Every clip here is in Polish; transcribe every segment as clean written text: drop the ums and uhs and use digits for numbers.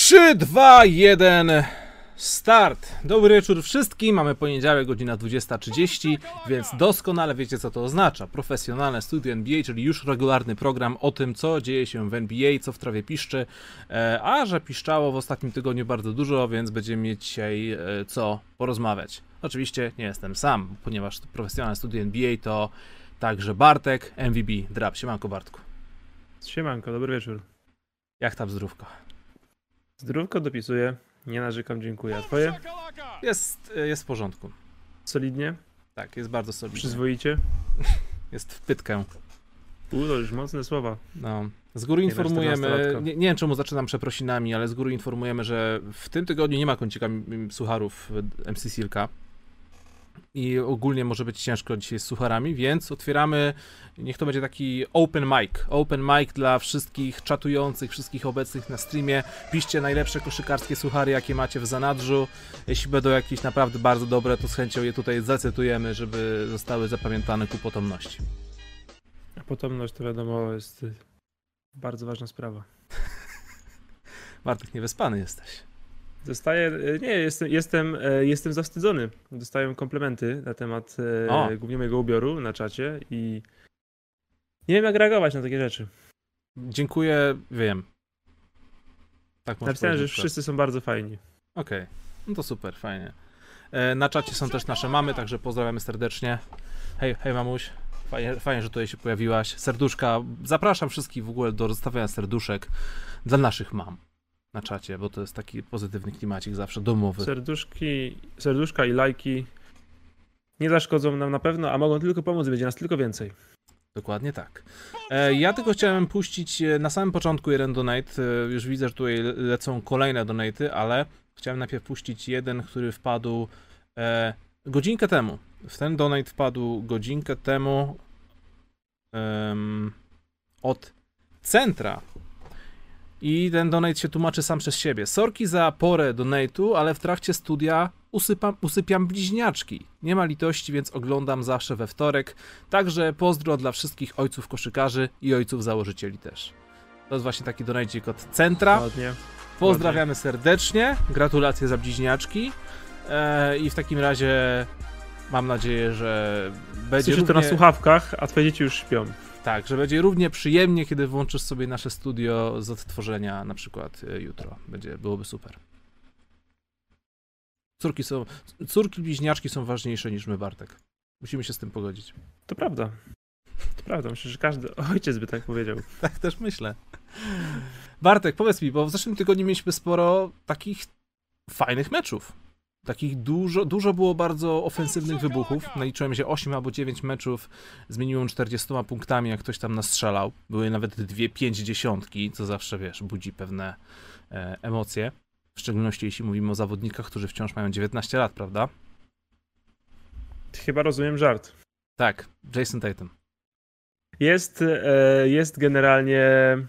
3, 2, 1, start! Dobry wieczór wszystkim, mamy poniedziałek, godzina 20:30, więc doskonale wiecie, co to oznacza. Profesjonalne studio NBA, czyli już regularny program o tym, co dzieje się w NBA, co w trawie piszczy, a że piszczało w ostatnim tygodniu bardzo dużo, więc będziemy mieć dzisiaj co porozmawiać. Oczywiście nie jestem sam, ponieważ profesjonalne studio NBA to także Bartek, MVB Drap. Siemanko, Bartku. Siemanko, dobry wieczór. Jak tam zdrówko? Zdrówko dopisuję, nie narzekam, dziękuję. A twoje? Jest w porządku. Solidnie? Tak, jest bardzo solidnie. Przyzwoicie? Jest w pytkę. To już mocne słowa. No. Z góry informujemy, nie wiem czemu zaczynam przeprosinami, ale z góry informujemy, że w tym tygodniu nie ma kącika sucharów MC Silka. I ogólnie może być ciężko dzisiaj z sucharami, więc otwieramy, niech to będzie taki open mic dla wszystkich czatujących, wszystkich obecnych na streamie. Piszcie najlepsze koszykarskie suchary, jakie macie w zanadrzu. Jeśli będą jakieś naprawdę bardzo dobre, to z chęcią je tutaj zacytujemy, żeby zostały zapamiętane ku potomności. A potomność to wiadomo jest bardzo ważna sprawa. Bartek, niewyspany jesteś. Jestem zawstydzony. Dostałem komplementy na temat głównie mojego ubioru na czacie i nie wiem, jak reagować na takie rzeczy. Dziękuję, wiem. Tak napisałem, że wszyscy są bardzo fajni. Okej, no to super, fajnie. Na czacie są też nasze mamy, także pozdrawiamy serdecznie. Hej mamuś, fajnie, że tutaj się pojawiłaś. Serduszka, zapraszam wszystkich w ogóle do rozstawiania serduszek dla naszych mam na czacie, bo to jest taki pozytywny klimacik zawsze domowy. Serduszka i lajki nie zaszkodzą nam na pewno, a mogą tylko pomóc, będzie nas tylko więcej. Dokładnie tak. Ja tylko chciałem puścić na samym początku jeden donate. Już widzę, że tutaj lecą kolejne donaty, ale chciałem najpierw puścić jeden, który wpadł godzinkę temu. W ten donate wpadł godzinkę temu od Centra. I ten donate się tłumaczy sam przez siebie. Sorki za porę donate'u, ale w trakcie studia usypiam bliźniaczki. Nie ma litości, więc oglądam zawsze we wtorek. Także pozdro dla wszystkich ojców koszykarzy i ojców założycieli też. To jest właśnie taki donate od Centra. Ładnie. Pozdrawiamy serdecznie. Gratulacje za bliźniaczki. I w takim razie mam nadzieję, że będzie Słyszysz to na słuchawkach, a twoje dzieci już śpią. Tak, że będzie równie przyjemnie, kiedy włączysz sobie nasze studio z odtworzenia na przykład jutro. Byłoby super. Córki bliźniaczki są ważniejsze niż my, Bartek. Musimy się z tym pogodzić. To prawda. To prawda, myślę, że każdy ojciec by tak powiedział. Tak też myślę. Bartek, powiedz mi, bo w zeszłym tygodniu mieliśmy sporo takich fajnych meczów. Takich dużo było bardzo ofensywnych wybuchów. Naliczyłem się 8 albo 9 meczów z minimum 40 punktami, jak ktoś tam nastrzelał. Były nawet 2-5 co zawsze, wiesz, budzi pewne emocje. W szczególności jeśli mówimy o zawodnikach, którzy wciąż mają 19 lat, prawda? Chyba rozumiem żart. Tak, Jason Tatum. Jest generalnie...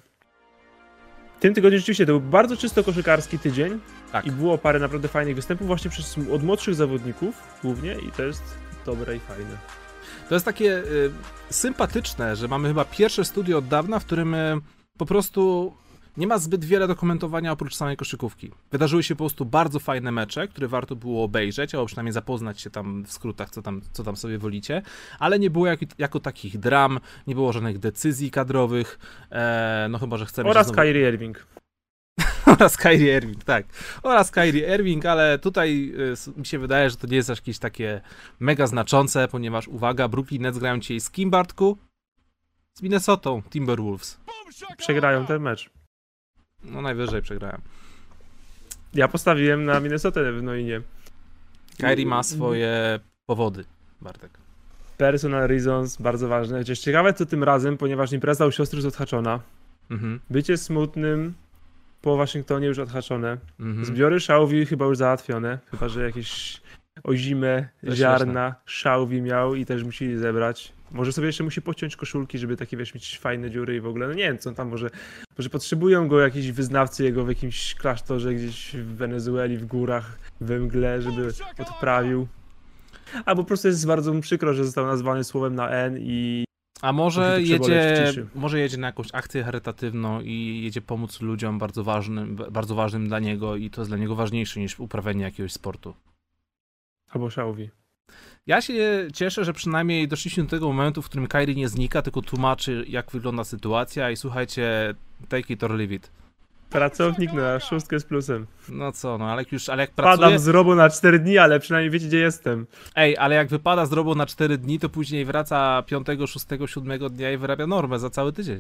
W tym tygodniu rzeczywiście to był bardzo czysto koszykarski tydzień. Tak. I było parę naprawdę fajnych występów właśnie od młodszych zawodników głównie i to jest dobre i fajne. To jest takie sympatyczne, że mamy chyba pierwsze studio od dawna, w którym po prostu nie ma zbyt wiele do komentowania oprócz samej koszykówki. Wydarzyły się po prostu bardzo fajne mecze, które warto było obejrzeć, albo przynajmniej zapoznać się tam w skrótach, co tam sobie wolicie, ale nie było jako takich dram, nie było żadnych decyzji kadrowych, no chyba, że chcemy... Oraz Kyrie Irving. Oraz Kyrie Irving, tak. Oraz Kyrie Irving, ale tutaj mi się wydaje, że to nie jest jakieś takie mega znaczące, ponieważ, uwaga, Brooklyn Nets grają dzisiaj z kim, Bartku? Z Minnesotą Timberwolves. Przegrają ten mecz. No najwyżej przegrałem. Ja postawiłem na Minnesotę, no i nie. Kyrie ma swoje powody, Bartek. Personal reasons, bardzo ważne. Chociaż ciekawe co tym razem, ponieważ impreza u siostry jest odhaczona. Bycie smutnym po Waszyngtonie już odhaczone. Zbiory szałwi chyba już załatwione. Chyba, że jakieś ozime ziarna szałwi miał i też musieli zebrać. Może sobie jeszcze musi pociąć koszulki, żeby takie, wiesz, mieć fajne dziury i w ogóle, no nie wiem, co tam może potrzebują go jakiś wyznawcy jego w jakimś klasztorze gdzieś w Wenezueli, w górach, we mgle, żeby odprawił. Albo po prostu jest bardzo mu przykro, że został nazwany słowem na N i A może jedzie na jakąś akcję charytatywną i jedzie pomóc ludziom bardzo ważnym dla niego i to jest dla niego ważniejsze niż uprawianie jakiegoś sportu. Albo Xiaomi. Ja się cieszę, że przynajmniej doszliśmy do tego momentu, w którym Kyrie nie znika, tylko tłumaczy, jak wygląda sytuacja i słuchajcie, take it or leave it. Pracownik na 6 z plusem. No co, no ale jak pracuje... Padam z robo na 4 dni, ale przynajmniej wiecie, gdzie jestem. Ej, ale jak wypada z robo na 4 dni, to później wraca 5, 6, 7 dnia i wyrabia normę za cały tydzień.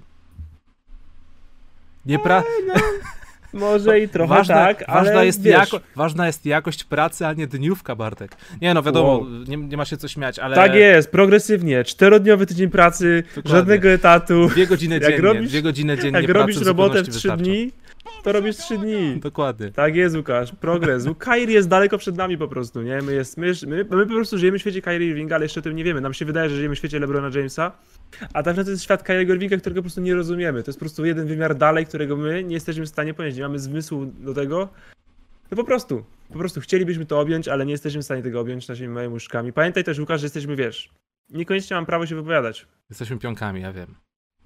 Może i trochę tak, ale ważna jest jakość pracy, a nie dniówka, Bartek. Nie no, wiadomo, nie ma się co śmiać, ale... Tak jest, progresywnie. 4-dniowy tydzień pracy, dokładnie. Żadnego etatu. 2 godziny dziennie, 2 godziny dziennie jak robisz robotę w 3 dni, to robisz 3 dni. Dokładnie. Tak jest, Łukasz, progres. Kyrie jest daleko przed nami po prostu, nie? My po prostu żyjemy w świecie Kyrie Irvinga, ale jeszcze o tym nie wiemy. Nam się wydaje, że żyjemy w świecie LeBrona Jamesa, a tak naprawdę to jest świat Kyrie Irvinga, którego po prostu nie rozumiemy. To jest po prostu jeden wymiar dalej, którego my nie jesteśmy w stanie ponieść. Nie mamy zmysłu do tego. No po prostu chcielibyśmy to objąć, ale nie jesteśmy w stanie tego objąć naszymi małymi łóżkami. Pamiętaj też, Łukasz, że jesteśmy, wiesz, niekoniecznie mam prawo się wypowiadać. Jesteśmy pionkami, ja wiem.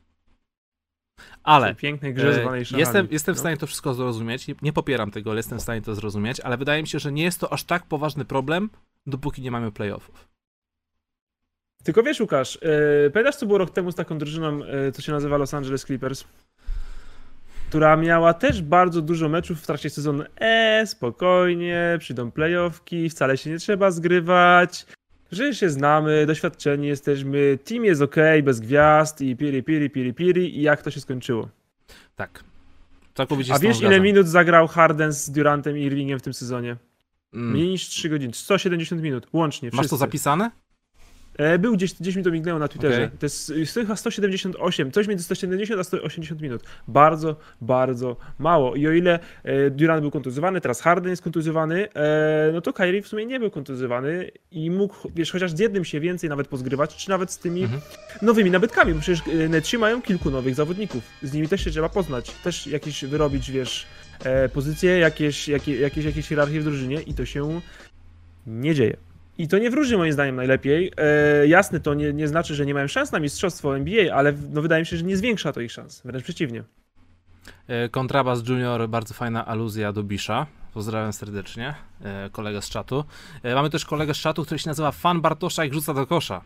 Ale pięknej grze zwanej jestem w stanie to wszystko zrozumieć. Nie popieram tego, ale jestem w stanie to zrozumieć, ale wydaje mi się, że nie jest to aż tak poważny problem, dopóki nie mamy playoffów. Tylko wiesz, Łukasz, pamiętasz, co było rok temu z taką drużyną, co się nazywa Los Angeles Clippers? Która miała też bardzo dużo meczów w trakcie sezonu. Spokojnie, przyjdą playoffki, wcale się nie trzeba zgrywać, że się znamy, doświadczeni jesteśmy, team jest okej, bez gwiazd i piri i jak to się skończyło. Tak. Całkowicie. A wiesz, ile minut zagrał Harden z Durantem i Irvingiem w tym sezonie? Mniej niż 3 godziny, 170 minut, łącznie. Masz to zapisane? Był gdzieś mi to mignęło na Twitterze. Okay. To jest chyba 178, coś między 170 a 180 minut. Bardzo, bardzo mało. I o ile Durant był kontuzjowany, teraz Harden jest kontuzjowany, no to Kyrie w sumie nie był kontuzjowany i mógł, wiesz, chociaż z jednym się więcej nawet pozgrywać, czy nawet z tymi nowymi nabytkami, bo przecież Netsi mają kilku nowych zawodników. Z nimi też się trzeba poznać, też jakieś wyrobić, wiesz, pozycje, jakieś hierarchie w drużynie i to się nie dzieje. I to nie wróży moim zdaniem najlepiej. Jasne, to nie znaczy, że nie mają szans na mistrzostwo NBA, ale no, wydaje mi się, że nie zwiększa to ich szans. Wręcz przeciwnie. Kontrabas Junior, bardzo fajna aluzja do Bisha. Pozdrawiam serdecznie, kolegę z czatu. Mamy też kolegę z czatu, który się nazywa Fan Bartosza i rzuca do kosza.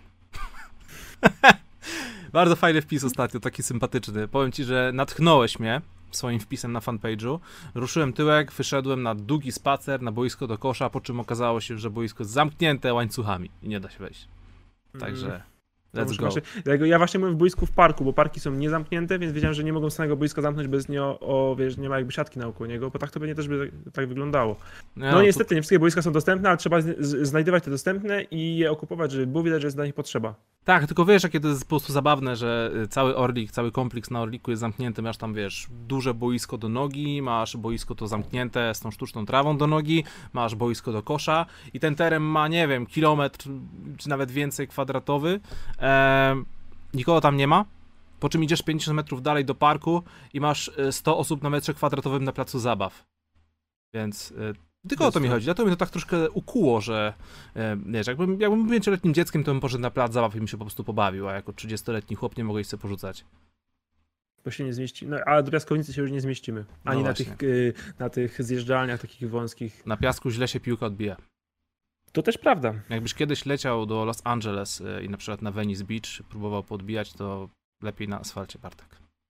Bardzo fajny wpis ostatnio, taki sympatyczny. Powiem ci, że natchnąłeś mnie swoim wpisem na fanpage'u. Ruszyłem tyłek, wyszedłem na długi spacer na boisko do kosza, po czym okazało się, że boisko jest zamknięte łańcuchami i nie da się wejść. Także let's go. Ja właśnie byłem w boisku w parku, bo parki są niezamknięte, więc wiedziałem, że nie mogą samego boiska zamknąć bez wiesz, nie ma jakby siatki naokoło niego, bo tak to pewnie też by tak wyglądało. No niestety, nie wszystkie boiska są dostępne, ale trzeba znajdywać te dostępne i je okupować, żeby było widać, że jest dla nich potrzeba. Tak, tylko wiesz, jakie to jest po prostu zabawne, że cały Orlik, cały kompleks na Orliku jest zamknięty, masz tam, wiesz, duże boisko do nogi, masz boisko to zamknięte z tą sztuczną trawą do nogi, masz boisko do kosza i ten teren ma, nie wiem, kilometr czy nawet więcej kwadratowy, nikogo tam nie ma, po czym idziesz 50 metrów dalej do parku i masz 100 osób na metrze kwadratowym na placu zabaw, więc... Tylko o to mi chodzi, dlatego mnie to tak troszkę ukuło, że wiesz, jakbym 5-letnim dzieckiem, to bym poszedł na plac zabaw i bym się po prostu pobawił, a jako 30-letni chłop nie mogę się porzucać. Bo się nie zmieści, no a do piaskownicy się już nie zmieścimy, ani no na tych zjeżdżalniach takich wąskich. Na piasku źle się piłka odbija. To też prawda. Jakbyś kiedyś leciał do Los Angeles i na przykład na Venice Beach próbował podbijać, to lepiej na asfalcie, Bartek.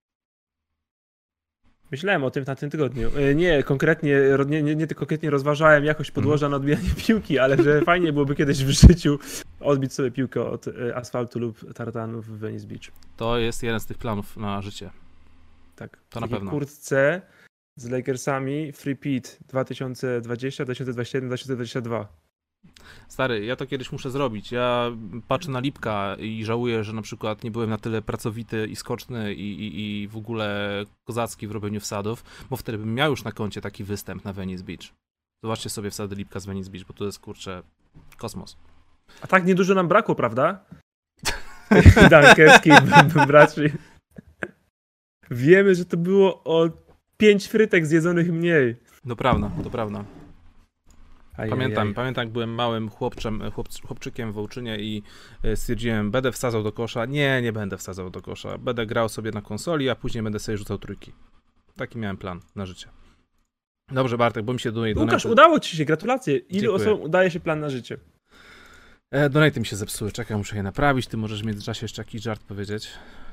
Myślałem o tym na tym tygodniu. Nie konkretnie rozważałem jakość podłoża na odbijanie piłki, ale że fajnie byłoby kiedyś w życiu odbić sobie piłkę od asfaltu lub tartanu w Venice Beach. To jest jeden z tych planów na życie. Tak. To na pewno. W kurtce z Lakersami Free Pete 2020, 2021, 2022. Stary, ja to kiedyś muszę zrobić. Ja patrzę na Lipka i żałuję, że na przykład nie byłem na tyle pracowity i skoczny i w ogóle kozacki w robieniu wsadów, bo wtedy bym miał już na koncie taki występ na Venice Beach. Zobaczcie sobie wsady Lipka z Venice Beach, bo to jest, kurczę, kosmos. A tak niedużo nam brakło, prawda? Dankerskich braci. Wiemy, że to było o 5 frytek zjedzonych mniej. To prawda, to prawda. Pamiętam, jak byłem małym chłopczykiem w Ołczynie i stwierdziłem, będę wsadzał do kosza. Nie będę wsadzał do kosza. Będę grał sobie na konsoli, a później będę sobie rzucał trójki. Taki miałem plan na życie. Dobrze, Bartek, bo mi się donate'y... Łukasz, udało ci się, gratulacje. Ilu osobom udaje się plan na życie? Donate'y mi się zepsuły, czekaj, muszę je naprawić. Ty możesz w międzyczasie jeszcze jakiś żart powiedzieć.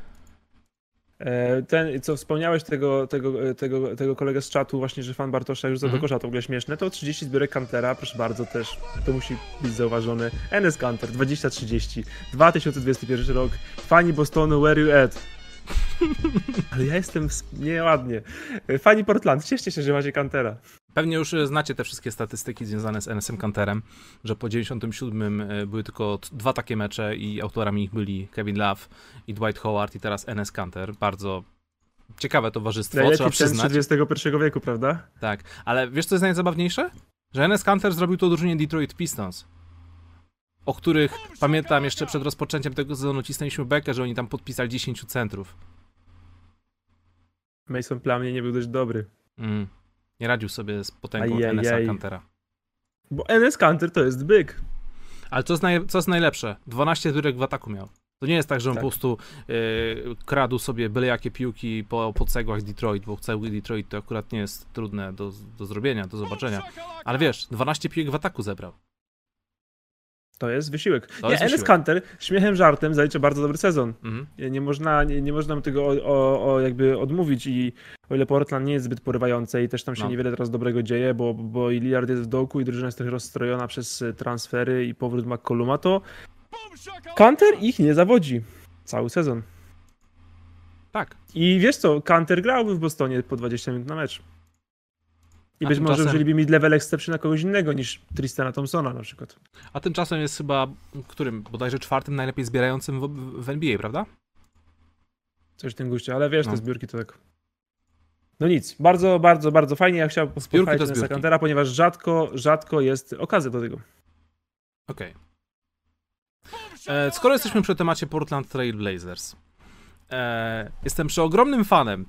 Ten, co wspomniałeś, tego kolegę z czatu, właśnie, że fan Bartosza już do kosza, to w ogóle śmieszne, to 30 zbiorek Kantera, proszę bardzo, też to musi być zauważone. NS Kanter 2030, 2021 rok, fani Bostonu, where you at? Ale ja jestem nieładnie. Fani Portland, cieszcie się, że macie Kantera. Pewnie już znacie te wszystkie statystyki związane z NS-em Kanterem, że po 97 były tylko 2 takie mecze i autorami ich byli Kevin Love i Dwight Howard i teraz NS Kanter. Bardzo ciekawe towarzystwo, trzeba przyznać. XXI wieku, prawda? Tak, ale wiesz co jest najzabawniejsze? Że NS Kanter zrobił to drużynie Detroit Pistons, o których pamiętam jeszcze przed rozpoczęciem tego sezonu cisnęliśmy bekę, że oni tam podpisali 10 centrów. Mason Plumlee nie był dość dobry. Nie radził sobie z potęgą NS-a Kantera. Bo NS Kanter to jest byk. Ale co jest najlepsze? 12 zbiórek w ataku miał. To nie jest tak, że on po prostu kradł sobie byle jakie piłki po cegłach Detroit, bo cegły Detroit to akurat nie jest trudne do zrobienia, do zobaczenia. Ale wiesz, 12 piłek w ataku zebrał. To jest wysiłek. NS Kanter, śmiechem, żartem, zaliczy bardzo dobry sezon. Nie można mu tego jakby odmówić i o ile Portland nie jest zbyt porywające i też tam się niewiele teraz dobrego dzieje, bo i Lillard jest w dołku i drużyna jest trochę rozstrojona przez transfery i powrót McColluma, to Kanter ich nie zawodzi cały sezon. Tak. I wiesz co, Kanter grałby w Bostonie po 20 minut na mecz. I być może wzięliby mid-level exception na kogoś innego niż Tristana Thompsona na przykład. A tymczasem jest chyba, bodajże 4. najlepiej zbierającym w NBA, prawda? Coś w tym guście, ale wiesz, te zbiórki to tak... No nic, bardzo, bardzo, bardzo fajnie. Ja chciałem pochwalić Nessa Kantera, ponieważ rzadko jest okazja do tego. Okej. Skoro jesteśmy przy temacie Portland Trail Blazers, jestem przeogromnym fanem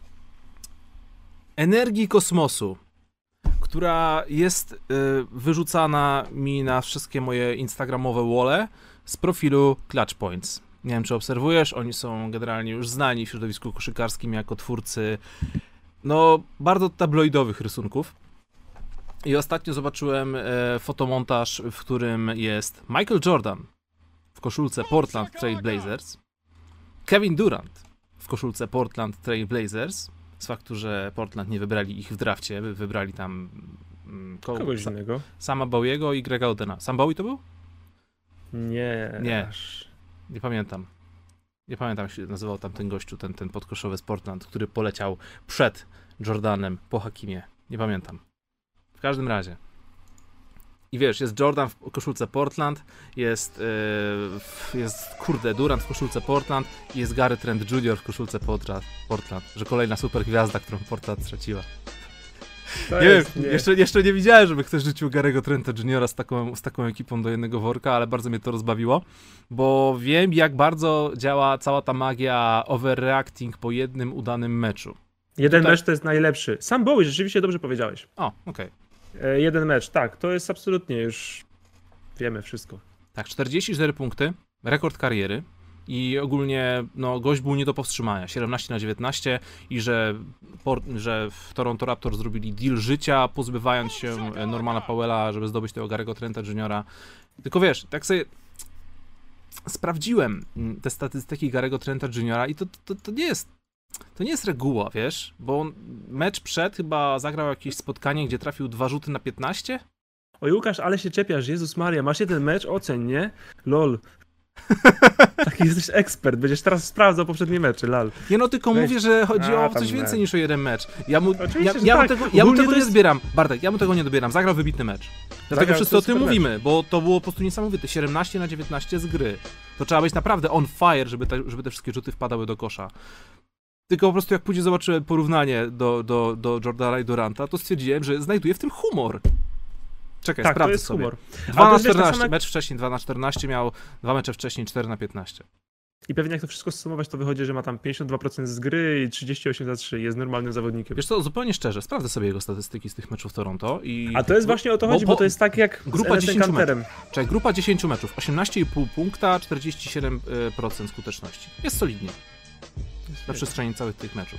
energii kosmosu, która jest wyrzucana mi na wszystkie moje instagramowe wall z profilu Clutch Points. Nie wiem, czy obserwujesz, oni są generalnie już znani w środowisku koszykarskim jako twórcy bardzo tabloidowych rysunków. I ostatnio zobaczyłem fotomontaż, w którym jest Michael Jordan w koszulce Portland Trail Blazers, Kevin Durant w koszulce Portland Trail Blazers, z faktu, że Portland nie wybrali ich w drafcie, wybrali tam kogoś innego. Sama Bowiego i Grega Odena. Sam Bowie to był? Nie. Nie pamiętam. Nie pamiętam, jak się nazywał tam ten gościu, ten podkoszowy z Portland, który poleciał przed Jordanem po Hakimie. Nie pamiętam. W każdym razie. I wiesz, jest Jordan w koszulce Portland, jest Durant w koszulce Portland i jest Gary Trent Jr. w koszulce Portland, że kolejna super gwiazda, którą Portland straciła. Nie wiem, jeszcze nie widziałem, żeby ktoś rzucił Gary'ego Trenta Jr. z taką ekipą do jednego worka, ale bardzo mnie to rozbawiło, bo wiem, jak bardzo działa cała ta magia overreacting po jednym udanym meczu. Jeden mecz to jest najlepszy. Sam Bowie, rzeczywiście dobrze powiedziałeś. O, okej. Jeden mecz, tak, to jest absolutnie już wiemy wszystko. Tak, 44 punkty, rekord kariery i ogólnie gość był nie do powstrzymania, 17-19 i że w Toronto Raptors zrobili deal życia, pozbywając się Normana Powella, żeby zdobyć tego Gary'ego Trenta Jr. Tylko wiesz, tak sobie sprawdziłem te statystyki Gary'ego Trenta Jr. i to nie jest reguła, wiesz, bo mecz przed chyba zagrał jakieś spotkanie, gdzie trafił 2 rzuty na 15? Oj, Łukasz, ale się czepiasz, Jezus Maria, masz jeden mecz, oceń, nie? Lol. Taki jesteś ekspert, będziesz teraz sprawdzał poprzednie mecze, lol. Tylko mówię, że chodzi o coś więcej niż o jeden mecz. Ja mu tego nie zbieram, Bartek, ja mu tego nie dobieram, zagrał wybitny mecz. Dlatego wszyscy o tym mówimy, bo to było po prostu niesamowite, 17-19 z gry. To trzeba być naprawdę on fire, żeby te wszystkie rzuty wpadały do kosza. Tylko po prostu jak później zobaczyłem porównanie do Jordana i Duranta, to stwierdziłem, że znajduję w tym humor. Czekaj, tak, sprawdzę to jest sobie. Humor. 2 na 14, mecz wcześniej 2 na 14 miał, 2 mecze wcześniej 4 na 15. I pewnie jak to wszystko sumować, to wychodzi, że ma tam 52% z gry i 38 za 3 jest normalnym zawodnikiem. Wiesz co, zupełnie szczerze, sprawdzę sobie jego statystyki z tych meczów Toronto i... A to jest właśnie o to chodzi, bo to jest tak jak grupa z 10 meczów. Czyli grupa 10 meczów, 18,5 punkta, 47% skuteczności. Jest solidnie. Na przestrzeni całych tych meczów.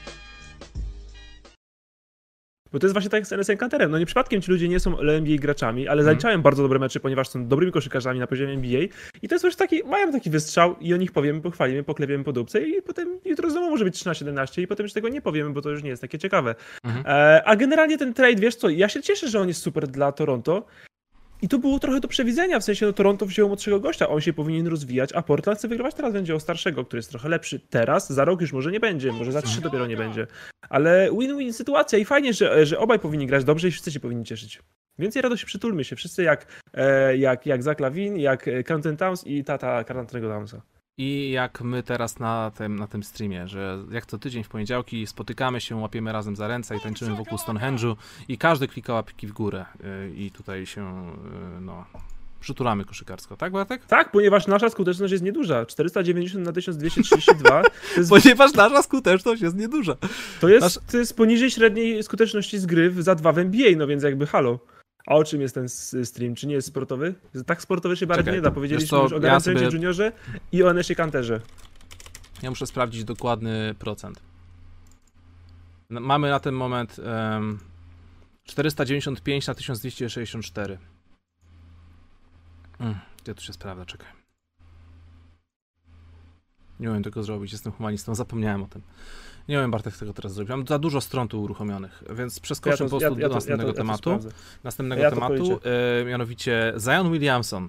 Bo to jest właśnie tak jak z NS Encounterem. No nie przypadkiem ci ludzie nie są NBA graczami, ale zaliczają bardzo dobre mecze, ponieważ są dobrymi koszykarzami na poziomie NBA. I to jest już taki, mają taki wystrzał i o nich powiemy, pochwalimy, poklepiemy po dupce i potem jutro znowu może być 13-17 i potem już tego nie powiemy, bo to już nie jest takie ciekawe. A generalnie ten trade, wiesz co, ja się cieszę, że on jest super dla Toronto. I to było trochę do przewidzenia, w sensie no, Toronto wzięło młodszego gościa, on się powinien rozwijać, a Portland chce wygrywać, teraz będzie o starszego, który jest trochę lepszy teraz, za rok już może nie będzie, może za 3 dopiero nie będzie. Ale win-win sytuacja i fajnie, że obaj powinni grać dobrze i wszyscy się powinni cieszyć. Więcej radości, przytulmy się, wszyscy jak Zach LaVine, jak Carlton Towns i tata Carltonego Townsa. I jak my teraz na tym streamie, że jak co tydzień w poniedziałki spotykamy się, łapiemy razem za ręce i tańczymy wokół Stonehenge'u i każdy klika łapki w górę i tutaj się, no, przytulamy koszykarsko, tak Bartek? Tak, ponieważ nasza skuteczność jest nieduża, 490 na 1232. Ponieważ nasza skuteczność jest nieduża. To jest poniżej średniej skuteczności z gry za 2 w NBA, no więc jakby halo. A o czym jest ten stream? Czy nie jest sportowy? Tak sportowy się bardziej nie da. Powiedzieliśmy już o Garancie Juniorze i o NS Kanterze. Ja muszę sprawdzić dokładny procent. Mamy na ten moment 495 na 1264. Gdzie tu się sprawdza? Czekaj. Nie umiem tego zrobić, jestem humanistą, zapomniałem o tym. Nie wiem, Bartek tego teraz zrobić. Mam za dużo stron tu uruchomionych, więc przeskoczę po prostu do następnego tematu. Mianowicie Zion Williamson.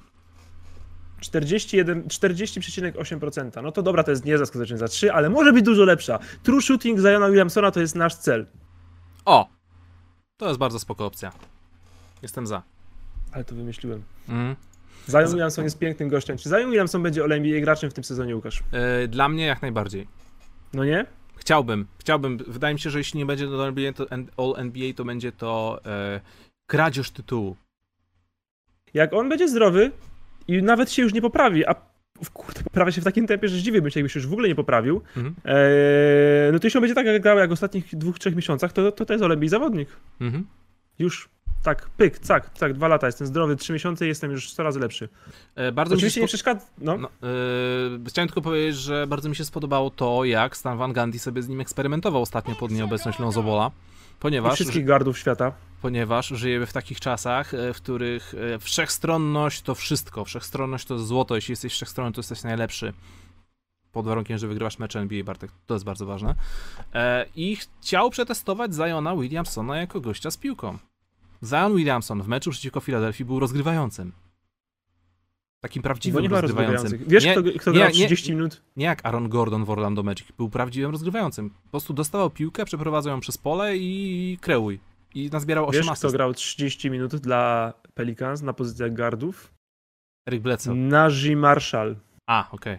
40,8%. No to dobra, to jest nie za skutecznie za 3, ale może być dużo lepsza. True shooting Ziona Williamsona to jest nasz cel. O! To jest bardzo spoko opcja. Jestem za. Ale to wymyśliłem. Zion Williamson jest pięknym gościem. Czy Zion Williamson będzie All-NBA graczem w tym sezonie, Łukasz? Dla mnie jak najbardziej. No nie? Chciałbym. Wydaje mi się, że jeśli nie będzie to All-NBA, to będzie to kradzież tytułu. Jak on będzie zdrowy i nawet się już nie poprawi, a kurde, poprawia się w takim tempie, że zdziwiłbym się, jakby się już w ogóle nie poprawił, no to jeśli on będzie tak jak grał jak w ostatnich 2-3 miesiącach, to jest All-NBA zawodnik. Już tak, pyk, cak, 2 lata, jestem zdrowy, 3 miesiące i jestem już 100 razy lepszy. Bardzo oczywiście nie przeszkadza. Chciałem tylko powiedzieć, że bardzo mi się spodobało to, jak Stan Van Gundy sobie z nim eksperymentował ostatnio pod nieobecność Lonzo Balla. I wszystkich guardów świata. Ponieważ żyjemy w takich czasach, w których wszechstronność to wszystko. Wszechstronność to złoto. Jeśli jesteś wszechstronny, to jesteś najlepszy. Pod warunkiem, że wygrywasz mecze NBA, Bartek. To jest bardzo ważne. I chciał przetestować Ziona Williamsona jako gościa z piłką. Zion Williamson w meczu przeciwko Filadelfii był rozgrywającym. Takim prawdziwym rozgrywającym. Wiesz, kto grał 30 minut? Nie jak Aaron Gordon w Orlando Magic. Był prawdziwym rozgrywającym. Po prostu dostawał piłkę, przeprowadzał ją przez pole i kreuj. I nazbierał 8 asyst. Wiesz, kto grał 30 minut dla Pelicans na pozycjach guardów? Eric Bledsoe. Najee Marshall. Okej.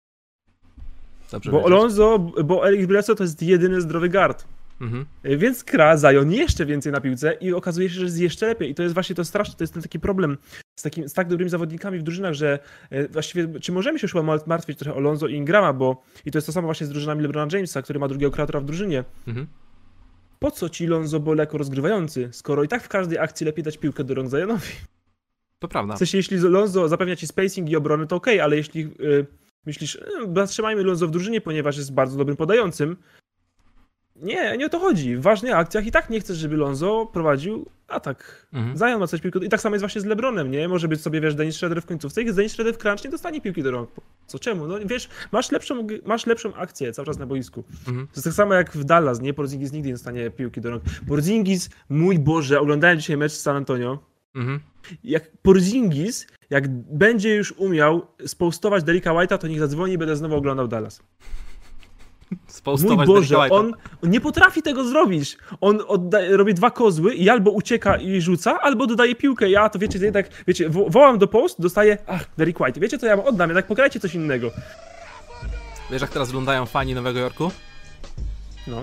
Bo Eric Bledsoe to jest jedyny zdrowy guard. Więc gra Zion jeszcze więcej na piłce i okazuje się, że jest jeszcze lepiej. I to jest właśnie to straszne, to jest ten taki problem z tak dobrymi zawodnikami w drużynach, że właściwie, czy możemy się już chyba martwić trochę o Lonzo i Ingrama, i to jest to samo właśnie z drużynami LeBrona Jamesa, który ma drugiego kreatora w drużynie. Po co ci Lonzo Ball jako rozgrywający, skoro i tak w każdej akcji lepiej dać piłkę do rąk Zionowi? To prawda. W sensie, jeśli Lonzo zapewnia ci spacing i obronę, to okej, ale jeśli myślisz, zatrzymajmy Lonzo w drużynie, ponieważ jest bardzo dobrym podającym, nie o to chodzi. W ważnych akcjach i tak nie chcesz, żeby Lonzo prowadził atak. Zion ma coś piłkę. I tak samo jest właśnie z LeBronem, nie? Może być sobie, wiesz, Dennis Schroeder w końcówce i Dennis Schroeder w crunch nie dostanie piłki do rąk. Co, czemu? No wiesz, masz lepszą akcję cały czas na boisku. To jest tak samo jak w Dallas, nie? Porzingis nigdy nie dostanie piłki do rąk. Porzingis, mój Boże, oglądałem dzisiaj mecz z San Antonio. Jak Porzingis, jak będzie już umiał spostować Derricka White'a, to niech zadzwoni i będę znowu oglądał Dallas. Mój Boże, on nie potrafi tego zrobić. On robi 2 kozły i albo ucieka i rzuca, albo dodaje piłkę. Ja to wiecie, tak, wiecie, wołam do post, dostaję, Derrick White. Wiecie co, ja oddam, tak pograjcie coś innego. Wiesz, jak teraz wyglądają fani Nowego Jorku? No.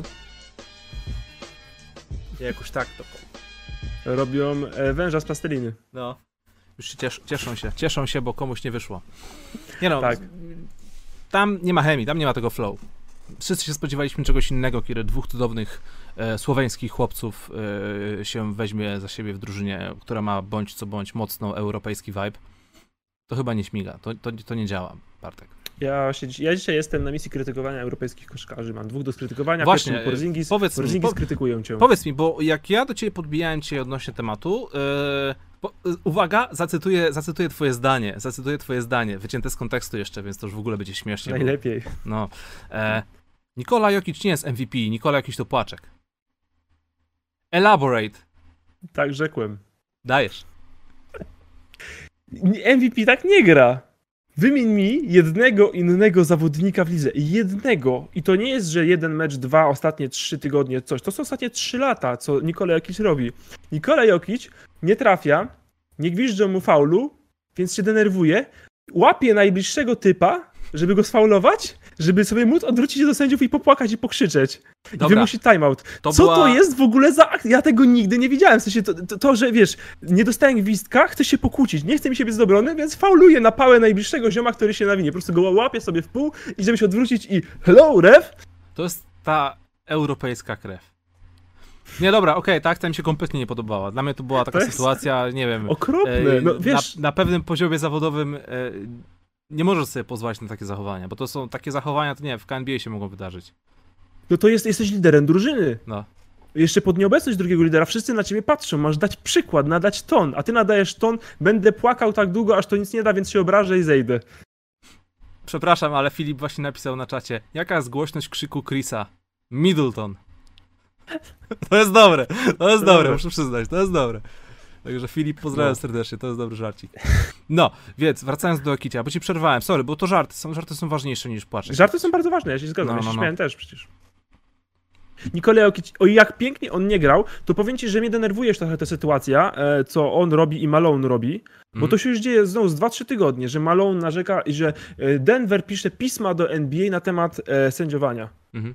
Jakoś tak to. Robią węża z plasteliny. No. Już się cieszą się, bo komuś nie wyszło. Nie no. Tak. tam nie ma chemii, tam nie ma tego flow. Wszyscy się spodziewaliśmy czegoś innego, kiedy dwóch cudownych słoweńskich chłopców się weźmie za siebie w drużynie, która ma bądź co bądź mocno europejski vibe. To chyba nie śmiga, to nie działa, Bartek. Ja dzisiaj jestem na misji krytykowania europejskich koszykarzy. Mam dwóch do skrytykowania. Właśnie, Porzingis krytykują cię. Powiedz mi, bo jak ja do ciebie podbijałem cię odnośnie tematu, uwaga, zacytuję twoje zdanie, wycięte z kontekstu jeszcze, więc to już w ogóle będzie śmiesznie. Najlepiej. No. Nikola Jokic nie jest MVP, Nikola Jokic to płaczek. Elaborate. Tak rzekłem. Dajesz. MVP tak nie gra. Wymień mi jednego innego zawodnika w lidze. Jednego. I to nie jest, że jeden mecz, dwa, ostatnie 3 tygodnie, coś. To są ostatnie 3 lata, co Nikola Jokic robi. Nikola Jokic nie trafia, nie gwiżdżą mu faulu, więc się denerwuje, łapie najbliższego typa, żeby go sfaulować, żeby sobie móc odwrócić się do sędziów i popłakać i pokrzyczeć. I wymusi timeout. To jest w ogóle za akt? Ja tego nigdy nie widziałem. W sensie to, że wiesz, nie dostałem gwizdka, chcę się pokłócić, nie chce mi się być dobrony, więc fauluję na pałę najbliższego zioma, który się nawinie. Po prostu go łapię sobie w pół i żeby się odwrócić i hello, ref? To jest ta europejska krew. Nie, dobra, okej, ta akcja mi się kompletnie nie podobała. Dla mnie to była taka sytuacja, nie wiem... Okropne, no wiesz... Na pewnym poziomie zawodowym nie możesz sobie pozwolić na takie zachowania, bo to są takie zachowania, to nie, w KNBA się mogą wydarzyć. No to jesteś liderem drużyny. No. Jeszcze pod nieobecność drugiego lidera wszyscy na ciebie patrzą, masz dać przykład, nadać ton, a ty nadajesz ton, będę płakał tak długo, aż to nic nie da, więc się obrażę i zejdę. Przepraszam, ale Filip właśnie napisał na czacie, jaka jest głośność krzyku Chrisa? Middleton. To jest dobre, muszę przyznać, to jest dobre. Także Filip, pozdrawiam serdecznie, to jest dobry żarcik. No, więc wracając do Jokicia, bo ci przerwałem, sorry, bo to żarty są ważniejsze niż płacze. Żarty są bardzo ważne, ja się zgadzam, ja się śmiałem też przecież. Nikola Jokic, o jak pięknie on nie grał, to powiem ci, że mnie denerwujesz trochę ta sytuacja, co on robi i Malone robi, bo to się już dzieje znowu z 2-3 tygodnie, że Malone narzeka i że Denver pisze pisma do NBA na temat sędziowania.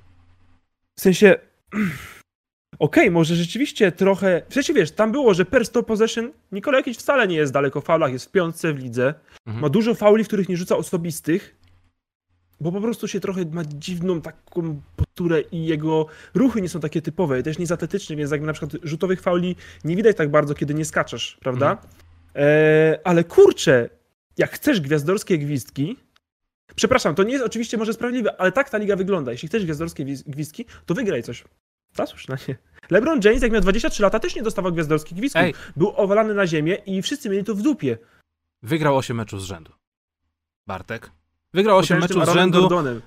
W sensie... Okej, może rzeczywiście trochę... W sensie wiesz, tam było, że per 100 possession Nikola Jokic wcale nie jest daleko w faulach, jest w 5 w lidze. Ma dużo fauli, w których nie rzuca osobistych, bo po prostu się trochę ma dziwną taką posturę i jego ruchy nie są takie typowe, też nie jest atletyczny, więc jakby na przykład rzutowych fauli nie widać tak bardzo, kiedy nie skaczesz, prawda? Ale kurczę, jak chcesz gwiazdorskie gwizdki... Przepraszam, to nie jest oczywiście może sprawiedliwe, ale tak ta liga wygląda. Jeśli chcesz gwiazdorskie gwizdki, to wygraj coś. Zasłuż na nie. LeBron James, jak miał 23 lata, też nie dostawał gwiazdorskich gwizdków. Był owalany na ziemię i wszyscy mieli to w dupie. Wygrał 8 meczów z rzędu. Bartek? Wygrał 8 meczów z rzędu.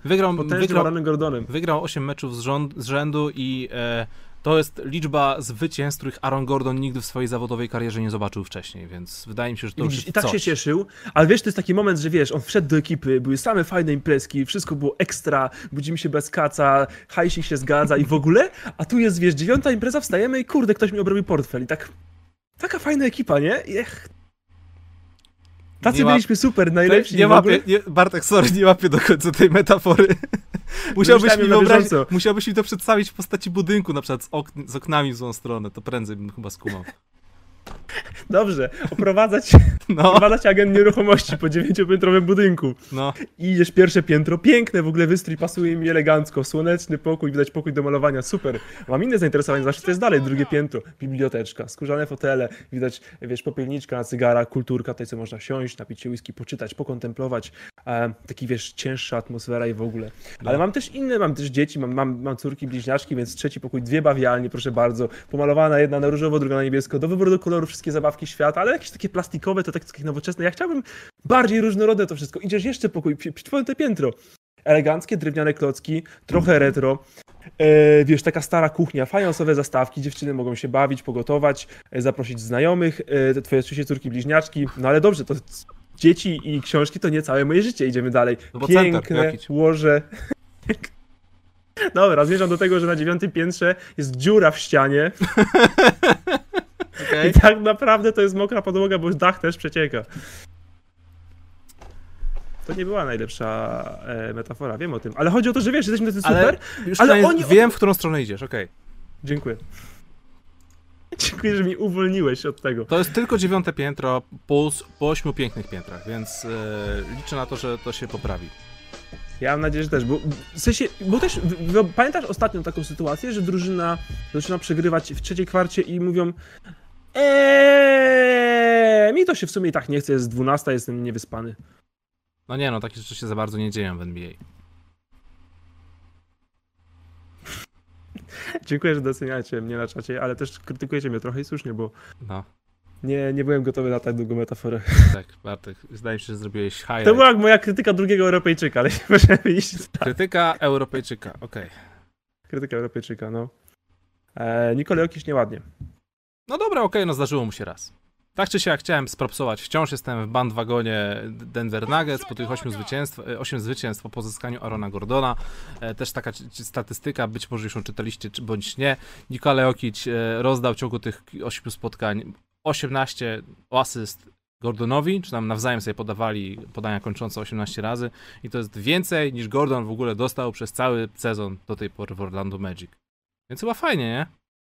Wygrał 8 meczów z rzędu i to jest liczba zwycięstw, których Aaron Gordon nigdy w swojej zawodowej karierze nie zobaczył wcześniej, więc wydaje mi się, że to już jest I tak się cieszył, ale wiesz, to jest taki moment, że wiesz, on wszedł do ekipy, były same fajne imprezki, wszystko było ekstra, budzimy się bez kaca, hajsik się zgadza i w ogóle, a tu jest, wiesz, 9. impreza, wstajemy i kurde, ktoś mi obrobił portfel i tak, taka fajna ekipa, nie? Tacy byliśmy super, najlepsi. Bartek, sorry, nie łapię do końca tej metafory. Musiałbyś mi to przedstawić w postaci budynku, na przykład z oknami w złą stronę, to prędzej bym chyba skumał. Dobrze, oprowadzać agent nieruchomości po 9-piętrowym budynku. No. I idziesz pierwsze piętro, piękne, w ogóle wystrój pasuje mi elegancko, słoneczny pokój, widać pokój do malowania, super. Mam inne zainteresowanie, zawsze to jest dalej, drugie piętro, biblioteczka, skórzane fotele, widać, wiesz, popielniczka na cygara, kulturka, tutaj co można siąść, napić się whisky, poczytać, pokontemplować, taki, wiesz, cięższa atmosfera i w ogóle. Ale mam też inne, mam też dzieci, mam córki, bliźniaczki, więc trzeci pokój, 2 bawialnie, proszę bardzo, pomalowana, jedna na różowo, druga na niebiesko, do wyboru do koloru wszystkie zabawki świata, ale jakieś takie plastikowe, to takie nowoczesne. Ja chciałbym bardziej różnorodne to wszystko. Idziesz jeszcze pokój, 4. piętro. Eleganckie, drewniane klocki, trochę retro. Wiesz, taka stara kuchnia, fajansowe zastawki, dziewczyny mogą się bawić, pogotować, zaprosić znajomych, twoje oczywiście córki, bliźniaczki. No ale dobrze, to dzieci i książki to nie całe moje życie. Idziemy dalej. No piękne łoże. Dobra, zmierzam do tego, że na 9. piętrze jest dziura w ścianie. Okay. I tak naprawdę to jest mokra podłoga, bo dach też przecieka. To nie była najlepsza metafora, wiem o tym. Ale chodzi o to, że wiesz, jesteśmy tacy super, ale oni... Wiem, w którą stronę idziesz, okej. Dziękuję. Dziękuję, że mi uwolniłeś od tego. To jest tylko 9. piętro po 8 pięknych piętrach, więc liczę na to, że to się poprawi. Ja mam nadzieję, że też, bo w sensie, bo też, pamiętasz ostatnią taką sytuację, że drużyna zaczyna przegrywać w trzeciej kwarcie i mówią mi to się w sumie i tak nie chce, jest 12, jestem niewyspany. No nie, no takie rzeczy się za bardzo nie dzieją w NBA. Dziękuję, że doceniacie mnie na czacie, ale też krytykujecie mnie trochę i słusznie, bo no. nie byłem gotowy na tak długą metaforę. Tak, Bartek, zdaje mi się, że zrobiłeś highlight. To była moja krytyka drugiego Europejczyka, ale nie możemy iść tak. Krytyka Europejczyka, okej. Krytyka Europejczyka, no. Nikola Jokic nieładnie. No dobra, okej, no zdarzyło mu się raz. Tak czy siak chciałem spropsować. Wciąż jestem w bandwagonie Denver Nuggets po tych 8 zwycięstw po pozyskaniu Aarona Gordona. Też taka statystyka, być może już ją czytaliście, bądź nie. Nikola Jokic rozdał w ciągu tych 8 spotkań 18 asyst Gordonowi, czy tam nawzajem sobie podawali podania kończące 18 razy i to jest więcej niż Gordon w ogóle dostał przez cały sezon do tej pory w Orlando Magic. Więc chyba fajnie, nie?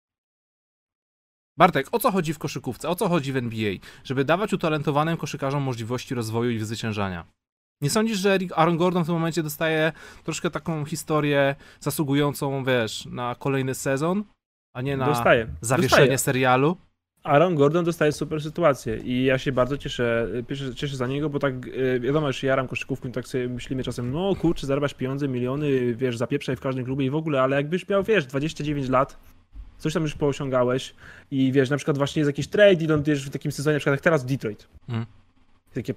Bartek, o co chodzi w koszykówce? O co chodzi w NBA? Żeby dawać utalentowanym koszykarzom możliwości rozwoju i zwyciężania. Nie sądzisz, że Aaron Gordon w tym momencie dostaje troszkę taką historię zasługującą, wiesz, na kolejny sezon, a nie na zawieszenie serialu? Aaron Gordon dostaje super sytuację i ja się bardzo cieszę za niego, bo tak wiadomo, że jaram koszykówką, tak sobie myślimy czasem, no kurczę, zarabiasz pieniądze, miliony, wiesz, zapieprzaj w każdym klubie i w ogóle, ale jakbyś miał, wiesz, 29 lat, coś tam już poosiągałeś i wiesz, na przykład właśnie jest jakiś trade i on wiesz, w takim sezonie, na przykład jak teraz w Detroit. Takie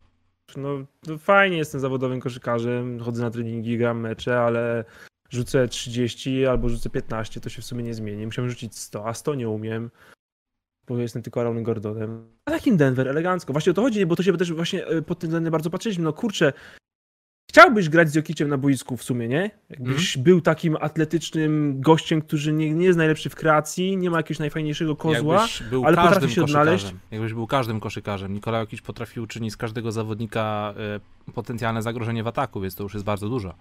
no fajnie, jestem zawodowym koszykarzem, chodzę na treningi, gram mecze, ale rzucę 30 albo rzucę 15, to się w sumie nie zmieni. Musiałem rzucić 100, a 100 nie umiem, bo jestem tylko Aaronem Gordonem. A takim Denver, elegancko. Właśnie o to chodzi, bo to się też właśnie pod tym względem bardzo patrzyliśmy. No kurczę, chciałbyś grać z Jokiciem na boisku w sumie, nie? Jakbyś był takim atletycznym gościem, który nie jest najlepszy w kreacji, nie ma jakiegoś najfajniejszego kozła, ale potrafi się odnaleźć. Jakbyś był każdym koszykarzem. Nikola Jokic potrafił uczynić z każdego zawodnika potencjalne zagrożenie w ataku, więc to już jest bardzo dużo.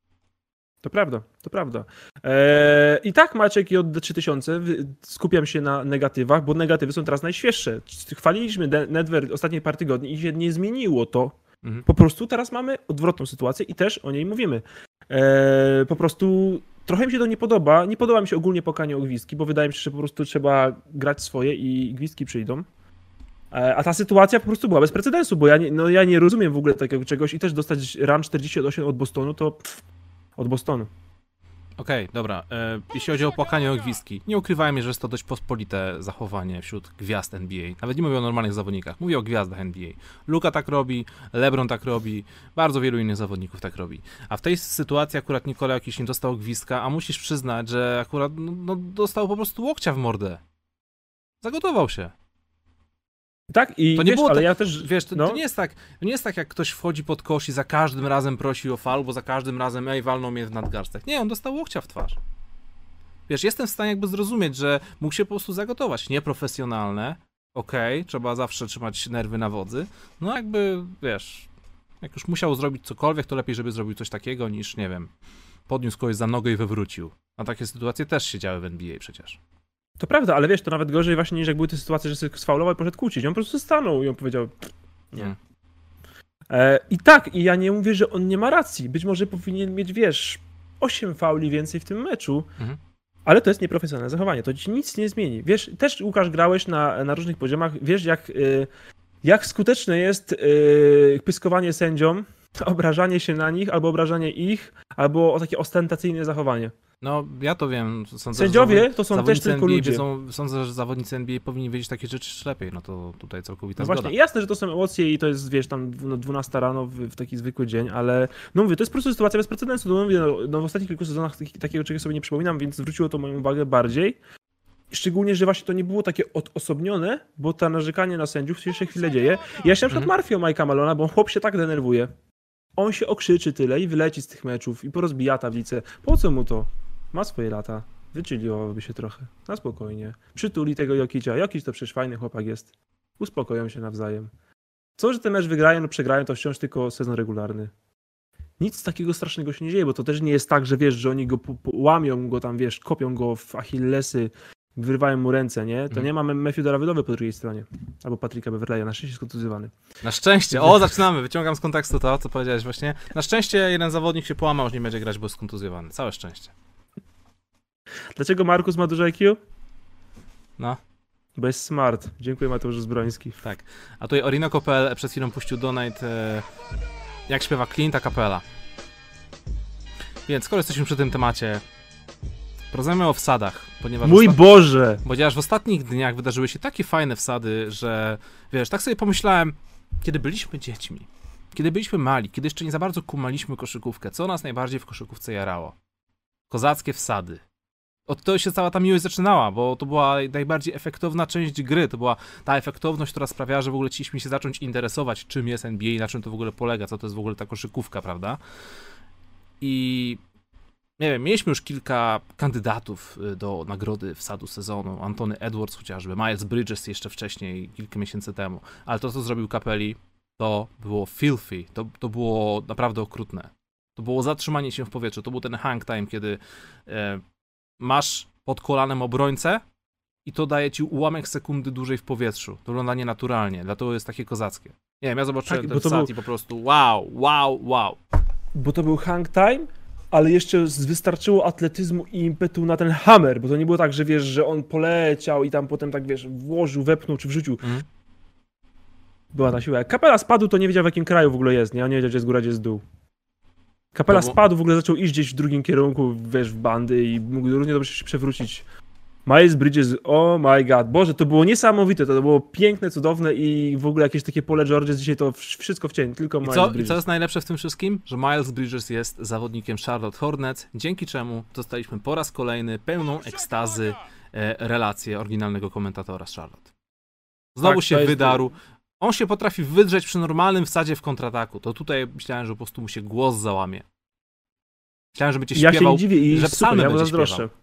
To prawda, to prawda. I tak Maciek i od D3000 skupiam się na negatywach, bo negatywy są teraz najświeższe. Chwaliliśmy Denver ostatnie parę tygodni i się nie zmieniło to. Po prostu teraz mamy odwrotną sytuację i też o niej mówimy. Po prostu trochę mi się to nie podoba. Nie podoba mi się ogólnie pokanie o gwizdki, bo wydaje mi się, że po prostu trzeba grać swoje i gwizdki przyjdą. A ta sytuacja po prostu była bez precedensu, bo ja nie rozumiem w ogóle takiego czegoś i też dostać run 48 od Bostonu to od Bostonu. Okej, dobra. Jeśli chodzi o płakanie o gwizdki, nie ukrywajmy, że jest to dość pospolite zachowanie wśród gwiazd NBA. Nawet nie mówię o normalnych zawodnikach, mówię o gwiazdach NBA. Luka tak robi, LeBron tak robi, bardzo wielu innych zawodników tak robi. A w tej sytuacji akurat Nikola Jokic nie dostał gwizdka, a musisz przyznać, że akurat dostał po prostu łokcia w mordę. Zagotował się. Tak, i to nie wiesz, było ale tak, ja też... Wiesz, to nie jest tak, jak ktoś wchodzi pod kosz i za każdym razem prosi o faul, bo za każdym razem walnął mnie w nadgarstek. Nie, on dostał łokcia w twarz. Wiesz, jestem w stanie jakby zrozumieć, że mógł się po prostu zagotować. Nieprofesjonalne, trzeba zawsze trzymać nerwy na wodzy. No jakby, wiesz, jak już musiał zrobić cokolwiek, to lepiej, żeby zrobił coś takiego, niż, nie wiem, podniósł kogoś za nogę i wywrócił. A takie sytuacje też się działy w NBA przecież. To prawda, ale wiesz, to nawet gorzej właśnie niż jak były te sytuacje, że sobie sfaulował i poszedł kłócić. On po prostu stanął i on powiedział nie. I ja nie mówię, że on nie ma racji. Być może powinien mieć, wiesz, 8 fauli więcej w tym meczu, ale to jest nieprofesjonalne zachowanie. To ci nic nie zmieni. Wiesz, też Łukasz grałeś na różnych poziomach. Wiesz, jak skuteczne jest pyskowanie sędziom, obrażanie się na nich, albo obrażanie ich, albo takie ostentacyjne zachowanie. No, ja to wiem. Sędziowie to są też tylko ludzie. Sądzę, że zawodnicy NBA powinni wiedzieć takie rzeczy lepiej. No to tutaj całkowita zgoda. Właśnie, jasne, że to są emocje i to jest, wiesz, tam 12 rano w taki zwykły dzień, ale no mówię, to jest po prostu sytuacja bez precedensu. No mówię, w ostatnich kilku sezonach takiego czegoś sobie nie przypominam, więc zwróciło to moją uwagę bardziej. Szczególnie, że właśnie to nie było takie odosobnione, bo to narzekanie na sędziów się jeszcze chwilę dzieje. I ja się na przykład martwię o Mike'a Malona, bo chłop się tak denerwuje. On się okrzyczy tyle i wyleci z tych meczów i porozbija tablicę. Po co mu to? Ma swoje lata. Wychillowałoby się trochę. Na spokojnie. Przytuli tego Jokicia. Jokic to przecież fajny chłopak jest. Uspokoją się nawzajem. Co, że ten mecz wygrają lub przegrają, to wciąż tylko sezon regularny. Nic takiego strasznego się nie dzieje, bo to też nie jest tak, że wiesz, że oni go łamią go tam, wiesz, kopią go w achillesy wyrywają mu ręce, nie? To nie mamy Matthew Dellavedowy po drugiej stronie. Albo Patryka Beverleya, na szczęście skontuzjowany. Na szczęście, o zaczynamy, wyciągam z kontekstu to, co powiedziałeś właśnie. Na szczęście jeden zawodnik się połamał, że nie będzie grać, bo jest skontuzjowany. Całe szczęście. Dlaczego Markus ma dużo IQ? No. Bo jest smart. Dziękuję, Mateusz Zbroński. Tak. A tutaj Orinoco.pl przed chwilą puścił donate, jak śpiewa Clint a cappella. Więc skoro jesteśmy przy tym temacie, porozmawiamy o wsadach, ponieważ... Mój Boże! Ponieważ w ostatnich dniach wydarzyły się takie fajne wsady, że wiesz, tak sobie pomyślałem, kiedy byliśmy dziećmi, kiedy byliśmy mali, kiedy jeszcze nie za bardzo kumaliśmy koszykówkę, co nas najbardziej w koszykówce jarało? Kozackie wsady. Od tego się cała ta miłość zaczynała, bo to była najbardziej efektowna część gry, to była ta efektowność, która sprawiała, że w ogóle chcieliśmy się zacząć interesować, czym jest NBA i na czym to w ogóle polega, co to jest w ogóle ta koszykówka, prawda? I nie wiem, mieliśmy już kilka kandydatów do nagrody wsadu sezonu, Anthony Edwards chociażby, Miles Bridges jeszcze wcześniej, kilka miesięcy temu, ale to, co zrobił Capelli, to było filthy, to było naprawdę okrutne. To było zatrzymanie się w powietrzu, to był ten hang time, kiedy masz pod kolanem obrońcę i to daje ci ułamek sekundy dłużej w powietrzu. To wygląda nienaturalnie, dlatego jest takie kozackie. Nie wiem, ja zobaczyłem ten wsad i po prostu wow. Bo to był hang time, ale jeszcze wystarczyło atletyzmu i impetu na ten hammer, bo to nie było tak, że wiesz, że on poleciał i tam potem tak wiesz, włożył, wepnął czy wrzucił. Była ta siła. Jak Capela spadł, to nie wiedział w jakim kraju w ogóle jest, nie? On nie wiedział, gdzie jest góra, gdzie jest dół. Capela spadł, w ogóle zaczął iść gdzieś w drugim kierunku, wiesz, w bandy i mógł równie dobrze się przewrócić. Miles Bridges, oh my god, Boże, to było niesamowite, to było piękne, cudowne i w ogóle jakieś takie pole Georges, dzisiaj to wszystko w cień, tylko Miles Bridges. I co jest najlepsze w tym wszystkim? Że Miles Bridges jest zawodnikiem Charlotte Hornets, dzięki czemu dostaliśmy po raz kolejny pełną ekstazy relację oryginalnego komentatora z Charlotte. Znowu tak, się wydarł. On się potrafi wydrzeć przy normalnym wsadzie w kontrataku. To tutaj myślałem, że po prostu mu się głos załamie. Myślałem, że będzie śpiewał, ja się nie dziwię i że psalmy ja będzie zazdroszczę. śpiewał.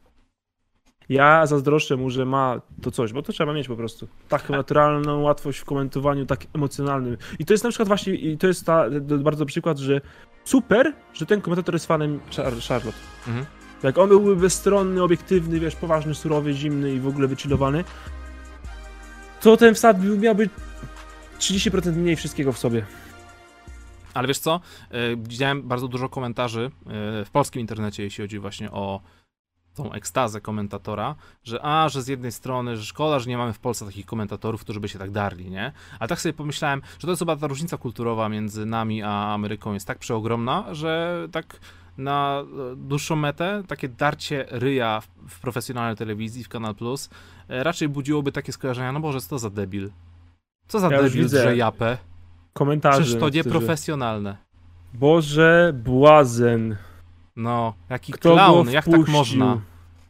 Ja zazdroszczę mu, że ma to coś, bo to trzeba mieć po prostu. Taką naturalną łatwość w komentowaniu, tak emocjonalnym. I to jest na przykład właśnie, i to jest bardzo przykład, że super, że ten komentator jest fanem Charlotte. Jak on byłby bezstronny, obiektywny, wiesz, poważny, surowy, zimny i w ogóle wychillowany, to ten wsad miałby 30% mniej wszystkiego w sobie. Ale wiesz co? Widziałem bardzo dużo komentarzy w polskim internecie, jeśli chodzi właśnie o tą ekstazę komentatora, że z jednej strony, że szkoda, że nie mamy w Polsce takich komentatorów, którzy by się tak darli, nie? Ale tak sobie pomyślałem, że to jest chyba ta różnica kulturowa między nami a Ameryką jest tak przeogromna, że tak na dłuższą metę takie darcie ryja w profesjonalnej telewizji, w Kanal Plus raczej budziłoby takie skojarzenia, no Boże, co to za debil? Co za debil, że japę? Komentarze. Przecież to nieprofesjonalne. Boże, błazen. No, jaki klaun, jak tak można?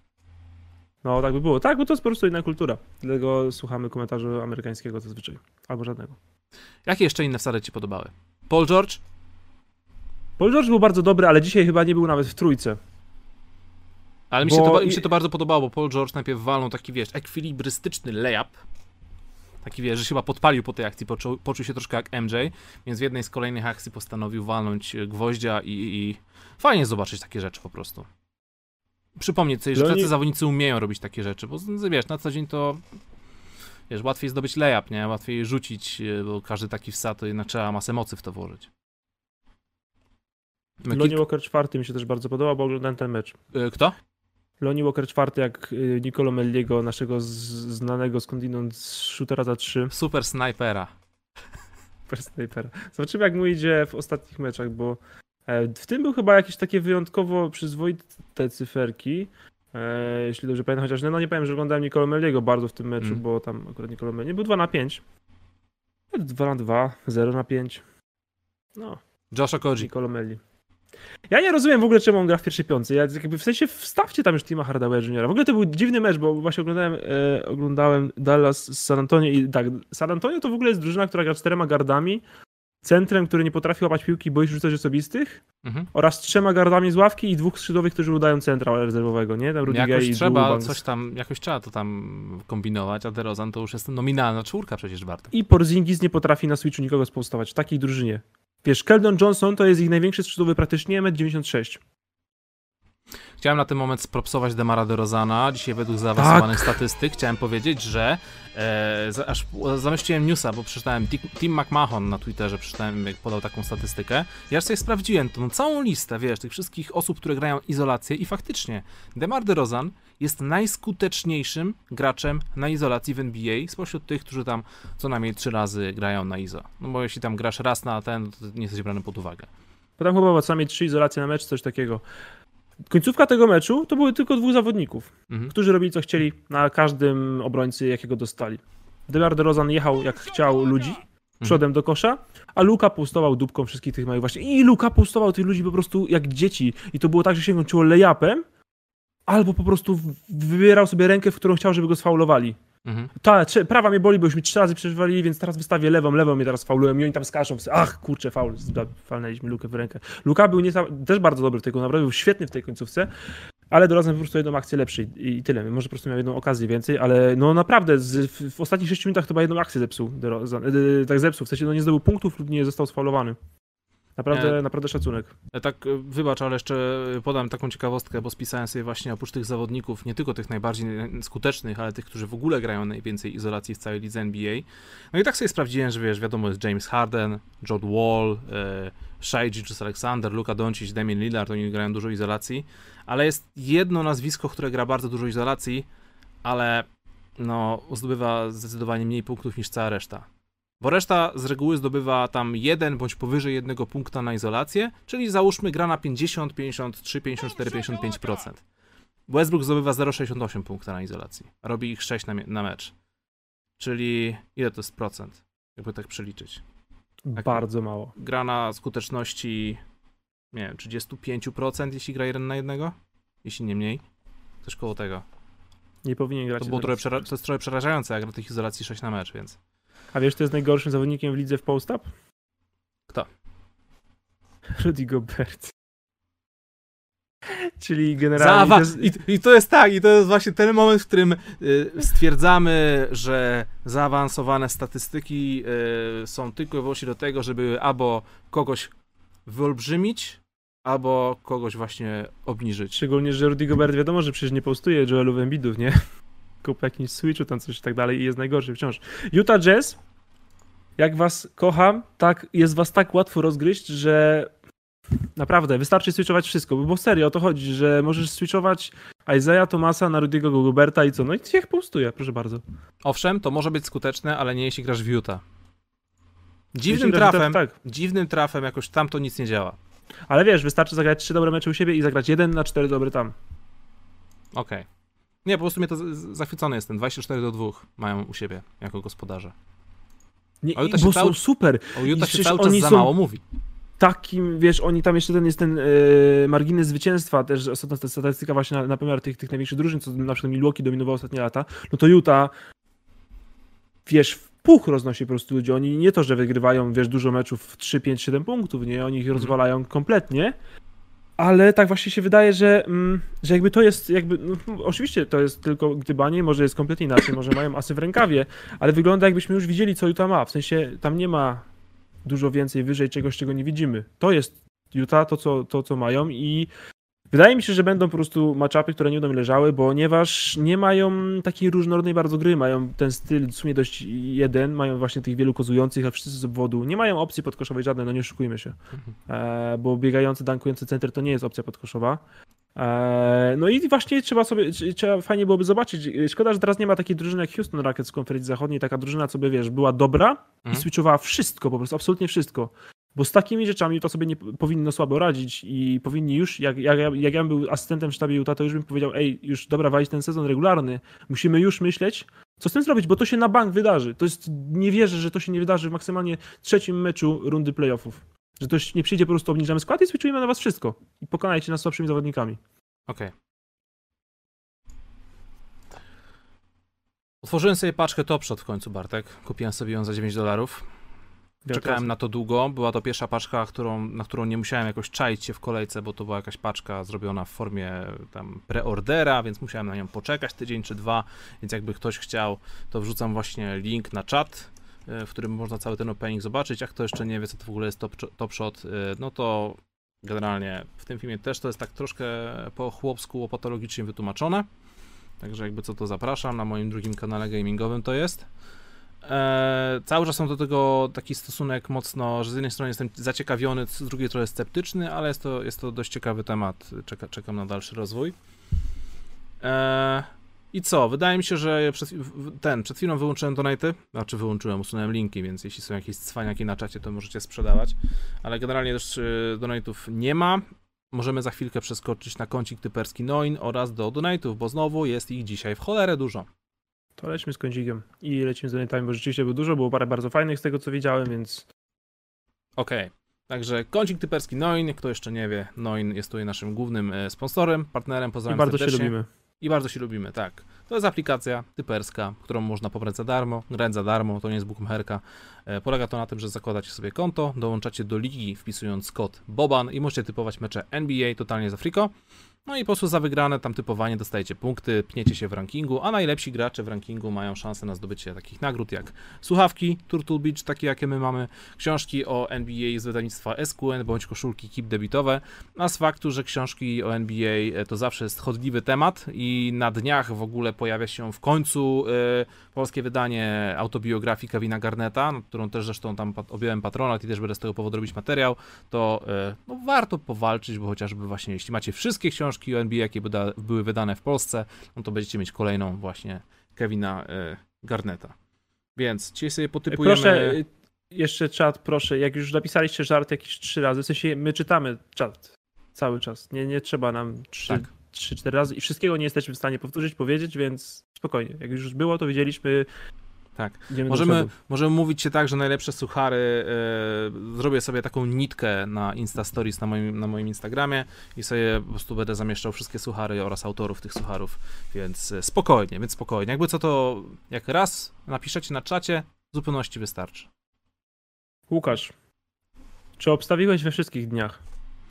No, tak by było. Tak, bo to jest po prostu inna kultura. Dlatego słuchamy komentarza amerykańskiego zazwyczaj. Albo żadnego. Jakie jeszcze inne wsady ci podobały? Paul George? Paul George był bardzo dobry, ale dzisiaj chyba nie był nawet w trójce. Ale mi się to bardzo podobało, bo Paul George najpierw walnął taki, wiesz, ekwilibrystyczny layup. Taki, wiesz, że się chyba podpalił po tej akcji, poczuł się troszkę jak MJ, więc w jednej z kolejnych akcji postanowił walnąć gwoździa i fajnie zobaczyć takie rzeczy po prostu. Przypomnieć sobie, że tacy zawodnicy umieją robić takie rzeczy, bo wiesz, na co dzień to, wiesz, łatwiej zdobyć layup, nie? Łatwiej rzucić, bo każdy taki wsad to jednak trzeba masę mocy w to włożyć. Lonnie Walker IV mi się też bardzo podobał, bo oglądałem ten mecz. Kto? Lonnie Walker IV jak Nicolo Melliego, naszego znanego skądinąd shootera za 3. Super snajpera. Super snajpera. Zobaczymy, jak mu idzie w ostatnich meczach, bo w tym był chyba jakieś takie wyjątkowo przyzwoite cyferki, jeśli dobrze pamiętam, chociaż no nie powiem, że oglądałem Nicolo Melliego bardzo w tym meczu, bo tam akurat Nicolo Melli był 2-5. 2-2, 0-5. No. Josh Okogie. Nicolo Melli. Ja nie rozumiem w ogóle, czemu on gra w pierwszej piątce. Ja jakby w sensie wstawcie tam już Tima Hardaway Jr. W ogóle to był dziwny mecz, bo właśnie oglądałem Dallas z San Antonio i tak, San Antonio to w ogóle jest drużyna, która gra 4 gardami, centrem, który nie potrafi łapać piłki, boi się rzucać osobistych, oraz 3 gardami z ławki i 2 skrzydłowych, którzy udają centra rezerwowego, nie? Tam Jakoś trzeba to tam kombinować, a DeRozan to już jest nominalna czwórka przecież, Bartek. I Porzingis nie potrafi na switchu nikogo spostować w takiej drużynie. Wiesz, Keldon Johnson to jest ich największy skrzydłowy praktycznie, 1,96 m. Chciałem na ten moment spropsować Demara DeRozana. Dzisiaj według zaawansowanych statystyk chciałem powiedzieć, że aż zamieściłem newsa, bo przeczytałem Tim McMahon na Twitterze, przeczytałem, jak podał taką statystykę. Ja sobie sprawdziłem tą całą listę, wiesz, tych wszystkich osób, które grają izolację i faktycznie DeMar DeRozan jest najskuteczniejszym graczem na izolacji w NBA spośród tych, którzy tam co najmniej 3 razy grają na izo. No bo jeśli tam grasz raz na ten, to nie jesteś brany pod uwagę. Bo tam chyba co najmniej 3 izolacje na mecz, coś takiego. Końcówka tego meczu to były tylko 2 zawodników, którzy robili co chcieli na każdym obrońcy, jakiego dostali. DeMar DeRozan jechał jak chciał ludzi przodem do kosza, a Luka pustował dupką wszystkich tych małych właśnie. I Luka pustował tych ludzi po prostu jak dzieci. I to było tak, że się kończyło lay-upem, albo po prostu wybierał sobie rękę, w którą chciał, żeby go sfaulowali. Prawa mnie boli, bo już mi 3 razy przeżwalili, więc teraz wystawię lewą mnie teraz faulują i oni tam skaczą. Ach, kurczę, falnęliśmy Lukę w rękę. Luka był też bardzo dobry w tej naprawdę był świetny w tej końcówce, ale DeRozan po prostu jedną akcję lepszy i tyle. Może po prostu miał jedną okazję więcej, ale no naprawdę w ostatnich 6 minutach chyba jedną akcję zepsuł DeRozan. Tak zepsuł, w sensie no nie zdobył punktów lub nie został sfaulowany. Naprawdę szacunek. Tak, wybacz, ale jeszcze podam taką ciekawostkę, bo spisałem sobie właśnie oprócz tych zawodników, nie tylko tych najbardziej skutecznych, ale tych, którzy w ogóle grają najwięcej izolacji w całej lidze NBA. No i tak sobie sprawdziłem, że wiesz, wiadomo, jest James Harden, John Wall, Shai Gilgeous-Alexander, Luka Doncic, Damian Lillard, oni grają dużo izolacji, ale jest jedno nazwisko, które gra bardzo dużo izolacji, ale no zdobywa zdecydowanie mniej punktów niż cała reszta. Bo reszta z reguły zdobywa tam 1 bądź powyżej 1 punkta na izolację, czyli załóżmy gra na 50, 53, 54, 55%. Westbrook zdobywa 0,68 punkta na izolacji, a robi ich 6 na mecz. Czyli ile to jest procent, jakby tak przeliczyć? Bardzo mało. Gra na skuteczności, nie wiem, 35%, jeśli gra 1 na 1? Jeśli nie mniej. Coś koło tego. Nie powinien grać. To jest trochę przerażające, jak gra tych izolacji 6 na mecz, więc... A wiesz, kto jest najgorszym zawodnikiem w lidze w post-up? Kto? Rudy Gobert. Czyli generalnie... I to jest tak, i to jest właśnie ten moment, w którym stwierdzamy, że zaawansowane statystyki są tylko i wyłącznie do tego, żeby albo kogoś wyolbrzymić, albo kogoś właśnie obniżyć. Szczególnie, że Rudy Gobert wiadomo, że przecież nie postuje Joelów Embidów, nie? Po jakimś switchu, tam coś i tak dalej i jest najgorszy wciąż. Utah Jazz, jak was kocham, tak jest was tak łatwo rozgryźć, że naprawdę wystarczy switchować wszystko, bo serio o to chodzi, że możesz switchować Isaiah Thomasa na Rudy'ego Goberta i co? No i niech postuje, proszę bardzo. Owszem, to może być skuteczne, ale nie jeśli grasz w Utah. Dziwnym trafem jakoś tam to nic nie działa. Ale wiesz, wystarczy zagrać 3 dobre mecze u siebie i zagrać 1 na 4 dobre tam. Okej. Nie, po prostu mnie to zachwycony jestem. 24-2 mają u siebie jako gospodarze. Nie, bo są super. O Utah się cały czas za mało mówi. Takim, wiesz, oni tam jeszcze jest ten margines zwycięstwa, też ostatnia statystyka właśnie na pomiar tych największych drużyn, co na przykład Milwaukee dominowało ostatnie lata, no to Utah, wiesz, w puch roznosi po prostu ludzi. Oni nie to, że wygrywają, wiesz, dużo meczów w 3, 5, 7 punktów, nie? Oni ich rozwalają kompletnie. Ale tak właśnie się wydaje, że jakby to jest, oczywiście to jest tylko gdybanie, może jest kompletnie inaczej, może mają asy w rękawie, ale wygląda jakbyśmy już widzieli, co Utah ma. W sensie tam nie ma dużo więcej wyżej czegoś, czego nie widzimy. To jest Utah, to co mają i wydaje mi się, że będą po prostu matchupy, które nie będą leżały, ponieważ nie mają takiej różnorodnej bardzo gry, mają ten styl w sumie dość jeden, mają właśnie tych wielu kozujących, a wszyscy z obwodu. Nie mają opcji podkoszowej żadnej, no nie oszukujmy się, bo biegający, dankujący center to nie jest opcja podkoszowa. No i właśnie fajnie byłoby zobaczyć. Szkoda, że teraz nie ma takiej drużyny jak Houston Rockets w konferencji zachodniej, taka drużyna, co by, wiesz, była dobra i switchowała wszystko, po prostu absolutnie wszystko. Bo z takimi rzeczami to sobie nie powinno słabo radzić i powinni już, jak ja bym był asystentem w sztabie Utah, to już bym powiedział, już dobra, walić ten sezon regularny, musimy już myśleć, co z tym zrobić, bo to się na bank wydarzy. Nie wierzę, że to się nie wydarzy w maksymalnie 3. meczu rundy playoffów. Że to nie przyjdzie, po prostu obniżamy skład i switchujemy na was wszystko. I pokonajcie nas słabszymi zawodnikami. Okej. Otworzyłem sobie paczkę Top Shot w końcu, Bartek. Kupiłem sobie ją za $9. Czekałem na to długo. Była to pierwsza paczka, na którą nie musiałem jakoś czaić się w kolejce, bo to była jakaś paczka zrobiona w formie tam preordera, więc musiałem na nią poczekać tydzień czy 2, więc jakby ktoś chciał, to wrzucam właśnie link na czat, w którym można cały ten opening zobaczyć. Jak kto jeszcze nie wie, co to w ogóle jest Top Shot, no to Generalnie w tym filmie też to jest tak troszkę po chłopsku, łopatologicznie wytłumaczone. Także jakby co to zapraszam, na moim drugim kanale gamingowym to jest. Cały czas mam do tego taki stosunek mocno, że z jednej strony jestem zaciekawiony, z drugiej trochę sceptyczny, ale jest to dość ciekawy temat, czekam na dalszy rozwój. I co? Wydaje mi się, że przed chwilą wyłączyłem donaty, usunąłem linki, więc jeśli są jakieś cwaniaki na czacie, to możecie sprzedawać, ale generalnie też donatów nie ma. Możemy za chwilkę przeskoczyć na kącik typerski Noin oraz do donatów, bo znowu jest ich dzisiaj w cholerę dużo. To lećmy z kącikiem i lecimy z donatami, bo rzeczywiście było dużo, było parę bardzo fajnych z tego, co widziałem, więc... Okej. Także kącik typerski Noin, kto jeszcze nie wie, Noin jest tutaj naszym głównym sponsorem, partnerem, pozdrawiam bardzo serdecznie. się lubimy. I bardzo się lubimy, tak. To jest aplikacja typerska, którą można pobrać za darmo, grać za darmo, to nie jest bukmacherka. Polega to na tym, że zakładacie sobie konto, dołączacie do ligi wpisując kod BOBAN i możecie typować mecze NBA totalnie za friko. No i po prostu za wygrane tam typowanie dostajecie punkty, pniecie się w rankingu, a najlepsi gracze w rankingu mają szansę na zdobycie takich nagród jak słuchawki Turtle Beach, takie jakie my mamy, książki o NBA z wydawnictwa SQN bądź koszulki KIP debitowe, a z faktu, że książki o NBA to zawsze jest chodliwy temat i na dniach w ogóle pojawia się w końcu polskie wydanie autobiografii Kevina Garnetta, nad którą też zresztą tam objąłem patronat i też będę z tego powodu robić materiał, to no, warto powalczyć, bo chociażby właśnie jeśli macie wszystkie książki o NBA, jakie były wydane w Polsce, no to będziecie mieć kolejną właśnie Kevina Garnetta. Więc dzisiaj sobie potypujemy... Proszę, jeszcze czat, proszę, jak już napisaliście żart jakieś 3 razy, w sensie my czytamy czat cały czas, nie trzeba nam 3-4 razy i wszystkiego nie jesteśmy w stanie powtórzyć, powiedzieć, więc spokojnie, jak już było, to wiedzieliśmy. Tak, możemy mówić się tak, że najlepsze suchary, zrobię sobie taką nitkę na Insta Stories na moim Instagramie i sobie po prostu będę zamieszczał wszystkie suchary oraz autorów tych sucharów, więc spokojnie. Jakby co to, jak raz napiszecie na czacie, w zupełności wystarczy. Łukasz, czy obstawiłeś we wszystkich dniach?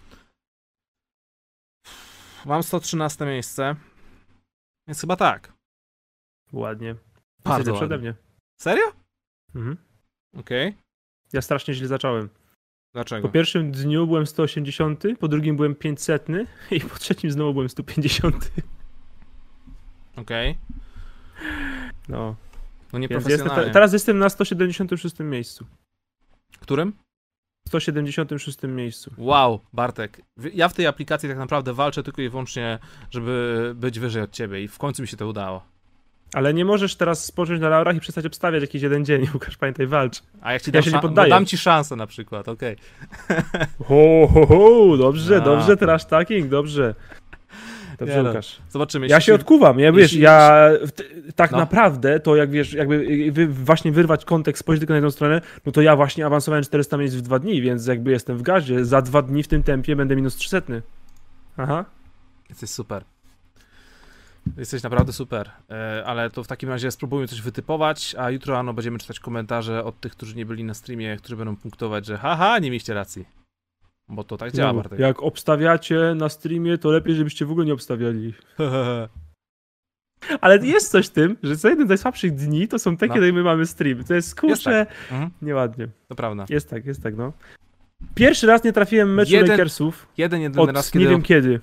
Mam 113 miejsce, więc chyba tak. Ładnie. Bardzo ładnie. Przede mnie. Serio? Mhm. Okej. Ja strasznie źle zacząłem. Dlaczego? Po pierwszym dniu byłem 180, po drugim byłem 500 i po trzecim znowu byłem 150. Okej. No. No nieprofesjonalnie. Teraz jestem na 176 miejscu. Którym? 176 miejscu. Wow, Bartek. Ja w tej aplikacji tak naprawdę walczę tylko i wyłącznie, żeby być wyżej od ciebie i w końcu mi się to udało. Ale nie możesz teraz spocząć na laurach i przestać obstawiać jakiś jeden dzień, Łukasz, pamiętaj, walcz. A jak ci ja się nie poddaję. Dam ci szansę na przykład, okej. Dobrze, trash talking, dobrze. Dobrze, Łukasz. Zobaczymy. Ja się odkuwam, tak naprawdę to jak wiesz, jakby właśnie wyrwać kontekst, spojrzeć tylko na jedną stronę, no to ja właśnie awansowałem 400 miejsc w 2 dni, więc jakby jestem w gazie. Za 2 dni w tym tempie będę minus 300. Aha. Jesteś super. Jesteś naprawdę super, ale to w takim razie spróbujmy coś wytypować, a jutro rano będziemy czytać komentarze od tych, którzy nie byli na streamie, którzy będą punktować, że haha, nie mieliście racji. Bo to tak działa, Bartek. Jak obstawiacie na streamie, to lepiej, żebyście w ogóle nie obstawiali. Ale jest coś w tym, że co jeden z najsłabszych dni to są te, kiedy my mamy stream. To jest, kurczę, nieładnie. To prawda. Jest tak, no. Pierwszy raz nie trafiłem meczu Lakersów. Jeden raz, nie wiem kiedy.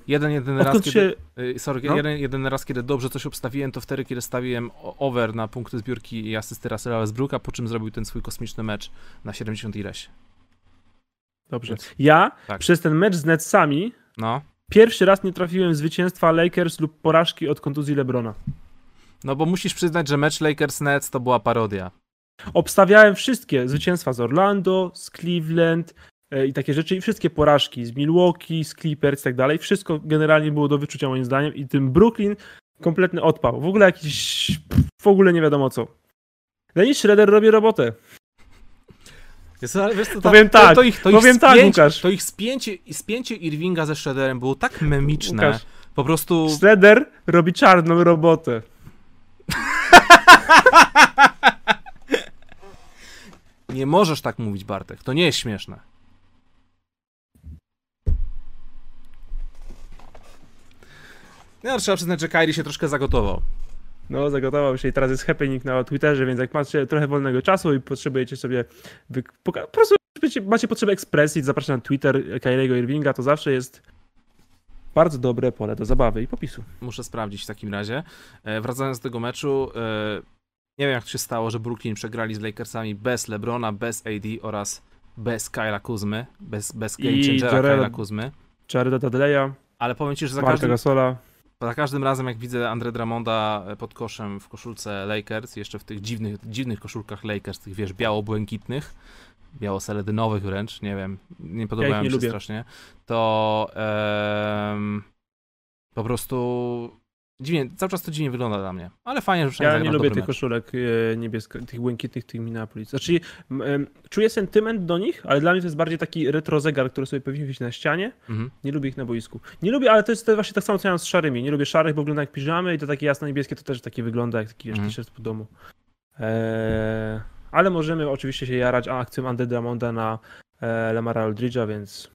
Jeden raz, kiedy dobrze coś obstawiłem, to wtedy, kiedy stawiłem over na punkty zbiórki i asysty Russella Westbrooka, po czym zrobił ten swój kosmiczny mecz na 70 ileś. Dobrze. Ja przez ten mecz z Netsami pierwszy raz nie trafiłem zwycięstwa Lakers lub porażki od kontuzji LeBrona. No bo musisz przyznać, że mecz Lakers-Nets to była parodia. Obstawiałem wszystkie zwycięstwa z Orlando, z Cleveland i takie rzeczy i wszystkie porażki z Milwaukee, z Clippers i tak dalej. Wszystko generalnie było do wyczucia moim zdaniem i tym Brooklyn kompletny odpał. W ogóle w ogóle nie wiadomo co. Dennis Schroeder robi robotę. Wiesz co, powiem tak, Łukasz. To ich spięcie Irvinga ze Schroederem było tak memiczne. Łukasz, po prostu... Schroeder robi czarną robotę. Nie możesz tak mówić, Bartek. To nie jest śmieszne. No, trzeba przyznać, że Kyrie się troszkę zagotował. No, zagotował się i teraz jest happening na Twitterze, więc jak macie trochę wolnego czasu i potrzebujecie sobie po prostu macie potrzebę ekspresji, zapraszam na Twitter Kyriego Irvinga, to zawsze jest bardzo dobre pole do zabawy i popisu. Muszę sprawdzić w takim razie. Wracając do tego meczu, nie wiem jak to się stało, że Brooklyn przegrali z Lakersami bez LeBrona, bez AD oraz bez Kyla Kuzmy, bez game changera Kyla Kuzmy. Jareda Dudleya. Ale powiem ci, że za każdym razem jak widzę Andre Drummonda pod koszem w koszulce Lakers, jeszcze w tych dziwnych koszulkach Lakers, tych wiesz, biało-błękitnych, biało-seledynowych wręcz, nie wiem, nie podobają mi się strasznie, to po prostu dziwnie, cały czas to dziwnie wygląda dla mnie, ale fajnie, że ja nie lubię tych koszulek tych błękitnych, tych Minneapolis. Znaczy, czuję sentyment do nich, ale dla mnie to jest bardziej taki retro zegar, który sobie powinien wisieć na ścianie. Nie lubię ich na boisku. Nie lubię, ale to jest właśnie tak samo co ja z szarymi. Nie lubię szarych, bo wygląda jak piżamy i to takie jasno-niebieskie to też takie wygląda jak taki t-shirt po domu. Ale możemy oczywiście się jarać akcją Andre Drummonda na Lamara Aldridge'a, więc...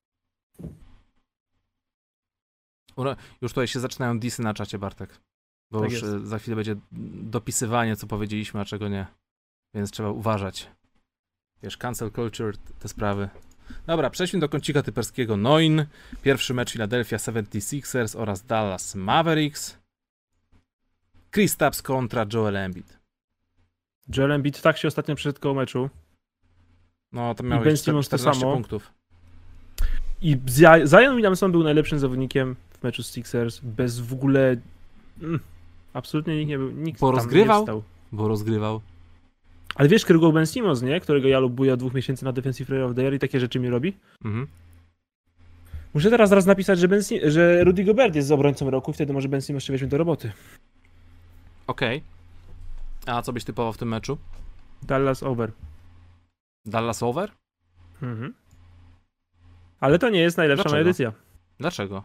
Już tutaj się zaczynają disy na czacie, Bartek. Bo tak już jest. Za chwilę będzie dopisywanie, co powiedzieliśmy, a czego nie. Więc trzeba uważać. Wiesz, cancel culture, te sprawy. Dobra, przejdźmy do kącika typerskiego Noin. Pierwszy mecz Philadelphia 76ers oraz Dallas Mavericks. Kristaps kontra Joel Embiid. Joel Embiid tak się ostatnio przeszedł koło meczu. No, to miał 14 punktów. I Zion Williamson był najlepszym zawodnikiem w meczu z Sixers. Bez w ogóle... absolutnie nikt nie był. Nikt bo rozgrywał? Bo rozgrywał. Ale wiesz, którego Ben Simmons, nie? Którego ja lubuję od 2 miesięcy na Defensive Player of the Year i takie rzeczy mi robi. Muszę teraz napisać, że Rudy Gobert jest obrońcą roku, wtedy może Ben Simmons się weźmie do roboty. Okej. A co byś typował w tym meczu? Dallas over. Dallas over? Ale to nie jest najlepsza edycja. Dlaczego?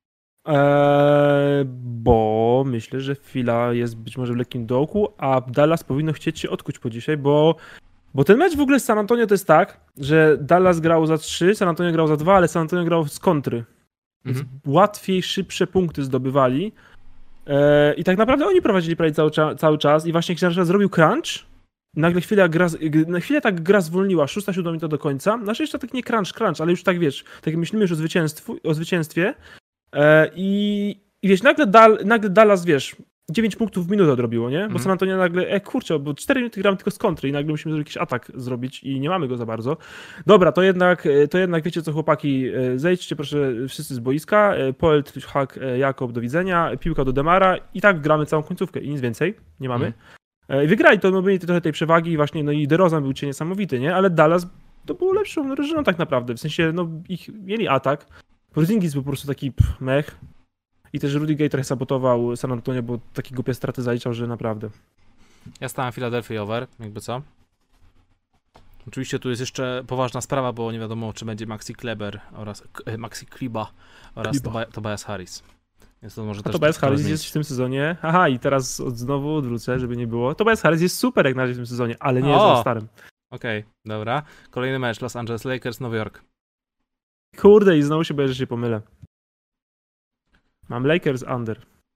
Bo myślę, że Fila jest być może w lekkim dołku, a Dallas powinno chcieć się odkuć po dzisiaj, bo ten mecz w ogóle z San Antonio to jest tak, że Dallas grał za 3, San Antonio grał za 2, ale San Antonio grał z kontry. Więc łatwiej, szybsze punkty zdobywali. I tak naprawdę oni prowadzili prawie cały czas i właśnie jak zrobił crunch, nagle na chwilę tak gra zwolniła, 6-7 minuta do końca. Znaczy jeszcze tak nie crunch, ale już tak wiesz, tak myślimy już o zwycięstwie. I wiesz, nagle Dallas, wiesz, 9 punktów w minutę odrobiło, nie? Bo San Antonio nagle, kurczę, bo 4 minuty gramy tylko z kontry i nagle musimy jakiś atak zrobić i nie mamy go za bardzo. Dobra, to jednak wiecie co, chłopaki, zejdźcie proszę wszyscy z boiska, Poelt, Hack, Jakob, do widzenia, piłka do Demara i tak gramy całą końcówkę i nic więcej nie mamy. I wygrali, to byli trochę tej przewagi właśnie, no i DeRozan był niesamowity, nie? Ale Dallas to było lepszą drużyną tak naprawdę, w sensie, no ich mieli atak. Porzingis był po prostu taki mech. I też Rudy Gay trochę sabotował San Antonio, bo takie głupie straty zaliczał, że naprawdę. Ja stałem Philadelphia over, jakby co. Oczywiście tu jest jeszcze poważna sprawa, bo nie wiadomo, czy będzie Maxi Kleber oraz Maxi Kliba oraz Tobias Harris. Więc to może też Tobias Harris jest w tym sezonie. Aha, i teraz znowu odwrócę, żeby nie było. Tobias Harris jest super jak na razie w tym sezonie, ale nie jest za starym. Okej, dobra. Kolejny mecz Los Angeles Lakers, Nowy Jork. Kurde, i znowu się boję, że się pomylę. Mam Lakers under.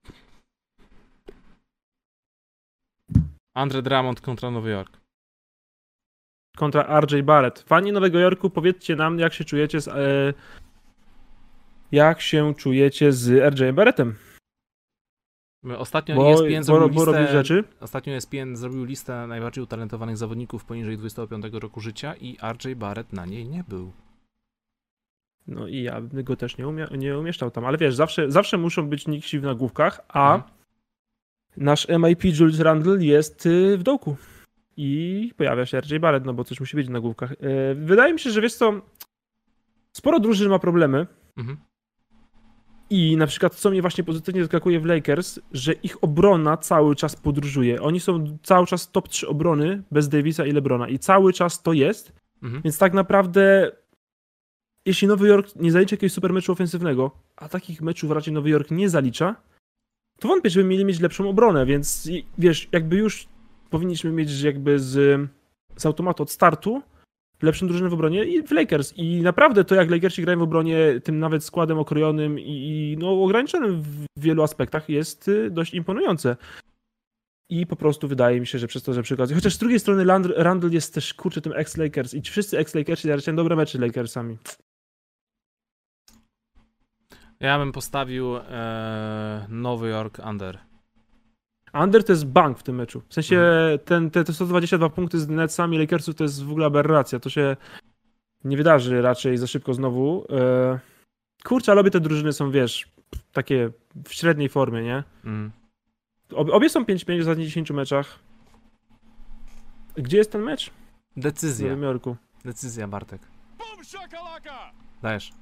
Andre Drummond kontra Nowy Jork. Kontra RJ Barrett. Fani Nowego Jorku, powiedzcie nam, jak się czujecie z RJ Barrettem. Ostatnio ESPN zrobił listę najbardziej utalentowanych zawodników poniżej 25 roku życia i RJ Barrett na niej nie był. No i ja bym go też nie umieszczał tam, ale wiesz, zawsze muszą być niksi w nagłówkach, a nasz MIP Julius Randle jest w dołku i pojawia się RJ Barrett, no bo coś musi być w nagłówkach. Wydaje mi się, że wiesz co, sporo drużyn ma problemy i na przykład co mnie właśnie pozytywnie zaskakuje w Lakers, że ich obrona cały czas podróżuje. Oni są cały czas top 3 obrony bez Davisa i LeBrona i cały czas to jest, więc tak naprawdę jeśli Nowy Jork nie zalicza jakiegoś super meczu ofensywnego, a takich meczów raczej Nowy Jork nie zalicza, to wątpię, żeby mieli mieć lepszą obronę, więc wiesz, jakby już powinniśmy mieć jakby z automatu od startu lepszą drużynę w obronie i w Lakers. I naprawdę to, jak Lakersi grają w obronie tym nawet składem okrojonym i no, ograniczonym w wielu aspektach jest dość imponujące. I po prostu wydaje mi się, że przez to, że przy okazji... Chociaż z drugiej strony Randle jest też, kurczę, tym ex-Lakers i wszyscy ex-Lakersi zaczynają dobre mecze Lakersami. Ja bym postawił Nowy Jork under. Under to jest bank w tym meczu. W sensie te 122 punkty z Netsami Lakersów to jest w ogóle aberracja. To się nie wydarzy raczej za szybko znowu. Kurczę, ale obie te drużyny są, wiesz, takie w średniej formie, nie? Obie są 5-5 w ostatnich 10 meczach. Gdzie jest ten mecz? Decyzja. W Nowym Jorku. Decyzja, Bartek. Dajesz.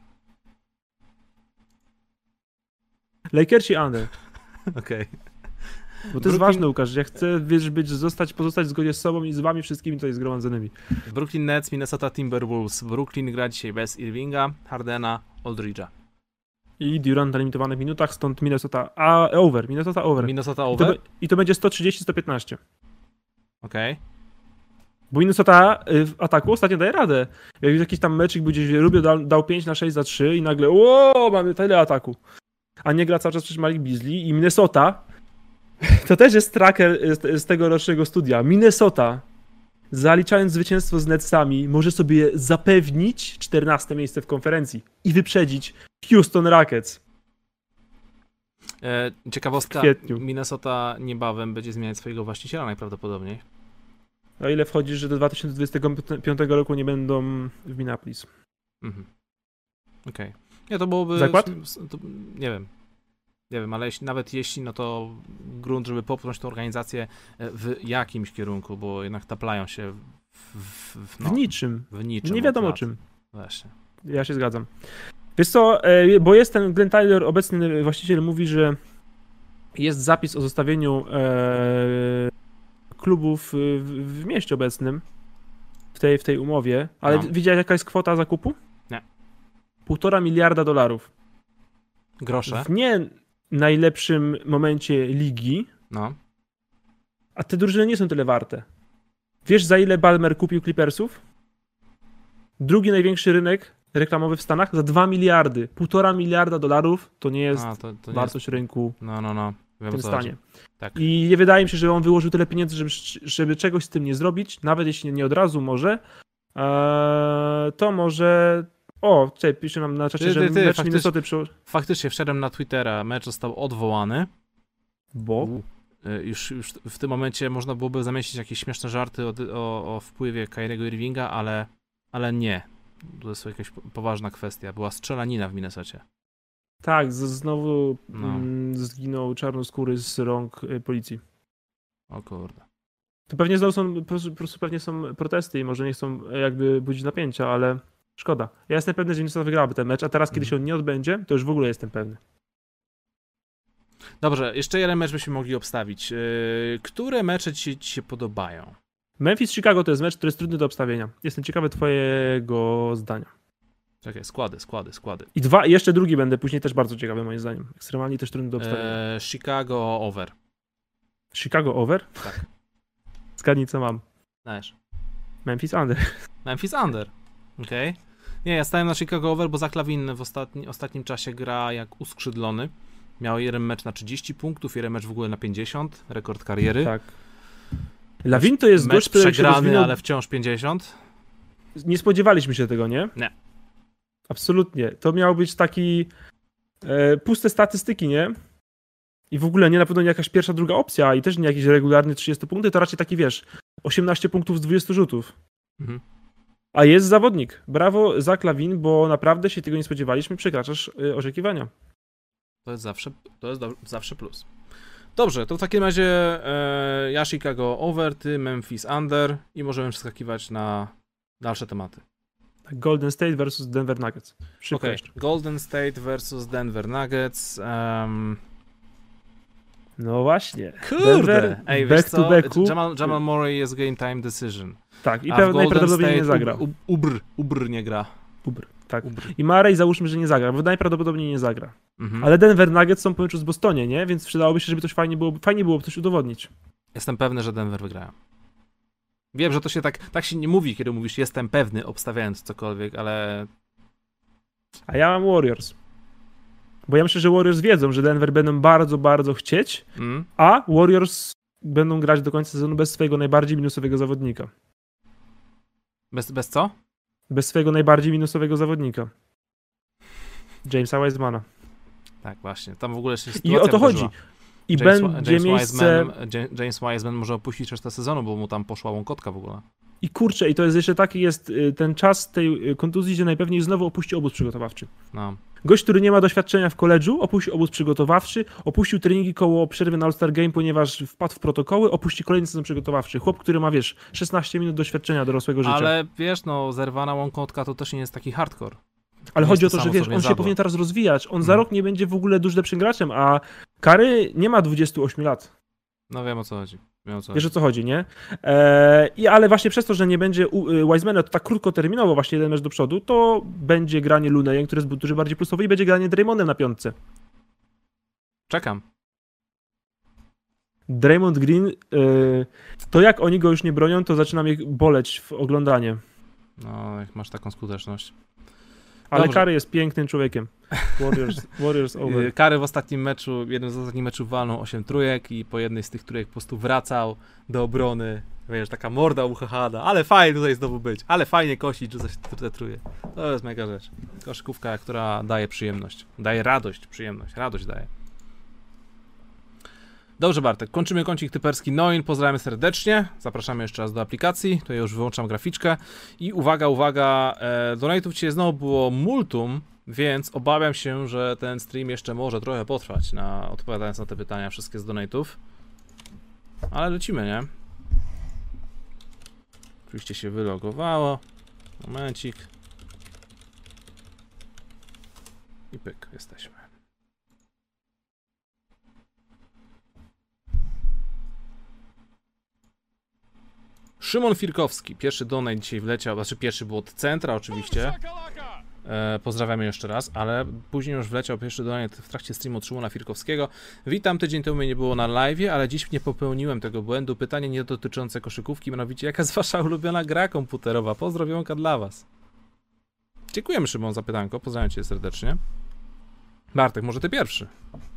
Lakersi under. Okej. Bo to jest ważne, Łukasz. Ja chcę, wiesz, pozostać w zgodzie z sobą i z wami wszystkimi tutaj zgromadzonymi. Brooklyn Nets, Minnesota Timberwolves. Brooklyn gra dzisiaj bez Irvinga, Hardena, Aldridge'a. I Durant na limitowanych minutach, stąd Minnesota over. Minnesota over. I to będzie 130-115. Okej. Bo Minnesota w ataku ostatnio daje radę. Jak jest jakiś tam meczek, gdzie Rubio dał 5-6 za 3 i nagle mamy tyle ataku. A nie gra cały czas przecież Malik Beasley i Minnesota to też jest tracker z tegorocznego studia. Minnesota, zaliczając zwycięstwo z Netsami, może sobie zapewnić 14 miejsce w konferencji i wyprzedzić Houston Rockets. Ciekawostka, Minnesota niebawem będzie zmieniać swojego właściciela najprawdopodobniej. O ile wchodzisz, że do 2025 roku nie będą w Minneapolis. Okej. Nie, to byłoby... Zakład? Nie wiem, ale nawet jeśli, no to grunt, żeby popchnąć tę organizację w jakimś kierunku, bo jednak taplają się w niczym. Nie wiadomo czym. Właśnie. Ja się zgadzam. Wiesz co, bo jest ten Glenn Taylor, obecny właściciel, mówi, że jest zapis o zostawieniu klubów w mieście obecnym, w tej umowie, ale widziałeś jaka jest kwota zakupu? Nie. $1,5 miliarda. Grosze? W nie najlepszym momencie ligi, a te drużyny nie są tyle warte. Wiesz, za ile Ballmer kupił Clippersów? Drugi największy rynek reklamowy w Stanach za 2 miliardy. $1,5 miliarda to nie jest to nie wartość rynku w tym stanie. Tak. I nie wydaje mi się, że on wyłożył tyle pieniędzy, żeby czegoś z tym nie zrobić, nawet jeśli nie od razu może, to może... pisze nam na czacie, że mecz Minnesoty Faktycznie wszedłem na Twittera, mecz został odwołany. Bo? Już w tym momencie można byłoby zamieścić jakieś śmieszne żarty o wpływie Kyriego Irvinga, ale nie. To jest jakaś poważna kwestia. Była strzelanina w Minnesocie. Tak, znowu zginął czarnoskóry z rąk policji. O kurde. To pewnie znowu po prostu pewnie są protesty i może nie chcą jakby budzić napięcia, ale szkoda. Ja jestem pewny, że Minnesota wygrałaby ten mecz, a teraz, kiedy się on nie odbędzie, to już w ogóle jestem pewny. Dobrze, jeszcze jeden mecz byśmy mogli obstawić. Które mecze ci się podobają? Memphis-Chicago to jest mecz, który jest trudny do obstawienia. Jestem ciekawy twojego zdania. Czekaj, składy. I jeszcze drugi będę później też bardzo ciekawy moim zdaniem. Ekstremalnie też trudny do obstawienia. Chicago over. Chicago over? Tak. Zgadnij co mam. Dajesz. Memphis under. Memphis under. Okej. Nie, ja stałem na Chicago over, bo Zach LaVine w ostatnim czasie gra jak uskrzydlony. Miał jeden mecz na 30 punktów, jeden mecz w ogóle na 50, rekord kariery. Tak. LaVine to jest gość, który przegrany, ale wciąż 50. Nie spodziewaliśmy się tego, nie? Nie. Absolutnie. To miał być taki puste statystyki, nie? I w ogóle nie na pewno nie jakaś pierwsza, druga opcja i też nie jakiś regularny 30 punkty, to raczej taki, wiesz, 18 punktów z 20 rzutów. A jest zawodnik. Brawo, Zach LaVine, bo naprawdę się tego nie spodziewaliśmy, przekraczasz oczekiwania. To jest zawsze plus. Dobrze, to w takim razie ja Chicago over, ty Memphis under i możemy przeskakiwać na dalsze tematy. Golden State versus Denver Nuggets. Okej, Golden State versus Denver Nuggets. No właśnie. Kurde! Denver, ej, back to backu. Jamal Murray jest game time decision. Tak, i najprawdopodobniej nie zagra. Ubr nie gra. Tak. I Murray załóżmy, że nie zagra, bo najprawdopodobniej nie zagra. Ale Denver Nuggets są po meczu z Bostonie, nie? Więc przydałoby się, żeby coś fajnie było coś udowodnić. Jestem pewny, że Denver wygrają. Wiem, że to się tak się nie mówi, kiedy mówisz jestem pewny, obstawiając cokolwiek, ale... A ja mam Warriors. Bo ja myślę, że Warriors wiedzą, że Denver będą bardzo, bardzo chcieć, a Warriors będą grać do końca sezonu bez swojego najbardziej minusowego zawodnika. Bez co? Bez swojego najbardziej minusowego zawodnika. Jamesa Wisemana. Tak, właśnie. Tam w ogóle się I o to chodzi. I będzie miejsce... James Wiseman może opuścić resztę sezonu, bo mu tam poszła łąkotka w ogóle. I kurczę, i to jest jeszcze taki jest ten czas tej kontuzji, że najpewniej znowu opuści obóz przygotowawczy. No. Gość, który nie ma doświadczenia w koledżu, opuścił obóz przygotowawczy, opuścił treningi koło przerwy na All-Star Game, ponieważ wpadł w protokoły, opuści kolejny sezon przygotowawczy. Chłop, który ma, 16 minut doświadczenia dorosłego życia. Ale wiesz, no, zerwana łąkotka to też nie jest taki hardcore. Ale chodzi o to, że wiesz, on się powinien teraz rozwijać. On za rok nie będzie w ogóle dużo lepszym graczem, a Curry nie ma 28 lat. No wiem o co chodzi. Wiesz o co chodzi, nie? Ale właśnie przez to, że nie będzie Wisemana to tak krótkoterminowo, właśnie jeden mecz do przodu, to będzie granie Lunejem, który jest dużo bardziej plusowy i będzie granie Draymondem na piątce. Czekam. Draymond Green, to jak oni go już nie bronią, to zaczyna mnie boleć w oglądanie. No, jak masz taką skuteczność. Ale Curry jest pięknym człowiekiem. Warriors over. Curry w ostatnim meczu, jeden z ostatnich meczów walnął 8 trójek i po jednej z tych trójek po prostu wracał do obrony. Wiesz, taka morda uchachana, ale fajnie tutaj znowu być, ale fajnie kosić, że te truje. To jest mega rzecz. Koszykówka, która daje przyjemność. Daje radość daje. Dobrze, Bartek, kończymy kącik typerski Noin, pozdrawiamy serdecznie, zapraszamy jeszcze raz do aplikacji, tutaj już wyłączam graficzkę i uwaga, donate'ów dzisiaj znowu było multum, więc obawiam się, że ten stream jeszcze może trochę potrwać, odpowiadając na te pytania wszystkie z donate'ów, ale lecimy, nie? Oczywiście się wylogowało, momencik i pyk, jesteśmy. Szymon Firkowski, pierwszy donate dzisiaj wleciał, znaczy pierwszy był od Centra oczywiście, pozdrawiamy jeszcze raz, ale później już wleciał pierwszy donate w trakcie streamu od Szymona Firkowskiego. Witam, tydzień temu mnie nie było na live'ie, ale dziś nie popełniłem tego błędu. Pytanie nie dotyczące koszykówki, mianowicie jaka jest wasza ulubiona gra komputerowa? Pozdrowionka dla was. Dziękujemy, Szymon, za pytanko, pozdrawiam cię serdecznie. Bartek, może ty pierwszy?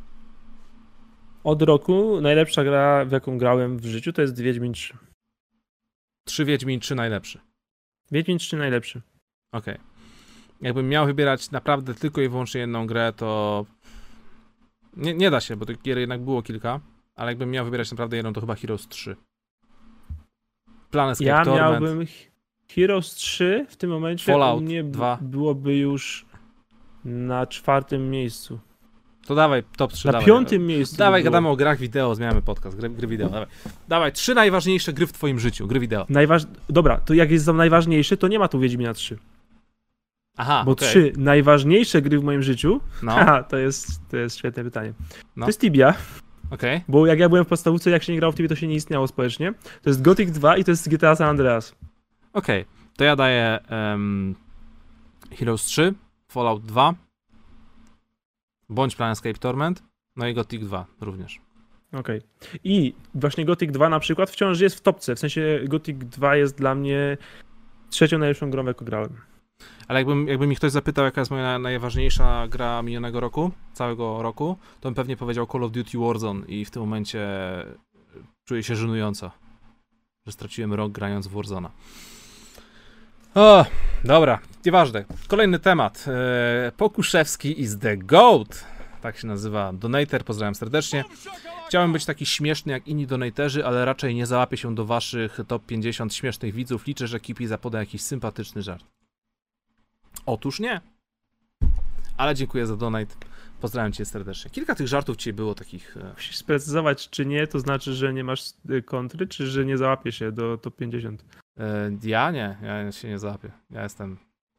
Od roku najlepsza gra, w jaką grałem w życiu, to jest Wiedźmin 3. 3 Wiedźmin 3 najlepszy. Wiedźmin 3 najlepszy. Okej. Jakbym miał wybierać naprawdę tylko i wyłącznie jedną grę, to nie da się, bo tych gier jednak było kilka, ale jakbym miał wybierać naprawdę jedną, to chyba Heroes 3. Planescape ja Torment. Miałbym Heroes 3 w tym momencie. Fallout u mnie 2. Byłoby już na 4. miejscu. To dawaj, top 3. Na 5. miejscu. Dawaj, gadamy o grach wideo, zmieniamy podcast, gry wideo, dawaj. Dawaj, 3 najważniejsze gry w twoim życiu, gry wideo. Dobra, to jak jest za najważniejsze, to nie ma tu Wiedźmina 3. Aha, bo 3 najważniejsze gry w moim życiu, no. to jest świetne pytanie. No. To jest Tibia. Okay. Bo jak ja byłem w podstawówce, jak się nie grało w Tibie, to się nie istniało społecznie. To jest Gothic 2 i to jest GTA San Andreas. Okej, to ja daję Heroes 3, Fallout 2, bądź Planescape Torment, no i Gothic 2 również. Okej. I właśnie Gothic 2 na przykład wciąż jest w topce, w sensie Gothic 2 jest dla mnie 3. najlepszą grą, jaką grałem. Ale jakby mi ktoś zapytał, jaka jest moja najważniejsza gra minionego roku, całego roku, to bym pewnie powiedział Call of Duty Warzone i w tym momencie czuję się żenująco, że straciłem rok grając w Warzona. O, dobra, nieważne. Kolejny temat. Pokuszewski is the GOAT. Tak się nazywa donater, pozdrawiam serdecznie. Chciałem być taki śmieszny jak inni donaterzy, ale raczej nie załapię się do waszych top 50 śmiesznych widzów. Liczę, że Kipi zapoda jakiś sympatyczny żart. Otóż nie. Ale dziękuję za donate. Pozdrawiam cię serdecznie. Kilka tych żartów dzisiaj było takich... Musisz sprecyzować, czy nie, to znaczy, że nie masz kontry, czy że nie załapie się do top 50? Ja nie, ja się nie załapię. Ja jestem...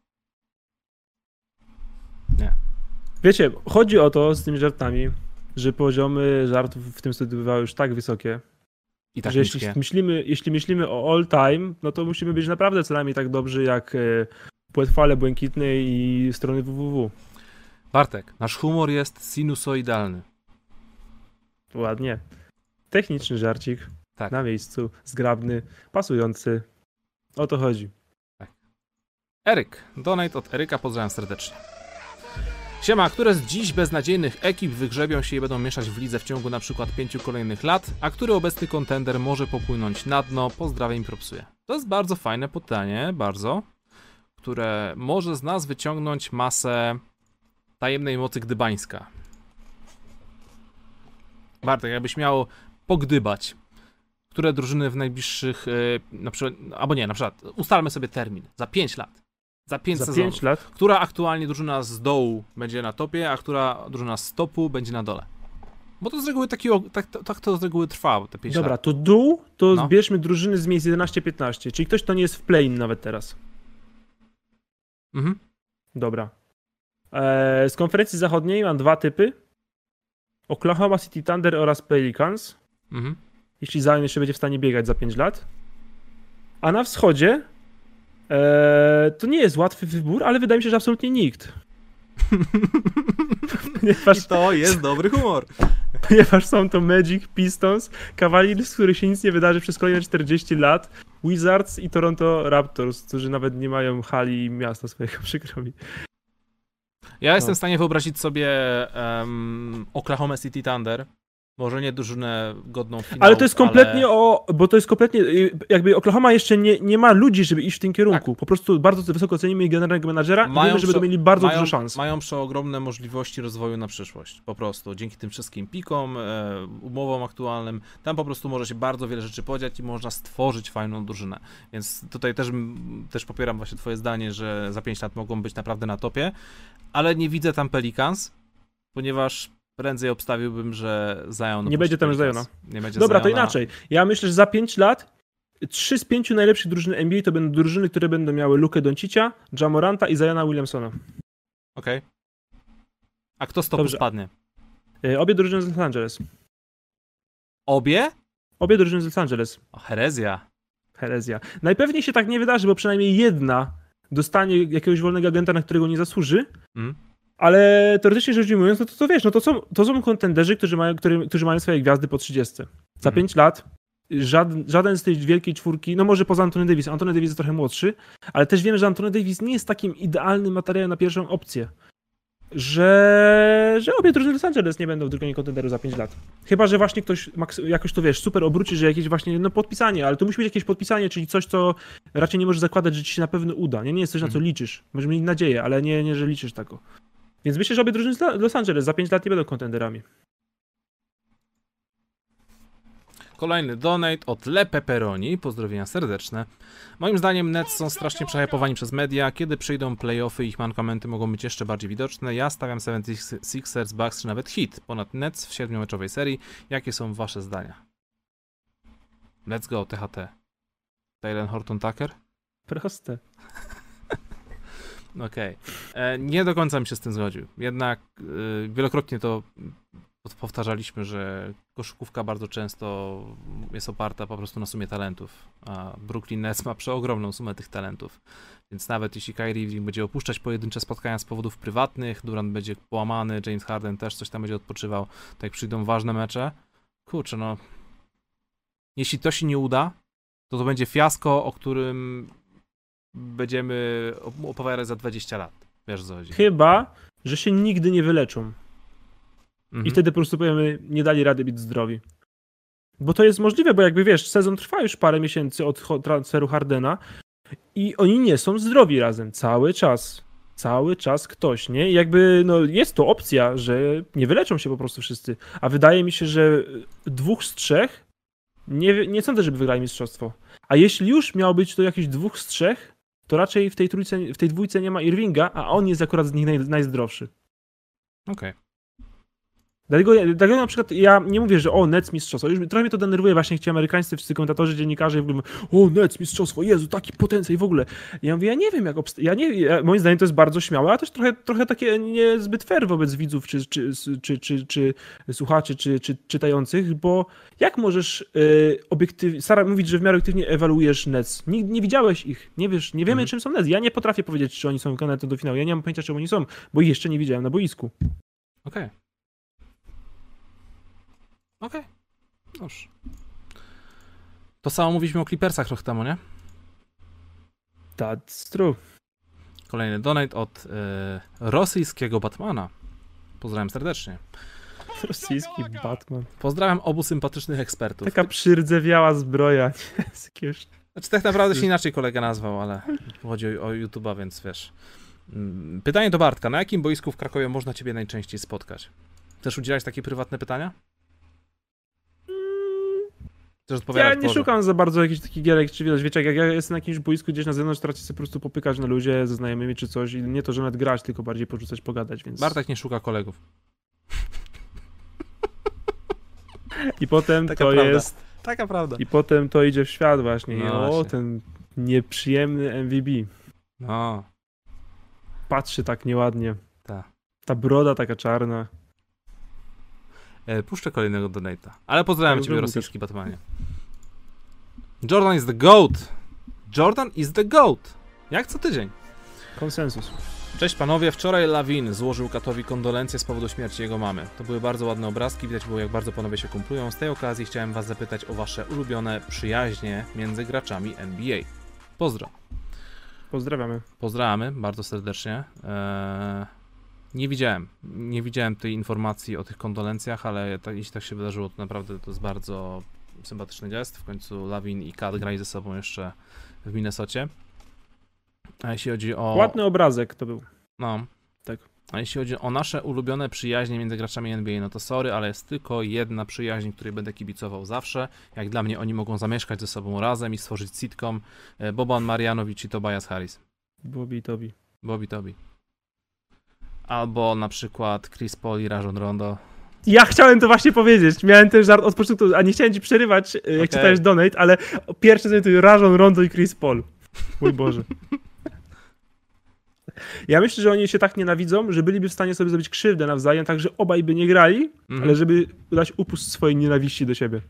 Nie. Wiecie, chodzi o to z tymi żartami, że poziomy żartów w tym studiu bywały już tak wysokie, i tak że jeśli myślimy o all time, no to musimy być naprawdę co najmniej tak dobrzy jak Płetwale Błękitnej i strony www. Bartek, nasz humor jest sinusoidalny. Ładnie. Techniczny żarcik. Tak. Na miejscu, zgrabny, pasujący. O to chodzi. Tak. Eryk. Donate od Eryka, pozdrawiam serdecznie. Siema, które z dziś beznadziejnych ekip wygrzebią się i będą mieszać w lidze w ciągu na przykład 5 kolejnych lat, a który obecny kontender może popłynąć na dno? Pozdrawiam i propsuję. To jest bardzo fajne pytanie, które może z nas wyciągnąć masę tajemnej mocy gdybańska. Bartek, jakbyś miał pogdybać, które drużyny w najbliższych, na przykład ustalmy sobie termin, za 5 lat. Za 5 sezonów. 5 lat? Która aktualnie drużyna z dołu będzie na topie, a która drużyna z topu będzie na dole? Bo to z reguły tak to z reguły trwa, te 5 lat. Dobra, to dół, to zbierzmy drużyny z miejsc 11-15, czyli ktoś, kto nie jest w play-in nawet teraz. Mhm. Dobra. Z konferencji zachodniej mam 2 typy. Oklahoma City Thunder oraz Pelicans. Mhm. Jeśli Zion jeszcze będzie w stanie biegać za 5 lat. A na wschodzie to nie jest łatwy wybór, ale wydaje mi się, że absolutnie nikt. I to jest dobry humor. Ponieważ są to Magic, Pistons, Cavaliers, z których się nic nie wydarzy przez kolejne 40 lat, Wizards i Toronto Raptors, którzy nawet nie mają hali i miasta swojego, przykro mi. Ja jestem w stanie wyobrazić sobie Oklahoma City Thunder. Może nie drużynę godną finału, ale to jest kompletnie bo to jest kompletnie, jakby Oklahoma jeszcze nie ma ludzi, żeby iść w tym kierunku. Tak. Po prostu bardzo wysoko cenimy ich generalnego menadżera i wiemy, że będą mieli bardzo dużo szans. Mają przeogromne możliwości rozwoju na przyszłość, po prostu. Dzięki tym wszystkim pikom, umowom aktualnym, tam po prostu może się bardzo wiele rzeczy podziać i można stworzyć fajną drużynę. Więc tutaj też popieram właśnie twoje zdanie, że za 5 lat mogą być naprawdę na topie, ale nie widzę tam Pelicans, ponieważ prędzej obstawiłbym, że Zion... Nie będzie tam Ziona. Dobra, to inaczej. Ja myślę, że za 5 lat 3 z 5 najlepszych drużyn NBA to będą drużyny, które będą miały Lukę Doncicia, Ja Moranta i Ziona Williamsona. Okej. A kto z topu spadnie? Obie drużyny z Los Angeles. Obie? Obie drużyny z Los Angeles. O, herezja. Najpewniej się tak nie wydarzy, bo przynajmniej jedna dostanie jakiegoś wolnego agenta, na którego nie zasłuży. Ale teoretycznie rzecz ujmując, to wiesz, to są kontenderzy, którzy mają swoje gwiazdy po 30. Za 5 lat żaden z tej wielkiej czwórki, no może poza Anthony Davis. Anthony Davis jest trochę młodszy, ale też wiemy, że Anthony Davis nie jest takim idealnym materiałem na pierwszą opcję. Że obie drużyny Los Angeles nie będą w drugiej kontenderu za 5 lat. Chyba że właśnie ktoś jakoś to wiesz, super obróci, że jakieś właśnie podpisanie, ale to musi być jakieś podpisanie, czyli coś, co raczej nie możesz zakładać, że ci się na pewno uda. Nie jest coś, na co liczysz. Możesz mieć nadzieję, ale nie, że liczysz tako. Więc myślę, że obie drużyny z Los Angeles za 5 lat nie będą kontenderami. Kolejny donate od Le Pepperoni. Pozdrowienia serdeczne. Moim zdaniem Nets są strasznie przehypowani przez media. Kiedy przyjdą playoffy, ich mankamenty mogą być jeszcze bardziej widoczne. Ja stawiam 76ers, Bucks czy nawet Heat ponad Nets w 7-meczowej serii. Jakie są wasze zdania? Let's go, THT. Taylor Horton Tucker? Proste. Okej. Nie do końca bym się z tym zgodził. Jednak wielokrotnie to powtarzaliśmy, że koszykówka bardzo często jest oparta po prostu na sumie talentów, a Brooklyn Nets ma przeogromną sumę tych talentów. Więc nawet jeśli Kyrie Irving będzie opuszczać pojedyncze spotkania z powodów prywatnych, Durant będzie połamany, James Harden też coś tam będzie odpoczywał, to jak przyjdą ważne mecze, kurczę, no jeśli to się nie uda, to będzie fiasko, o którym będziemy opowiadać za 20 lat. Wiesz, co chodzi. Chyba, że się nigdy nie wyleczą. I wtedy po prostu powiemy, nie dali rady być zdrowi. Bo to jest możliwe, bo jakby wiesz, sezon trwa już parę miesięcy od transferu Hardena i oni nie są zdrowi razem. Cały czas ktoś, nie? I jakby, no jest to opcja, że nie wyleczą się po prostu wszyscy. A wydaje mi się, że 2 z 3 nie sądzę, żeby wygrali mistrzostwo. A jeśli już miało być to jakieś 2 z 3, to raczej w tej dwójce nie ma Irvinga, a on jest akurat z nich najzdrowszy. Okej. Dlatego na przykład ja nie mówię, że Nets mistrzostwo. Już trochę mnie to denerwuje właśnie ci amerykańscy wszyscy komentatorzy, dziennikarze i w ogóle Nets mistrzostwo, Jezu, taki potencjał i w ogóle. Ja mówię, ja nie wiem moim zdaniem to jest bardzo śmiałe, a też trochę takie niezbyt fair wobec widzów, czy słuchaczy, czy czytających, bo jak możesz mówić, że w miarę obiektywnie ewaluujesz Nets? Nie widziałeś ich, nie wiesz, nie wiemy czym są Nets. Ja nie potrafię powiedzieć, czy oni są kandydatem do finału, ja nie mam pojęcia, czym oni są, bo ich jeszcze nie widziałem na boisku. Okej. Noż. To samo mówiliśmy o Clippersach rok temu, nie? That's true. Kolejny donate od rosyjskiego Batmana. Pozdrawiam serdecznie. Rosyjski Batman. Pozdrawiam obu sympatycznych ekspertów. Taka przyrdzewiała zbroja. Znaczy tak naprawdę się inaczej kolega nazwał, ale chodzi o YouTube'a, więc wiesz. Pytanie do Bartka. Na jakim boisku w Krakowie można ciebie najczęściej spotkać? Chcesz udzielać takie prywatne pytania? Ja nie szukam za bardzo jakichś takich gierek, czy wiecie, jak ja jestem na jakimś boisku gdzieś na zewnątrz, to raczej sobie po prostu popykać na ludzie ze znajomymi czy coś i nie to, że nawet grać, tylko bardziej porzucać, pogadać, więc... Bartek nie szuka kolegów. I potem taka to prawda. jest... Taka prawda. I potem to idzie w świat właśnie. No o, właśnie. ten nieprzyjemny MVB. No. Patrzy tak nieładnie. Ta. Ta broda taka czarna. Puszczę kolejnego donate'a. Ale pozdrawiam ciebie, rosyjski Batmanie. Jordan is the GOAT. Jordan is the GOAT. Jak co tydzień. Konsensus. Cześć panowie, wczoraj Lawin złożył Katowi kondolencje z powodu śmierci jego mamy. To były bardzo ładne obrazki, widać było jak bardzo panowie się kumplują. Z tej okazji chciałem was zapytać o wasze ulubione przyjaźnie między graczami NBA. Pozdro. Pozdrawiamy. Pozdrawiamy bardzo serdecznie. Nie widziałem tej informacji o tych kondolencjach, ale jeśli tak się wydarzyło, to naprawdę to jest bardzo sympatyczny gest. W końcu Lawin i Kat grali ze sobą jeszcze w Minnesocie. A jeśli chodzi o... Ładny obrazek to był. No. Tak. A jeśli chodzi o nasze ulubione przyjaźnie między graczami NBA, no to sorry, ale jest tylko jedna przyjaźń, której będę kibicował zawsze. Jak dla mnie oni mogą zamieszkać ze sobą razem i stworzyć sitcom. Boban Marjanovic i Tobias Harris. Bobby i Tobi. Bobby Tobi. Albo na przykład Chris Paul i Rajon Rondo. Ja chciałem to właśnie powiedzieć. Miałem ten żart od początku, a nie chciałem ci przerywać, jak czytałeś donate, ale pierwsze co to Rajon Rondo i Chris Paul. Mój Boże. Ja myślę, że oni się tak nienawidzą, że byliby w stanie sobie zrobić krzywdę nawzajem, tak że obaj by nie grali, ale żeby dać upust swojej nienawiści do siebie.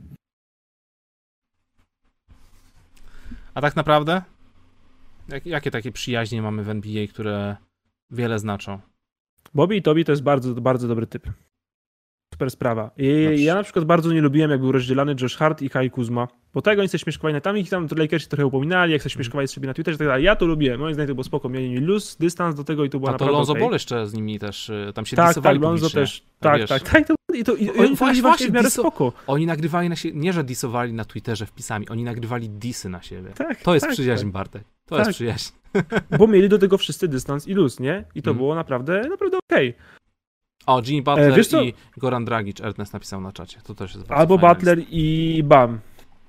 A tak naprawdę? Jakie takie przyjaźnie mamy w NBA, które wiele znaczą? Bobby i Tobi to jest bardzo, bardzo dobry typ. Super sprawa. Ja na przykład bardzo nie lubiłem, jak był rozdzielany Josh Hart i Kai Kuzma, bo tego oni się śmieszkowali, tam ich tam Lakersi trochę upominali, jak się śmieszkowali sobie na Twitterze i tak dalej. Ja to lubiłem, moim zdaniem to było spoko, mieli luz, dystans do tego i to było naprawdę Lonzo okay. Ball jeszcze z nimi też, tam się tak, disowali tak, Lonzo publicznie. też, tak. I oni właśnie w miarę spoko. Oni nagrywali na siebie, nie że disowali na Twitterze wpisami, oni nagrywali disy na siebie. Tak, to jest przyjaźń, Bartek. To jest przyjaźń. Bo mieli do tego wszyscy dystans i luz, nie? I to było naprawdę okej. O, Jimmy Butler i Goran Dragic, Ernest napisał na czacie. To też jest bardzo albo fajne. Butler i Bam.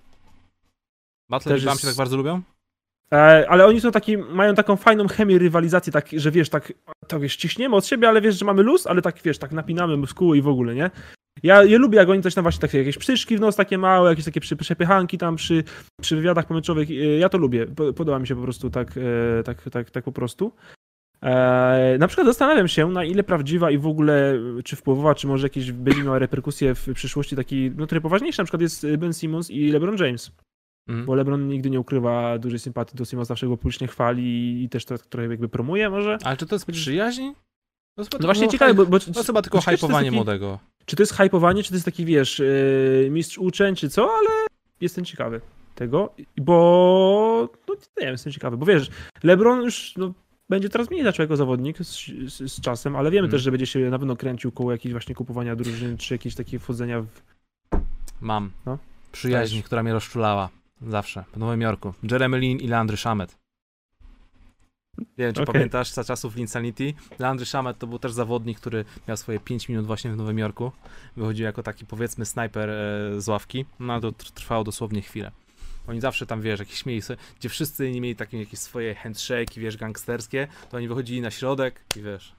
Butler też i Bam się tak bardzo lubią? Ale oni są mają taką fajną chemię rywalizacji, tak, że wiesz, tak wiesz, ciśniemy od siebie, ale wiesz, że mamy luz, ale tak wiesz, tak napinamy muskuły i w ogóle, nie? Ja lubię, jak oni coś tam właśnie takie jakieś przyszki w nos takie małe, jakieś takie przepychanki tam przy wywiadach pomeczowych. Ja to lubię. Podoba mi się po prostu tak po prostu. Na przykład zastanawiam się, na ile prawdziwa i w ogóle czy wpływowa, czy może jakieś będzie miała reperkusje w przyszłości taki, no trochę poważniejszy, na przykład jest Ben Simmons i LeBron James. Bo LeBron nigdy nie ukrywa dużej sympatii do Simmonsa, zawsze go publicznie chwali i też to trochę jakby promuje może. Ale czy to jest przyjaźń? No właśnie ciekawe, bo to jest chyba tylko hypowanie młodego. Czy to jest hypowanie, czy to jest taki, wiesz, mistrz uczeń, czy co, ale jestem ciekawy tego, bo no nie wiem, jestem ciekawy, bo wiesz, LeBron już będzie teraz mniej zaczął jako zawodnik z czasem, ale wiemy też, że będzie się na pewno kręcił koło jakichś właśnie kupowania drużyn, czy jakieś takie wchodzenia w... Mam przyjaźń, która mnie rozczulała zawsze w Nowym Jorku. Jeremy Lin i Landry Shamet. Nie wiem, czy pamiętasz za czasów Linsanity. Landry Shamet to był też zawodnik, który miał swoje 5 minut właśnie w Nowym Jorku. Wychodził jako taki, powiedzmy, snajper z ławki. No ale to trwało dosłownie chwilę. Oni zawsze tam, wiesz, jakieś śmieli sobie, gdzie wszyscy inni mieli takie jakieś swoje handshake'i, wiesz, gangsterskie, to oni wychodzili na środek i wiesz.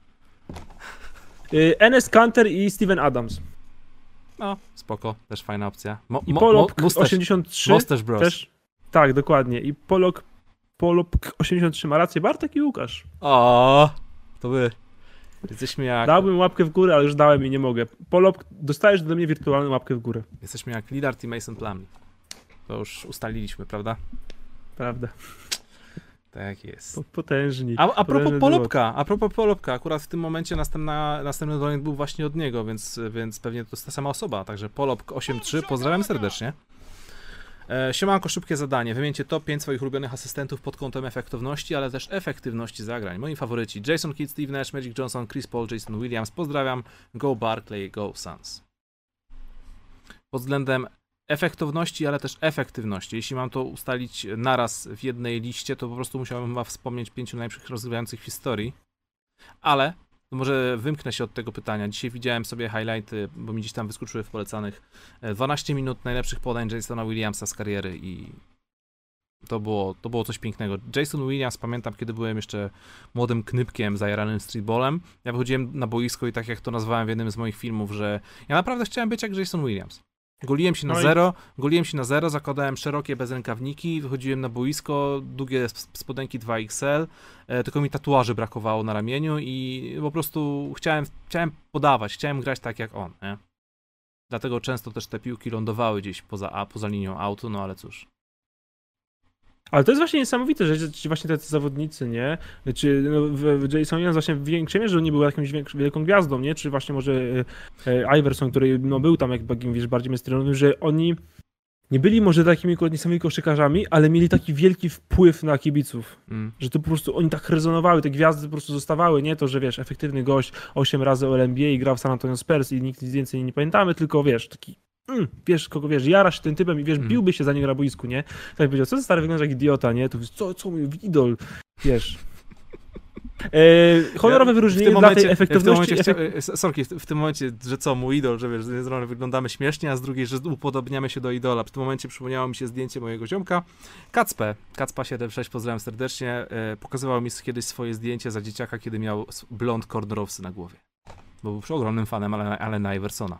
Enes Kanter i Steven Adams. No, spoko, też fajna opcja. I Polop 83 Mustache Bros. Też, tak, dokładnie. I Polop 83 ma rację, Bartek i Łukasz. O, to by. Jesteśmy jak... Dałbym łapkę w górę, ale już dałem i nie mogę. Polop, dostajesz ode mnie wirtualną łapkę w górę. Jesteśmy jak Lillard i Mason Plumlee. To już ustaliliśmy, prawda? Prawda. Tak jest. Potężni. A propos Polopka, akurat w tym momencie następny donate był właśnie od niego, więc pewnie to jest ta sama osoba, także Polop 83, pozdrawiam serdecznie. Siemanko, szybkie zadanie. Wymieńcie top 5 swoich ulubionych asystentów pod kątem efektowności, ale też efektywności zagrań. Moi faworyci: Jason Kidd, Steve Nash, Magic Johnson, Chris Paul, Jason Williams. Pozdrawiam. Go Barkley, go Suns. Pod względem efektowności, ale też efektywności. Jeśli mam to ustalić naraz w jednej liście, to po prostu musiałem chyba wspomnieć 5 najlepszych rozgrywających w historii. Ale może wymknę się od tego pytania. Dzisiaj widziałem sobie highlighty, bo mi gdzieś tam wyskoczyły w polecanych 12 minut najlepszych podań Jasona Williamsa z kariery i to było coś pięknego. Jason Williams, pamiętam, kiedy byłem jeszcze młodym knypkiem zajaranym streetballem, ja wychodziłem na boisko i tak jak to nazwałem w jednym z moich filmów, że ja naprawdę chciałem być jak Jason Williams. Goliłem się na zero, zakładałem szerokie bezrękawniki, wychodziłem na boisko, długie spodenki 2XL, tylko mi tatuaży brakowało na ramieniu i po prostu chciałem podawać, chciałem grać tak jak on, nie? Dlatego często też te piłki lądowały gdzieś poza linią autu, no ale cóż. Ale to jest właśnie niesamowite, że ci właśnie tacy zawodnicy, nie? Czy Jason Williams właśnie w większej mierze nie był jakąś wielką gwiazdą, nie? Czy właśnie może Iverson, który był tam jakby, wiesz, bardziej mainstreamowym, że oni nie byli może takimi niesamymi koszykarzami, ale mieli taki wielki wpływ na kibiców, że to po prostu oni tak rezonowały, te gwiazdy po prostu zostawały, nie to, że wiesz, efektywny gość 8 razy All-NBA i grał w San Antonio Spurs i nikt nic więcej nie pamiętamy, tylko wiesz, taki wiesz, kogo wiesz, jarasz się tym typem i wiesz, biłby się za niego na boisku, nie? Tak powiedział, co za stary wyglądasz jak idiota, nie? Tu co mój idol, wiesz. Honorowe wyróżnienie dla tej efektywności. W tym momencie, że co, mój idol, że wiesz, z jednej strony wyglądamy śmiesznie, a z drugiej, że upodobniamy się do idola. W tym momencie przypomniało mi się zdjęcie mojego ziomka, Kacpa76, pozdrawiam serdecznie, pokazywał mi kiedyś swoje zdjęcie za dzieciaka, kiedy miał blond cornrowsy na głowie. Bo był ogromnym fanem Allena Iversona.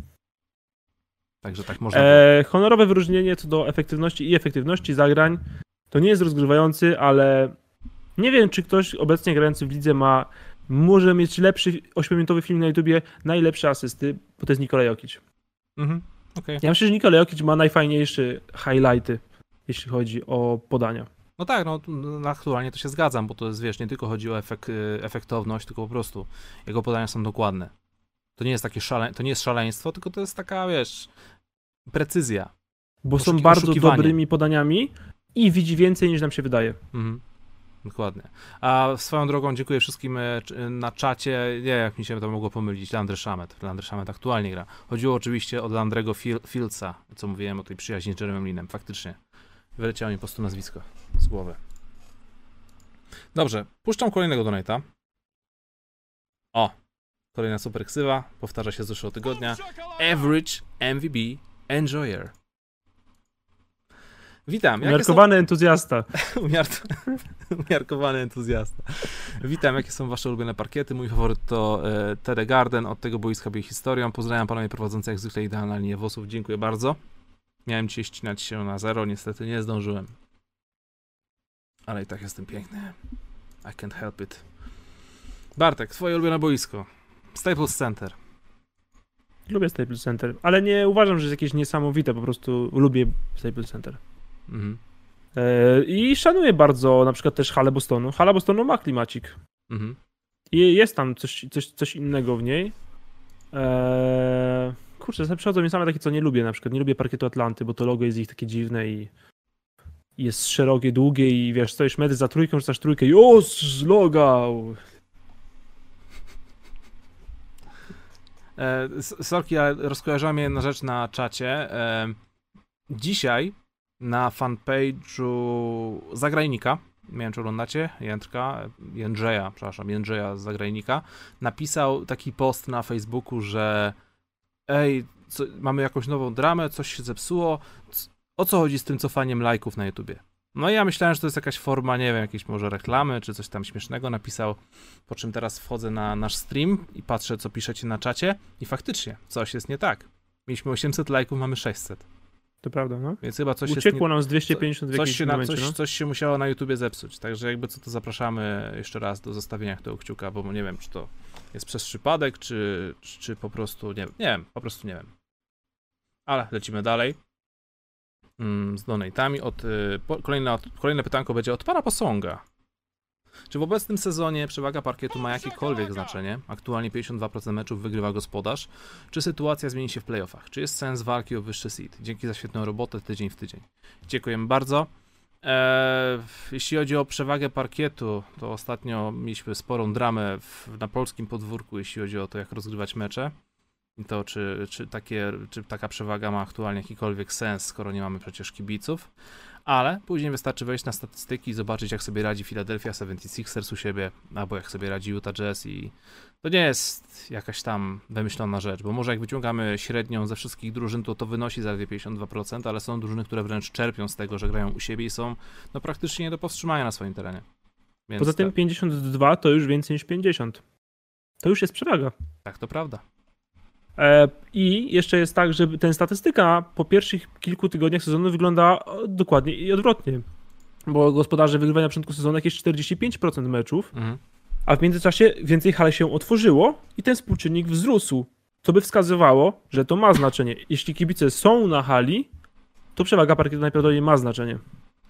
Także tak można. Honorowe wyróżnienie co do efektywności i efektywności zagrań. To nie jest rozgrywający, ale nie wiem, czy ktoś obecnie grający w lidze może mieć lepszy 8-minutowy film na YouTubie, najlepsze asysty, bo to jest Nikola Jokic. Okay. Ja myślę, że Nikola Jokic ma najfajniejsze highlighty, jeśli chodzi o podania. No tak, no aktualnie to się zgadzam, bo to jest, wiesz, nie tylko chodzi o efektowność, tylko po prostu jego podania są dokładne. To nie jest takie to nie jest szaleństwo, tylko to jest taka, wiesz, precyzja. Bo są bardzo dobrymi podaniami i widzi więcej niż nam się wydaje. Dokładnie. A swoją drogą dziękuję wszystkim na czacie. Nie, jak mi się to mogło pomylić, Landry Shamet aktualnie gra. Chodziło oczywiście o Landrego Fieldsa, co mówiłem o tej przyjaźni z Jeremym Linem. Faktycznie. Wyleciało mi po prostu nazwisko z głowy. Dobrze, puszczam kolejnego donate'a. O! Kolejna super ksywa, powtarza się z zeszłego tygodnia. Average MVB Enjoyer. Witam. Umiarkowany entuzjasta. Umiarkowany entuzjasta. Witam, jakie są wasze ulubione parkiety? Mój faworyt to TD Garden, od tego boiska bije historią. Pozdrawiam panowie prowadzący jak zwykle idealna linia włosów. Dziękuję bardzo. Miałem dzisiaj ścinać się na 0, niestety nie zdążyłem. Ale i tak jestem piękny. I can't help it. Bartek, twoje ulubione boisko. Staples Center. Lubię Staples Center, ale nie uważam, że jest jakieś niesamowite, po prostu lubię Staples Center. I szanuję bardzo na przykład też halę Bostonu. Hala Bostonu ma klimacik. I jest tam coś innego w niej. Kurczę, przychodzą mi same takie, co nie lubię, na przykład nie lubię parkietu Atlanty, bo to logo jest ich takie dziwne i jest szerokie, długie i wiesz, stoisz metr za trójką, rzucasz trójkę i zlogał. Sorki, ale rozkojarzyła mnie jedna rzecz na czacie. Dzisiaj na fanpage'u Zagrajnika, nie wiem czy oglądacie, Jędrzeja z Zagrajnika, napisał taki post na Facebooku, że mamy jakąś nową dramę, coś się zepsuło, o co chodzi z tym cofaniem lajków na YouTubie? No i ja myślałem, że to jest jakaś forma, nie wiem, jakiejś może reklamy, czy coś tam śmiesznego napisał, po czym teraz wchodzę na nasz stream i patrzę, co piszecie na czacie i faktycznie, coś jest nie tak. Mieliśmy 800 lajków, mamy 600. To prawda, no. Więc chyba coś uciekło nam z 250 w jakimś momencie, no. Coś się musiało na YouTubie zepsuć, także jakby co to zapraszamy jeszcze raz do zostawienia tego kciuka, bo nie wiem, czy to jest przez przypadek, czy po prostu, nie wiem, po prostu nie wiem. Ale lecimy dalej. Z donate'ami. Kolejne pytanko będzie od pana Posąga. Czy w obecnym sezonie przewaga parkietu ma jakiekolwiek znaczenie? Aktualnie 52% meczów wygrywa gospodarz. Czy sytuacja zmieni się w playoffach? Czy jest sens walki o wyższy seed? Dzięki za świetną robotę tydzień w tydzień. Dziękujemy bardzo. Jeśli chodzi o przewagę parkietu, to ostatnio mieliśmy sporą dramę na polskim podwórku, jeśli chodzi o to, jak rozgrywać mecze. I to, czy taka przewaga ma aktualnie jakikolwiek sens, skoro nie mamy przecież kibiców. Ale później wystarczy wejść na statystyki i zobaczyć, jak sobie radzi Philadelphia 76ers u siebie, albo jak sobie radzi Utah Jazz i to nie jest jakaś tam wymyślona rzecz, bo może jak wyciągamy średnią ze wszystkich drużyn, to wynosi zaledwie 52%, ale są drużyny, które wręcz czerpią z tego, że grają u siebie i są praktycznie nie do powstrzymania na swoim terenie. Więc poza tym 52 to już więcej niż 50. To już jest przewaga. Tak, to prawda. I jeszcze jest tak, że ten statystyka po pierwszych kilku tygodniach sezonu wygląda dokładnie i odwrotnie. Bo gospodarze wygrywają na początku sezonu jakieś 45% meczów, a w międzyczasie więcej hal się otworzyło i ten współczynnik wzrósł. Co by wskazywało, że to ma znaczenie. Jeśli kibice są na hali, to przewaga parkietu najprawdopodobniej ma znaczenie.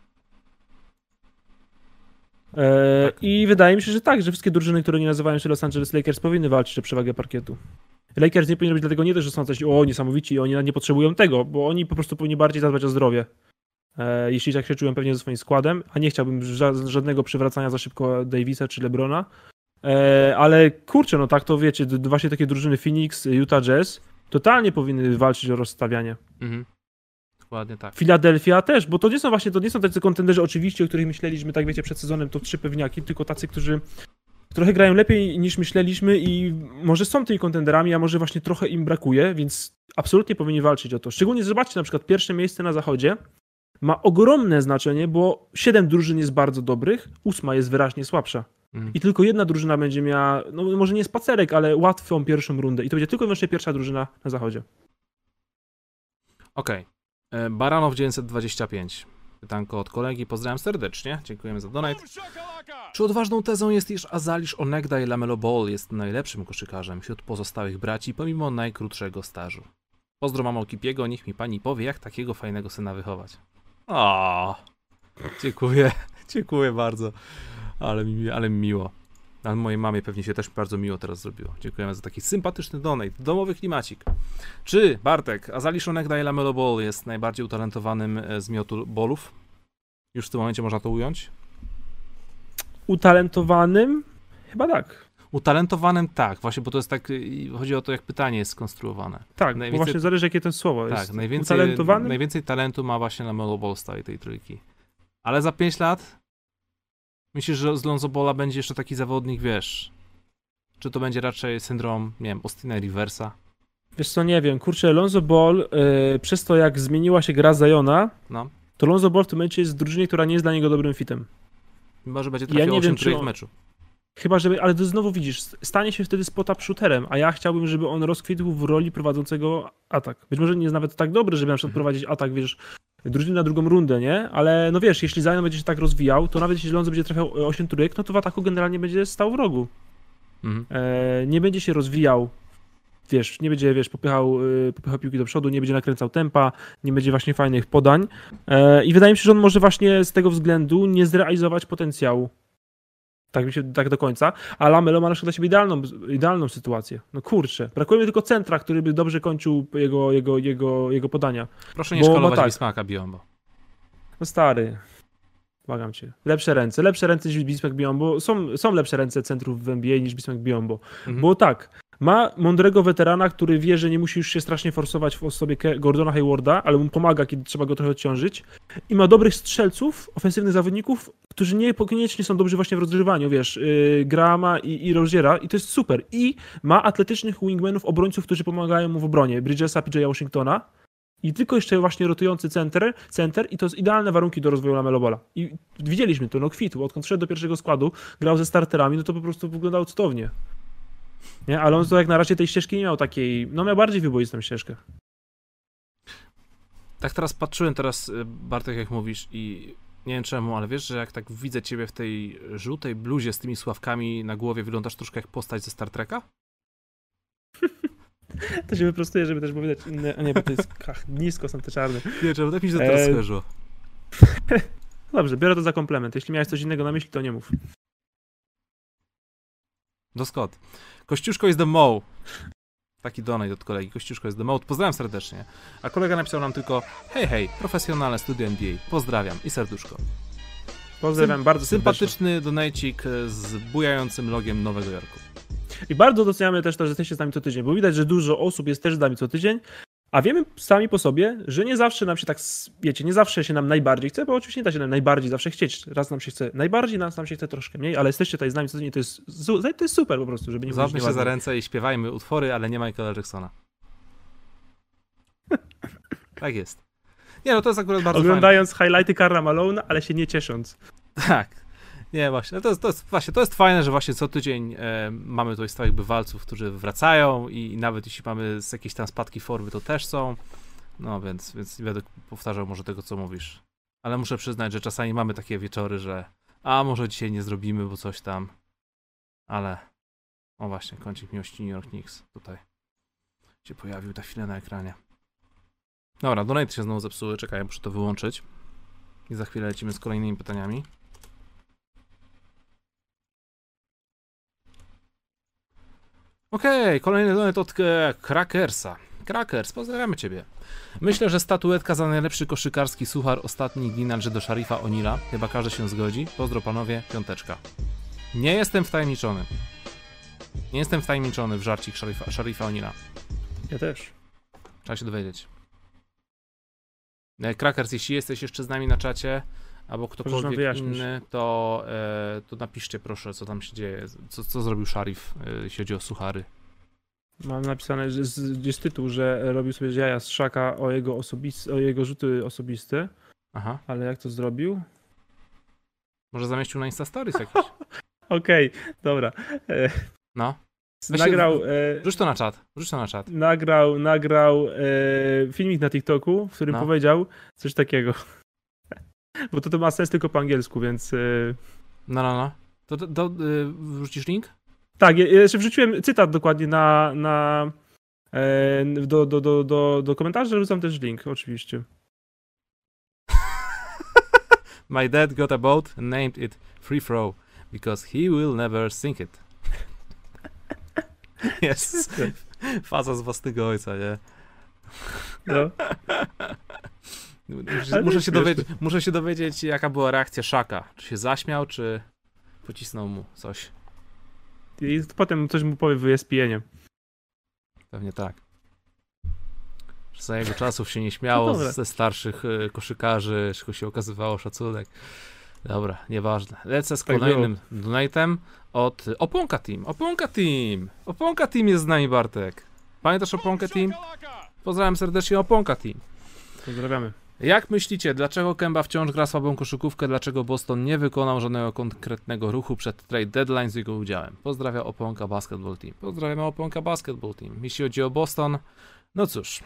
I wydaje mi się, że tak, że wszystkie drużyny, które nie nazywają się Los Angeles Lakers, powinny walczyć o przewagę parkietu. Lakers nie powinni robić dlatego nie też, że są coś niesamowici i oni nie potrzebują tego, bo oni po prostu powinni bardziej zadbać o zdrowie. Jeśli tak się czułem pewnie ze swoim składem, a nie chciałbym żadnego przywracania za szybko Davisa czy LeBrona. Ale kurczę, no tak to wiecie, właśnie takie drużyny Phoenix, Utah Jazz totalnie powinny walczyć o rozstawianie. Dokładnie tak. Philadelphia też, bo to nie są tacy kontenderzy oczywiście, o których myśleliśmy, tak wiecie, przed sezonem to 3 pewniaki, tylko tacy, którzy trochę grają lepiej niż myśleliśmy i może są tymi kontenderami, a może właśnie trochę im brakuje, więc absolutnie powinni walczyć o to. Szczególnie zobaczcie, na przykład pierwsze miejsce na zachodzie ma ogromne znaczenie, bo 7 drużyn jest bardzo dobrych, 8 jest wyraźnie słabsza. I tylko jedna drużyna będzie miała, no może nie spacerek, ale łatwą pierwszą rundę i to będzie tylko i wyłącznie pierwsza drużyna na zachodzie. Okej. Baranow 925. Pytanko od kolegi, pozdrawiam serdecznie, dziękujemy za donate. Czy odważną tezą jest, iż Azalisz Onegda i LaMelo Ball jest najlepszym koszykarzem wśród pozostałych braci, pomimo najkrótszego stażu? Pozdro mamo Kipiego, niech mi pani powie, jak takiego fajnego syna wychować. O, dziękuję bardzo, ale mi miło. A mojej mamie pewnie się też bardzo miło teraz zrobiło. Dziękujemy za taki sympatyczny donate, domowy klimacik. Czy, Bartek, Azalisz Onegda i LaMelo Ball jest najbardziej utalentowanym z miotu ballów? Już w tym momencie można to ująć? Utalentowanym? Chyba tak. Utalentowanym tak, właśnie, bo to jest tak, chodzi o to, jak pytanie jest skonstruowane. Tak, bo właśnie zależy, jakie to słowo jest. Tak, najwięcej talentu ma właśnie LaMelo Ball z tej trójki. Ale za 5 lat myślisz, że z Lonzo Balla będzie jeszcze taki zawodnik, wiesz? Czy to będzie raczej syndrom, nie wiem, Austina Riversa? Wiesz co, nie wiem, kurczę, Lonzo Ball, przez to jak zmieniła się gra Ziona, to Lonzo Ball w tym momencie jest w drużynie, która nie jest dla niego dobrym fitem. Chyba, że będzie trafiał 8 trójek w meczu. Chyba, żeby, ale to znowu widzisz, stanie się wtedy spot-up shooterem, a ja chciałbym, żeby on rozkwitł w roli prowadzącego atak. Być może nie jest nawet tak dobry, żeby na przykład prowadzić atak, wiesz, drużyny na drugą rundę, nie? Ale no wiesz, jeśli Zion będzie się tak rozwijał, to nawet jeśli Lonzo będzie trafiał 8 trójek, no to w ataku generalnie będzie stał w rogu. Nie będzie się rozwijał, wiesz, nie będzie, wiesz, popychał piłki do przodu, nie będzie nakręcał tempa, nie będzie właśnie fajnych podań. I wydaje mi się, że on może właśnie z tego względu nie zrealizować potencjału. Tak do końca, a LaMelo ma na przykład dla siebie idealną sytuację. No kurczę, brakuje mi tylko centra, który by dobrze kończył jego podania. Proszę nie szkalować Bismacka Biyombo. No stary, błagam cię. Lepsze ręce niż Bismack Biyombo. Są lepsze ręce centrów w NBA niż Bismack Biyombo. Bo tak, ma mądrego weterana, który wie, że nie musi już się strasznie forsować w osobie Gordona Haywarda, ale mu pomaga, kiedy trzeba go trochę odciążyć. I ma dobrych strzelców, ofensywnych zawodników, którzy niekoniecznie są dobrzy właśnie w rozgrywaniu, wiesz, Grahama i Roziera i to jest super. I ma atletycznych wingmanów, obrońców, którzy pomagają mu w obronie. Bridgesa, PJ'a Washingtona. I tylko jeszcze właśnie rotujący center i to są idealne warunki do rozwoju LaMelo Balla. I widzieliśmy to, no kwitł, odkąd szedł do pierwszego składu, grał ze starterami, no to po prostu wyglądało cudownie. Nie? Ale on to jak na razie tej ścieżki nie miał takiej, no miał bardziej wyboistą ścieżkę. Tak teraz patrzyłem Bartek, jak mówisz i nie wiem czemu, ale wiesz, że jak tak widzę ciebie w tej żółtej bluzie z tymi sławkami na głowie, wyglądasz troszkę jak postać ze Star Treka? To się wyprostuje, żeby też powiedzieć inne, a nie, bo to jest nisko, są te czarne. Nie, czemu tak mi się to teraz skojarzyło. Dobrze, biorę to za komplement. Jeśli miałeś coś innego na myśli, to nie mów. Do Scott. Kościuszko is the mo. Taki donate od kolegi. Kościuszko is the mo. Pozdrawiam serdecznie. A kolega napisał nam tylko hej, profesjonalne studio NBA. Pozdrawiam i serduszko. Pozdrawiam bardzo serdecznie. Sympatyczny donajcik z bujającym logiem Nowego Jorku. I bardzo doceniamy też to, że jesteście z nami co tydzień, bo widać, że dużo osób jest też z nami co tydzień, a wiemy sami po sobie, że nie zawsze nam się tak, wiecie, nie zawsze się nam najbardziej chce, bo oczywiście nie da się nam najbardziej zawsze chcieć. Raz nam się chce najbardziej, raz nam się chce troszkę mniej, ale jesteście tutaj z nami co tydzień, to jest super po prostu, żeby nie mówić. Złapmy się za ręce i śpiewajmy utwory, ale nie Michaela Jacksona. Tak jest. Nie, no to jest akurat bardzo Oglądając fajne. highlighty Karla Malone'a, ale się nie ciesząc. Tak. Nie, właśnie. To jest fajne, że właśnie co tydzień mamy tutaj stałych bywalców, którzy wracają i nawet jeśli mamy jakieś tam spadki formy, to też są. No więc nie będę powtarzał może tego, co mówisz. Ale muszę przyznać, że czasami mamy takie wieczory, że może dzisiaj nie zrobimy, bo coś tam. Ale o właśnie, kącik miłości New York Knicks tutaj się pojawił ta chwilę na ekranie. Dobra, donate się znowu zepsuły. Czekaj, muszę to wyłączyć. I za chwilę lecimy z kolejnymi pytaniami. Okej, kolejny donate od Krakersa. Krakers, pozdrawiamy ciebie. Myślę, że statuetka za najlepszy koszykarski suchar ostatnich dni należy do Sharifa O'Neala. Chyba każdy się zgodzi. Pozdro panowie, piąteczka. Nie jestem wtajemniczony. Nie jestem wtajemniczony w żarcik Sharifa O'Neala. Ja też. Trzeba się dowiedzieć. Krakers, jeśli jesteś jeszcze z nami na czacie, albo ktokolwiek inny, to napiszcie proszę, co tam się dzieje. Co zrobił Sharif, jeśli chodzi o suchary. Mam napisane, że jest tytuł, że robił sobie jaja z Shaka o jego rzuty osobiste. Aha. Ale jak to zrobił? Może zamieścił na Insta Stories jakiś? Okej, dobra. No. Nagrał... Rzuć to na czat. Nagrał filmik na TikToku, w którym powiedział coś takiego. Bo to ma sens tylko po angielsku, więc... No. To wrzucisz link? Tak, ja jeszcze wrzuciłem cytat dokładnie do komentarzy, ale wrzucam też link, oczywiście. My dad got a boat and named it Free Throw, because he will never sink it. Jest faza z własnego ojca, nie? No. Muszę się dowiedzieć, jaka była reakcja Shaka. Czy się zaśmiał, czy pocisnął mu coś. I potem coś mu powie w ESPN-ie. Pewnie tak. Za jego czasów się nie śmiało ze starszych koszykarzy, szybko się okazywało szacunek. Dobra, nieważne. Lecę z kolejnym donatem od Oponka Team. Oponka Team jest z nami, Bartek. Pamiętasz Oponka Team? Pozdrawiam serdecznie Oponka Team. Pozdrawiamy. Jak myślicie, dlaczego Kemba wciąż gra słabą koszykówkę? Dlaczego Boston nie wykonał żadnego konkretnego ruchu przed trade deadline z jego udziałem? Pozdrawiam Oponka Basketball Team. Pozdrawiam Oponka Basketball Team. Jeśli chodzi o Boston, no cóż.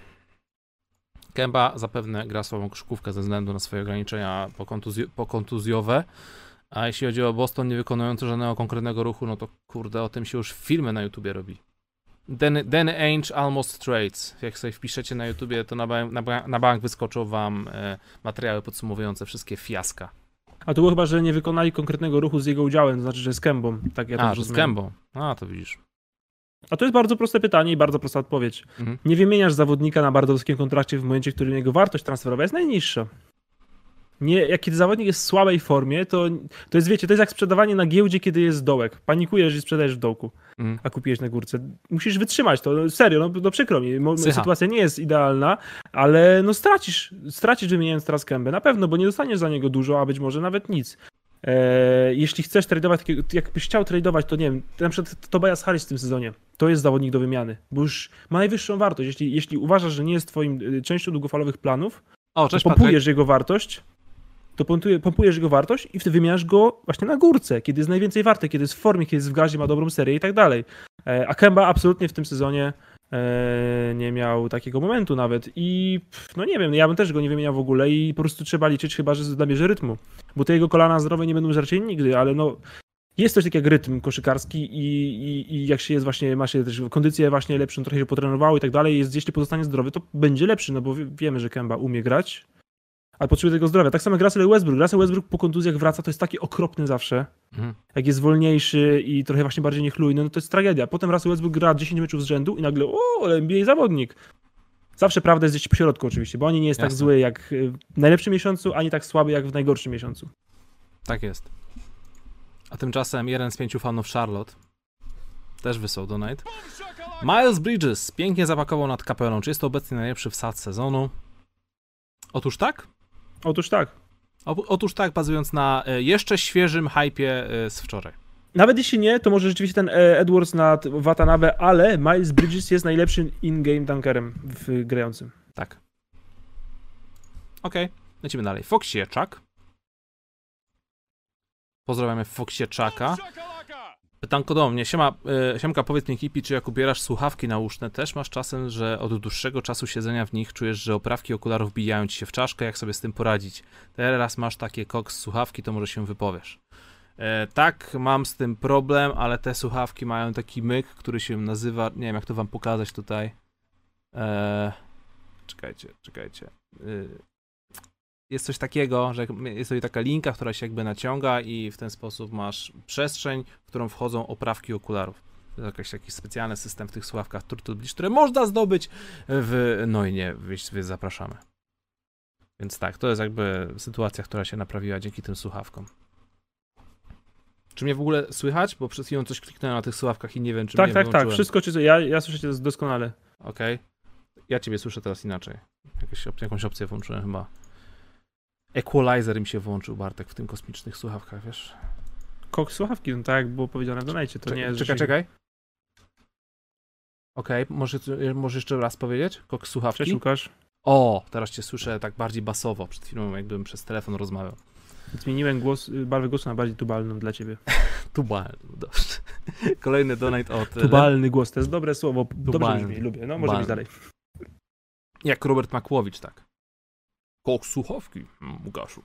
Kemba zapewne gra słabą koszykówkę ze względu na swoje ograniczenia pokontuzjowe, a jeśli chodzi o Boston nie wykonujący żadnego konkretnego ruchu, no to kurde, o tym się już filmy na YouTubie robi. Danny Ainge Almost Trades. Jak sobie wpiszecie na YouTubie, to na bank wyskoczą wam materiały podsumowujące wszystkie fiaska. A to było chyba, że nie wykonali konkretnego ruchu z jego udziałem, to znaczy, że z Kembą. Tak ja że z Kembą. A, to widzisz. A to jest bardzo proste pytanie i bardzo prosta odpowiedź. Mhm. Nie wymieniasz zawodnika na bardzo wysokim kontrakcie w momencie, w którym jego wartość transferowa jest najniższa. Jak kiedy zawodnik jest w słabej formie, to jest, wiecie, to jest jak sprzedawanie na giełdzie, kiedy jest dołek. Panikujesz i sprzedajesz w dołku, a kupiłeś na górce. Musisz wytrzymać to, serio, no przykro mi. Sytuacja nie jest idealna, ale no stracisz wymieniając teraz Kembę. Na pewno, bo nie dostaniesz za niego dużo, a być może nawet nic. Jeśli chcesz tradeować, jakbyś chciał tradeować, to nie wiem, na przykład Tobias Harris w tym sezonie, to jest zawodnik do wymiany, bo już ma najwyższą wartość. Jeśli uważasz, że nie jest twoim częścią długofalowych planów, to pompujesz jego wartość, i wtedy wymieniasz go właśnie na górce, kiedy jest najwięcej warty, kiedy jest w formie, kiedy jest w gazie, ma dobrą serię i tak dalej. A Kemba absolutnie w tym sezonie nie miał takiego momentu nawet i no nie wiem, ja bym też go nie wymieniał w ogóle i po prostu trzeba liczyć chyba, że nabierze rytmu, bo te jego kolana zdrowe nie będą raczej nigdy, ale no jest coś takiego jak rytm koszykarski i jak się jest właśnie, ma się też kondycję właśnie lepszą, trochę się potrenowało i tak dalej, jeśli pozostanie zdrowy, to będzie lepszy, no bo wiemy, że Kemba umie grać, ale potrzebuje tego zdrowia. Tak samo jak Russell Westbrook po kontuzjach wraca, to jest taki okropny zawsze. Jak jest wolniejszy i trochę właśnie bardziej niechlujny, no to jest tragedia. Potem Russell Westbrook gra 10 meczów z rzędu i nagle ale NBA zawodnik. Zawsze prawda jest gdzieś po środku oczywiście, bo on nie jest tak zły jak w najlepszym miesiącu, ani tak słaby jak w najgorszym miesiącu. Tak jest. A tymczasem jeden z 5 fanów Charlotte też wysłał donate. Miles Bridges pięknie zapakował nad kapelą. Czy jest to obecnie najlepszy wsad sezonu? Otóż tak. Otóż tak, bazując na jeszcze świeżym hypie z wczoraj. Nawet jeśli nie, to może rzeczywiście ten Edwards nad Watanabe, ale Miles Bridges jest najlepszym in-game dunkerem w grającym. Tak. Okej, lecimy dalej. Foxieczak. Pozdrawiamy Foxieczaka. Pytanko do mnie. Siemka, powiedz mi, Kipi, czy jak ubierasz słuchawki nauszne, też masz czasem, że od dłuższego czasu siedzenia w nich czujesz, że oprawki okularów bijają ci się w czaszkę, jak sobie z tym poradzić? Teraz masz takie słuchawki, to może się wypowiesz. Tak, mam z tym problem, ale te słuchawki mają taki myk, który się nazywa, nie wiem jak to wam pokazać tutaj. Czekajcie. Jest coś takiego, że jest tutaj taka linka, która się jakby naciąga i w ten sposób masz przestrzeń, w którą wchodzą oprawki okularów. To jest jakiś specjalny system w tych słuchawkach Turtle Beach, które można zdobyć w Noinie, więc zapraszamy. Więc tak, to jest jakby sytuacja, która się naprawiła dzięki tym słuchawkom. Czy mnie w ogóle słychać? Bo przed chwilą coś kliknąłem na tych słuchawkach i nie wiem, czy mnie wyłączyłem. Tak, wszystko czysto. Ja słyszę cię doskonale. Okej. Ja ciebie słyszę teraz inaczej. Jakąś opcję włączyłem chyba. Equalizer mi się włączył, Bartek, w tym kosmicznych słuchawkach, wiesz? Słuchawki, no tak jak było powiedziane w donajcie, to nie jest... Czekaj. Okej, może jeszcze raz powiedzieć? Słuchawki? Cześć, Łukasz. O, teraz cię słyszę tak bardziej basowo. Przed chwilą jakbym przez telefon rozmawiał. Zmieniłem barwę głosu na bardziej tubalną dla ciebie. Tubalny, dobrze. Kolejny donate od... Tubalny głos, to jest dobre słowo. Dobrze brzmi, lubię. No, może być dalej. Jak Robert Makłowicz, tak. Słuchawki, Łukaszu.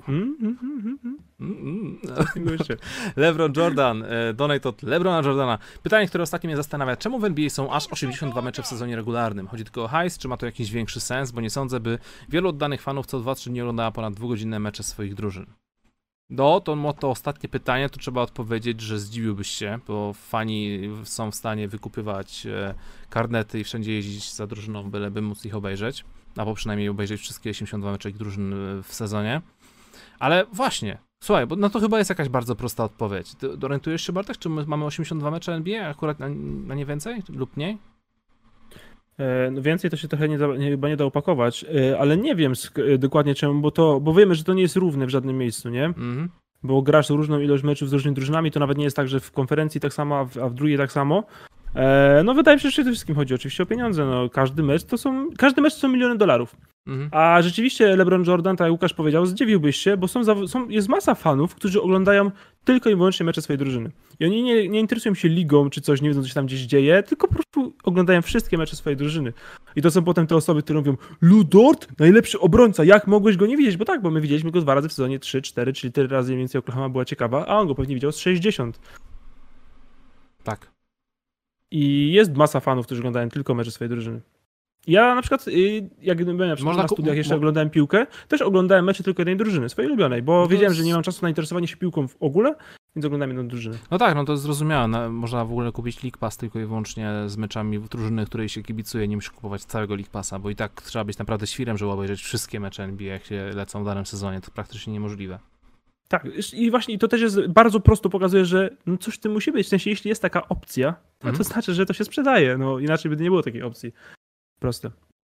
LeBron Jordan, donate od LeBrona Jordana. Pytanie, które ostatnio mnie zastanawia, czemu w NBA są aż 82 mecze w sezonie regularnym? Chodzi tylko o hajs, czy ma to jakiś większy sens? Bo nie sądzę, by wielu oddanych fanów co 2-3 dni oglądała ponad 2-godzinne mecze swoich drużyn. To ostatnie pytanie, to trzeba odpowiedzieć, że zdziwiłbyś się, bo fani są w stanie wykupywać karnety i wszędzie jeździć za drużyną, byleby móc ich obejrzeć. Albo przynajmniej obejrzeć wszystkie 82 mecze ich drużyn w sezonie. Ale właśnie, słuchaj, bo to chyba jest jakaś bardzo prosta odpowiedź. Ty orientujesz się, Bartek, czy my mamy 82 mecze NBA, akurat na nie więcej lub mniej? No więcej to się trochę chyba nie da opakować, ale nie wiem dokładnie czemu, bo wiemy, że to nie jest równe w żadnym miejscu, nie? Bo grasz różną ilość meczów z różnymi drużynami, to nawet nie jest tak, że w konferencji tak samo, a w drugiej tak samo. No wydaje mi się, że przede wszystkim chodzi oczywiście o pieniądze, no każdy mecz to są miliony dolarów. A rzeczywiście LeBron Jordan, tak jak Łukasz powiedział, zdziwiłbyś się, bo jest masa fanów, którzy oglądają tylko i wyłącznie mecze swojej drużyny. I oni nie interesują się ligą czy coś, nie wiedzą, co się tam gdzieś dzieje, tylko po prostu oglądają wszystkie mecze swojej drużyny. I to są potem te osoby, które mówią: Lu Dort, najlepszy obrońca, jak mogłeś go nie widzieć? Bo my widzieliśmy go 2 razy w sezonie, 3, 4, czyli 4 razy mniej więcej Oklahoma była ciekawa, a on go pewnie widział z 60. Tak. I jest masa fanów, którzy oglądają tylko mecze swojej drużyny. Ja na przykład, jak byłem na studiach jeszcze oglądałem piłkę, też oglądałem mecze tylko jednej drużyny, swojej ulubionej, bo wiedziałem, że nie mam czasu na interesowanie się piłką w ogóle, więc oglądałem jedną drużynę. No tak, no to jest zrozumiałe. Można w ogóle kupić League Pass tylko i wyłącznie z meczami drużyny, której się kibicuje, nie musisz kupować całego League Passa, bo i tak trzeba być naprawdę świrem, żeby obejrzeć wszystkie mecze NBA, jak się lecą w danym sezonie. To praktycznie niemożliwe. Tak, i właśnie to też jest bardzo prosto pokazuje, że no coś w tym musi być. W sensie, jeśli jest taka opcja, to znaczy, że to się sprzedaje. No inaczej by nie było takiej opcji. Proste.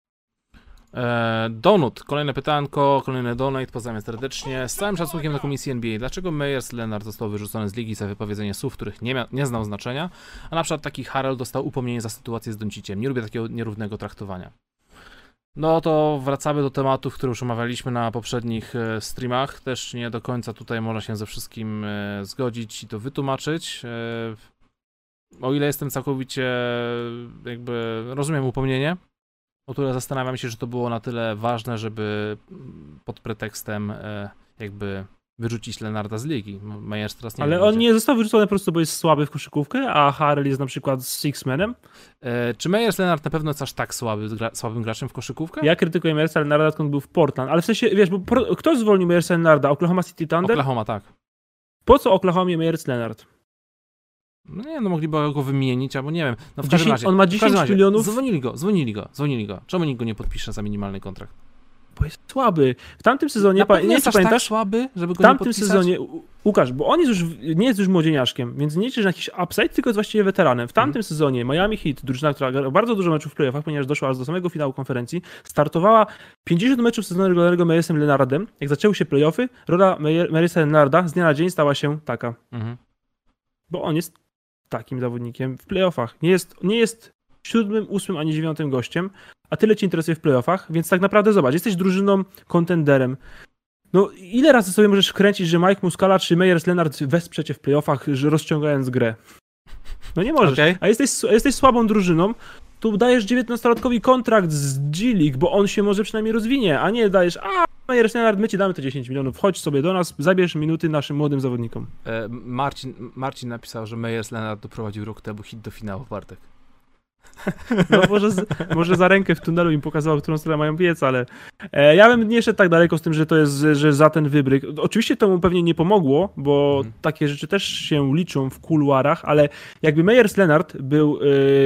Donut, kolejne pytanko, kolejny donate, pozdrawiam serdecznie. Z całym szacunkiem do komisji NBA, dlaczego Meyers Leonard został wyrzucony z ligi za wypowiedzenie słów, których nie znał znaczenia, a na przykład taki Harrell dostał upomnienie za sytuację z Donciciem. Nie lubię takiego nierównego traktowania. No to wracamy do tematów, które już omawialiśmy na poprzednich streamach. Też nie do końca tutaj można się ze wszystkim zgodzić i to wytłumaczyć. O ile jestem całkowicie jakby rozumiem upomnienie, o tyle zastanawiam się, że to było na tyle ważne, żeby pod pretekstem jakby wyrzucić Leonarda z ligi. Meyers teraz nie Ale on nie został wyrzucony po prostu, bo jest słaby w koszykówkę, a Harrell jest na przykład six-manem? Czy Meyers Leonard na pewno jest aż tak słabym graczem w koszykówkę? Ja krytykuję Meyersa Leonarda, kiedy był w Portland, ale w sensie, wiesz, bo kto zwolnił Meyersa Leonarda? Oklahoma City Thunder? Oklahoma, tak. Po co Oklahomie Meyers Leonard? No nie, no mogliby go wymienić, albo nie wiem. No w każdym razie, on ma 10 milionów. Zwolnili go. Czemu nikt go nie podpisze za minimalny kontrakt? Bo jest słaby. W tamtym sezonie, nie jest pamiętasz? Tak słaby, żeby go w tamtym sezonie, Łukasz, bo on jest nie jest już młodzieniaszkiem, więc nie liczysz na jakiś upside, tylko jest właściwie weteranem. W tamtym sezonie Miami Heat, drużyna, która grała bardzo dużo meczów w playoffach, ponieważ doszła aż do samego finału konferencji, startowała 50 meczów sezonu regularnego Meyersem Leonardem. Jak zaczęły się playoffy, rola Meyersa Leonarda z dnia na dzień stała się taka. Bo on jest takim zawodnikiem w playoffach. Nie jest 7., 8. ani 9. gościem, a tyle cię interesuje w playoffach, więc tak naprawdę zobacz, jesteś drużyną kontenderem. No ile razy sobie możesz kręcić, że Mike Muscala czy Meyers Leonard wesprze cię w playoffach, rozciągając grę? No nie możesz. Okay. A jesteś słabą drużyną, tu dajesz 19-latkowi kontrakt z G-League, bo on się może przynajmniej rozwinie, a nie dajesz, Meyers Leonard, my ci damy te 10 milionów, chodź sobie do nas, zabierz minuty naszym młodym zawodnikom. Marcin napisał, że Meyers Leonard doprowadził rok temu hit do finału, Bartek. No może za rękę w tunelu im pokazał, w którą stronę mają biec, ale ja bym nie szedł tak daleko z tym, że to jest, że za ten wybryk. Oczywiście to mu pewnie nie pomogło, bo takie rzeczy też się liczą w kuluarach, ale jakby Meyers Leonard był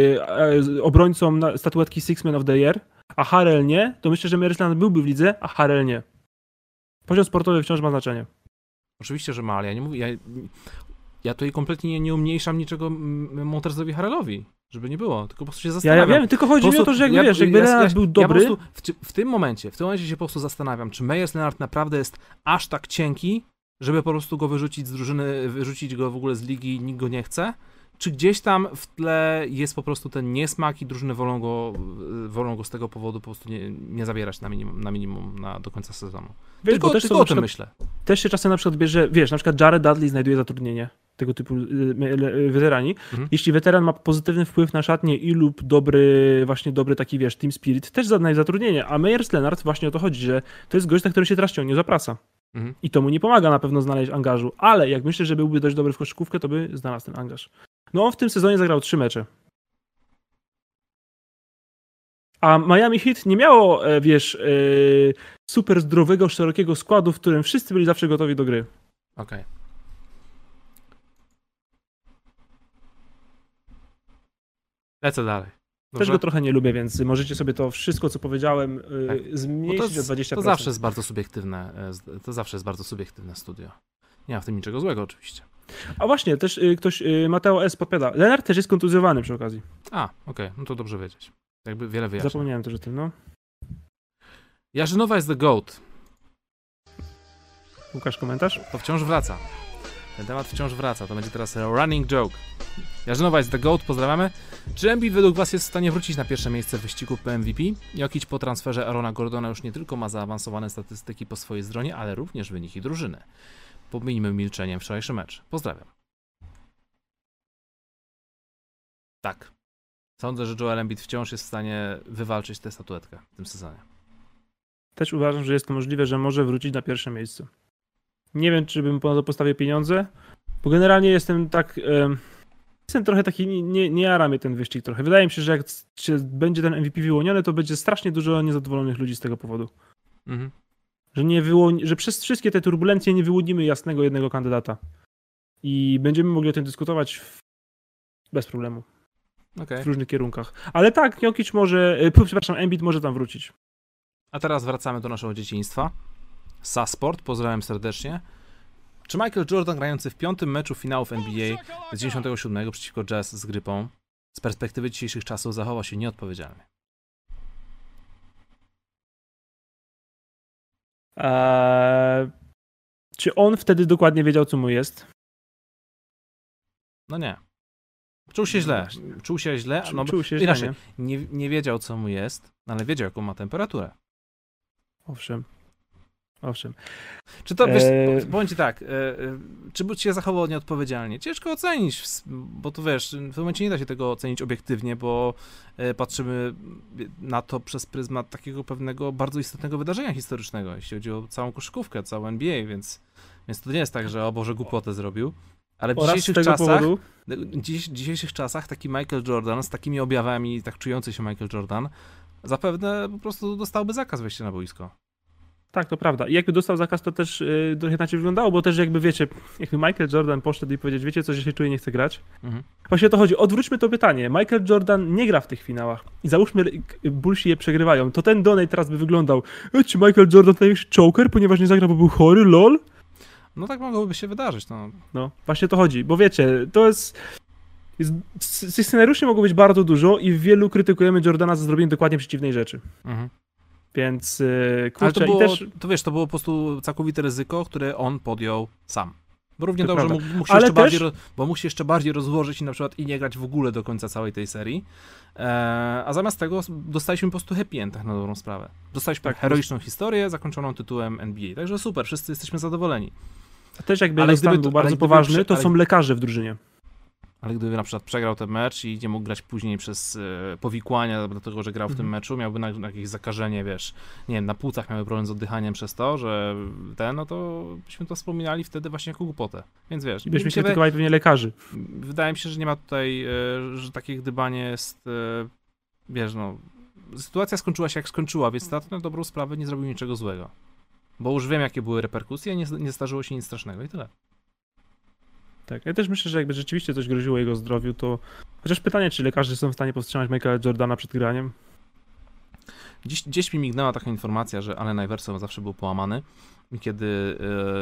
obrońcą statuetki Six Man of the Year, a Harrell nie, to myślę, że Meyers Leonard byłby w lidze, a Harrell nie. Poziom sportowy wciąż ma znaczenie. Oczywiście, że ma, ale ja nie mówię, ja tutaj kompletnie nie umniejszam niczego Montezowi Harrellowi. Żeby nie było, tylko po prostu się zastanawiam. Ja wiem, tylko chodzi mi o to, że jakby Leonard był dobry... Ja w tym momencie się po prostu zastanawiam, czy Meyers Leonard naprawdę jest aż tak cienki, żeby po prostu go wyrzucić z drużyny, wyrzucić go w ogóle z ligi i nikt go nie chce, czy gdzieś tam w tle jest po prostu ten niesmak i drużyny wolą go z tego powodu po prostu nie zabierać na minimum do końca sezonu. Wiesz, tylko o tym myślę. Też się czasem na przykład bierze, na przykład Jared Dudley znajduje zatrudnienie, tego typu weterani. Jeśli weteran ma pozytywny wpływ na szatnię i lub dobry taki, team spirit, też znajdzie zatrudnienie, a Meyers Leonard właśnie o to chodzi, że to jest gość, na którym się teraz ciągnie za praca. I to mu nie pomaga na pewno znaleźć angażu, ale jak myślę, że byłby dość dobry w koszykówkę, to by znalazł ten angaż. No on w tym sezonie zagrał 3 mecze. A Miami Heat nie miało, super zdrowego, szerokiego składu, w którym wszyscy byli zawsze gotowi do gry. Okej. Lecę dalej. Dobrze? Też go trochę nie lubię, więc możecie sobie to wszystko, co powiedziałem, zmniejszyć o 20%. To zawsze jest bardzo subiektywne studio. Nie ma w tym niczego złego oczywiście. A właśnie, też ktoś, Mateo S. podpowiada, Leonard też jest kontuzjowany przy okazji. Okej, no to dobrze wiedzieć. Jakby wiele wyjaśnia. Zapomniałem też o tym, no. Jarzynowa jest the GOAT. Łukasz, komentarz? To wciąż wraca. Ten temat wciąż wraca. To będzie teraz running joke. Jarzynowa jest the GOAT, pozdrawiamy. Czy Embiid według was jest w stanie wrócić na pierwsze miejsce w wyścigu po MVP? Jokic po transferze Aarona Gordona już nie tylko ma zaawansowane statystyki po swojej stronie, ale również wyniki drużyny. Pominijmy milczeniem wczorajszy mecz. Pozdrawiam. Tak. Sądzę, że Joel Embiid wciąż jest w stanie wywalczyć tę statuetkę w tym sezonie. Też uważam, że jest to możliwe, że może wrócić na pierwsze miejsce. Nie wiem, czy bym po to postawił pieniądze, bo generalnie jestem tak... Jestem trochę taki, nie jara mnie ten wyścig trochę. Wydaje mi się, że jak będzie ten MVP wyłoniony, to będzie strasznie dużo niezadowolonych ludzi z tego powodu. Że przez wszystkie te turbulencje nie wyłonimy jasnego jednego kandydata. I będziemy mogli o tym dyskutować bez problemu. W różnych kierunkach. Ale tak, Jokic Embiid może tam wrócić. A teraz wracamy do naszego dzieciństwa. Sasport, pozdrawiam serdecznie. Czy Michael Jordan, grający w 5. meczu finałów NBA z 97 przeciwko Jazz z grypą, z perspektywy dzisiejszych czasów zachował się nieodpowiedzialnie? Czy on wtedy dokładnie wiedział, co mu jest? No nie. Czuł się źle. Czuł się inaczej, nie wiedział, co mu jest, ale wiedział, jaką ma temperaturę. Owszem. Czy to, powiem ci tak, czy by się zachował nieodpowiedzialnie? Ciężko ocenić, bo tu wiesz, w tym momencie nie da się tego ocenić obiektywnie, bo patrzymy na to przez pryzmat takiego pewnego bardzo istotnego wydarzenia historycznego, jeśli chodzi o całą koszykówkę, całą NBA, więc to nie jest tak, że o Boże, głupotę zrobił. Ale w dzisiejszych czasach taki Michael Jordan z takimi objawami, tak czujący się Michael Jordan, zapewne po prostu dostałby zakaz wejścia na boisko. Tak, to prawda. I jakby dostał zakaz, to też trochę inaczej wyglądało, bo też jakby wiecie, jakby Michael Jordan poszedł i powiedzieć, wiecie co, że się czuje, nie chce grać. Właśnie o to chodzi. Odwróćmy to pytanie. Michael Jordan nie gra w tych finałach. I załóżmy, Bullsi je przegrywają. To ten donate teraz by wyglądał, czy Michael Jordan to jest choker, ponieważ nie zagrał, bo był chory, lol? No tak mogłoby się wydarzyć, No, właśnie o to chodzi, bo wiecie, to jest tych scenariuszy mogło być bardzo dużo i wielu krytykujemy Jordana za zrobienie dokładnie przeciwnej rzeczy. Więc kurczę, to było po prostu całkowite ryzyko, które on podjął sam. Bo równie to dobrze mógł się jeszcze bardziej rozłożyć i na przykład nie grać w ogóle do końca całej tej serii. A zamiast tego dostaliśmy po prostu happy end, tak na dobrą sprawę. Dostaliśmy heroiczną historię zakończoną tytułem NBA. Także super, wszyscy jesteśmy zadowoleni. A też jakby stan był bardzo poważny, to są lekarze w drużynie. Ale gdyby na przykład przegrał ten mecz i nie mógł grać później przez powikłania, dlatego że grał w tym meczu, miałby na jakieś zakażenie, wiesz, nie wiem, na płucach miałby problem z oddychaniem przez to, że no to byśmy to wspominali wtedy właśnie jako głupotę. Więc wiesz... I byśmy się krytykowali pewnie lekarzy. Wydaje mi się, że nie ma tutaj, że takie gdybanie jest, wiesz, no... Sytuacja skończyła się jak skończyła, więc na dobrą sprawę nie zrobił niczego złego. Bo już wiem, jakie były reperkusje, nie zdarzyło się nic strasznego i tyle. Tak, ja też myślę, że jakby rzeczywiście coś groziło jego zdrowiu, to... Chociaż pytanie, czy lekarze są w stanie powstrzymać Michaela Jordana przed graniem? Gdzieś mi mignęła taka informacja, że Allen Iverson zawsze był połamany i kiedy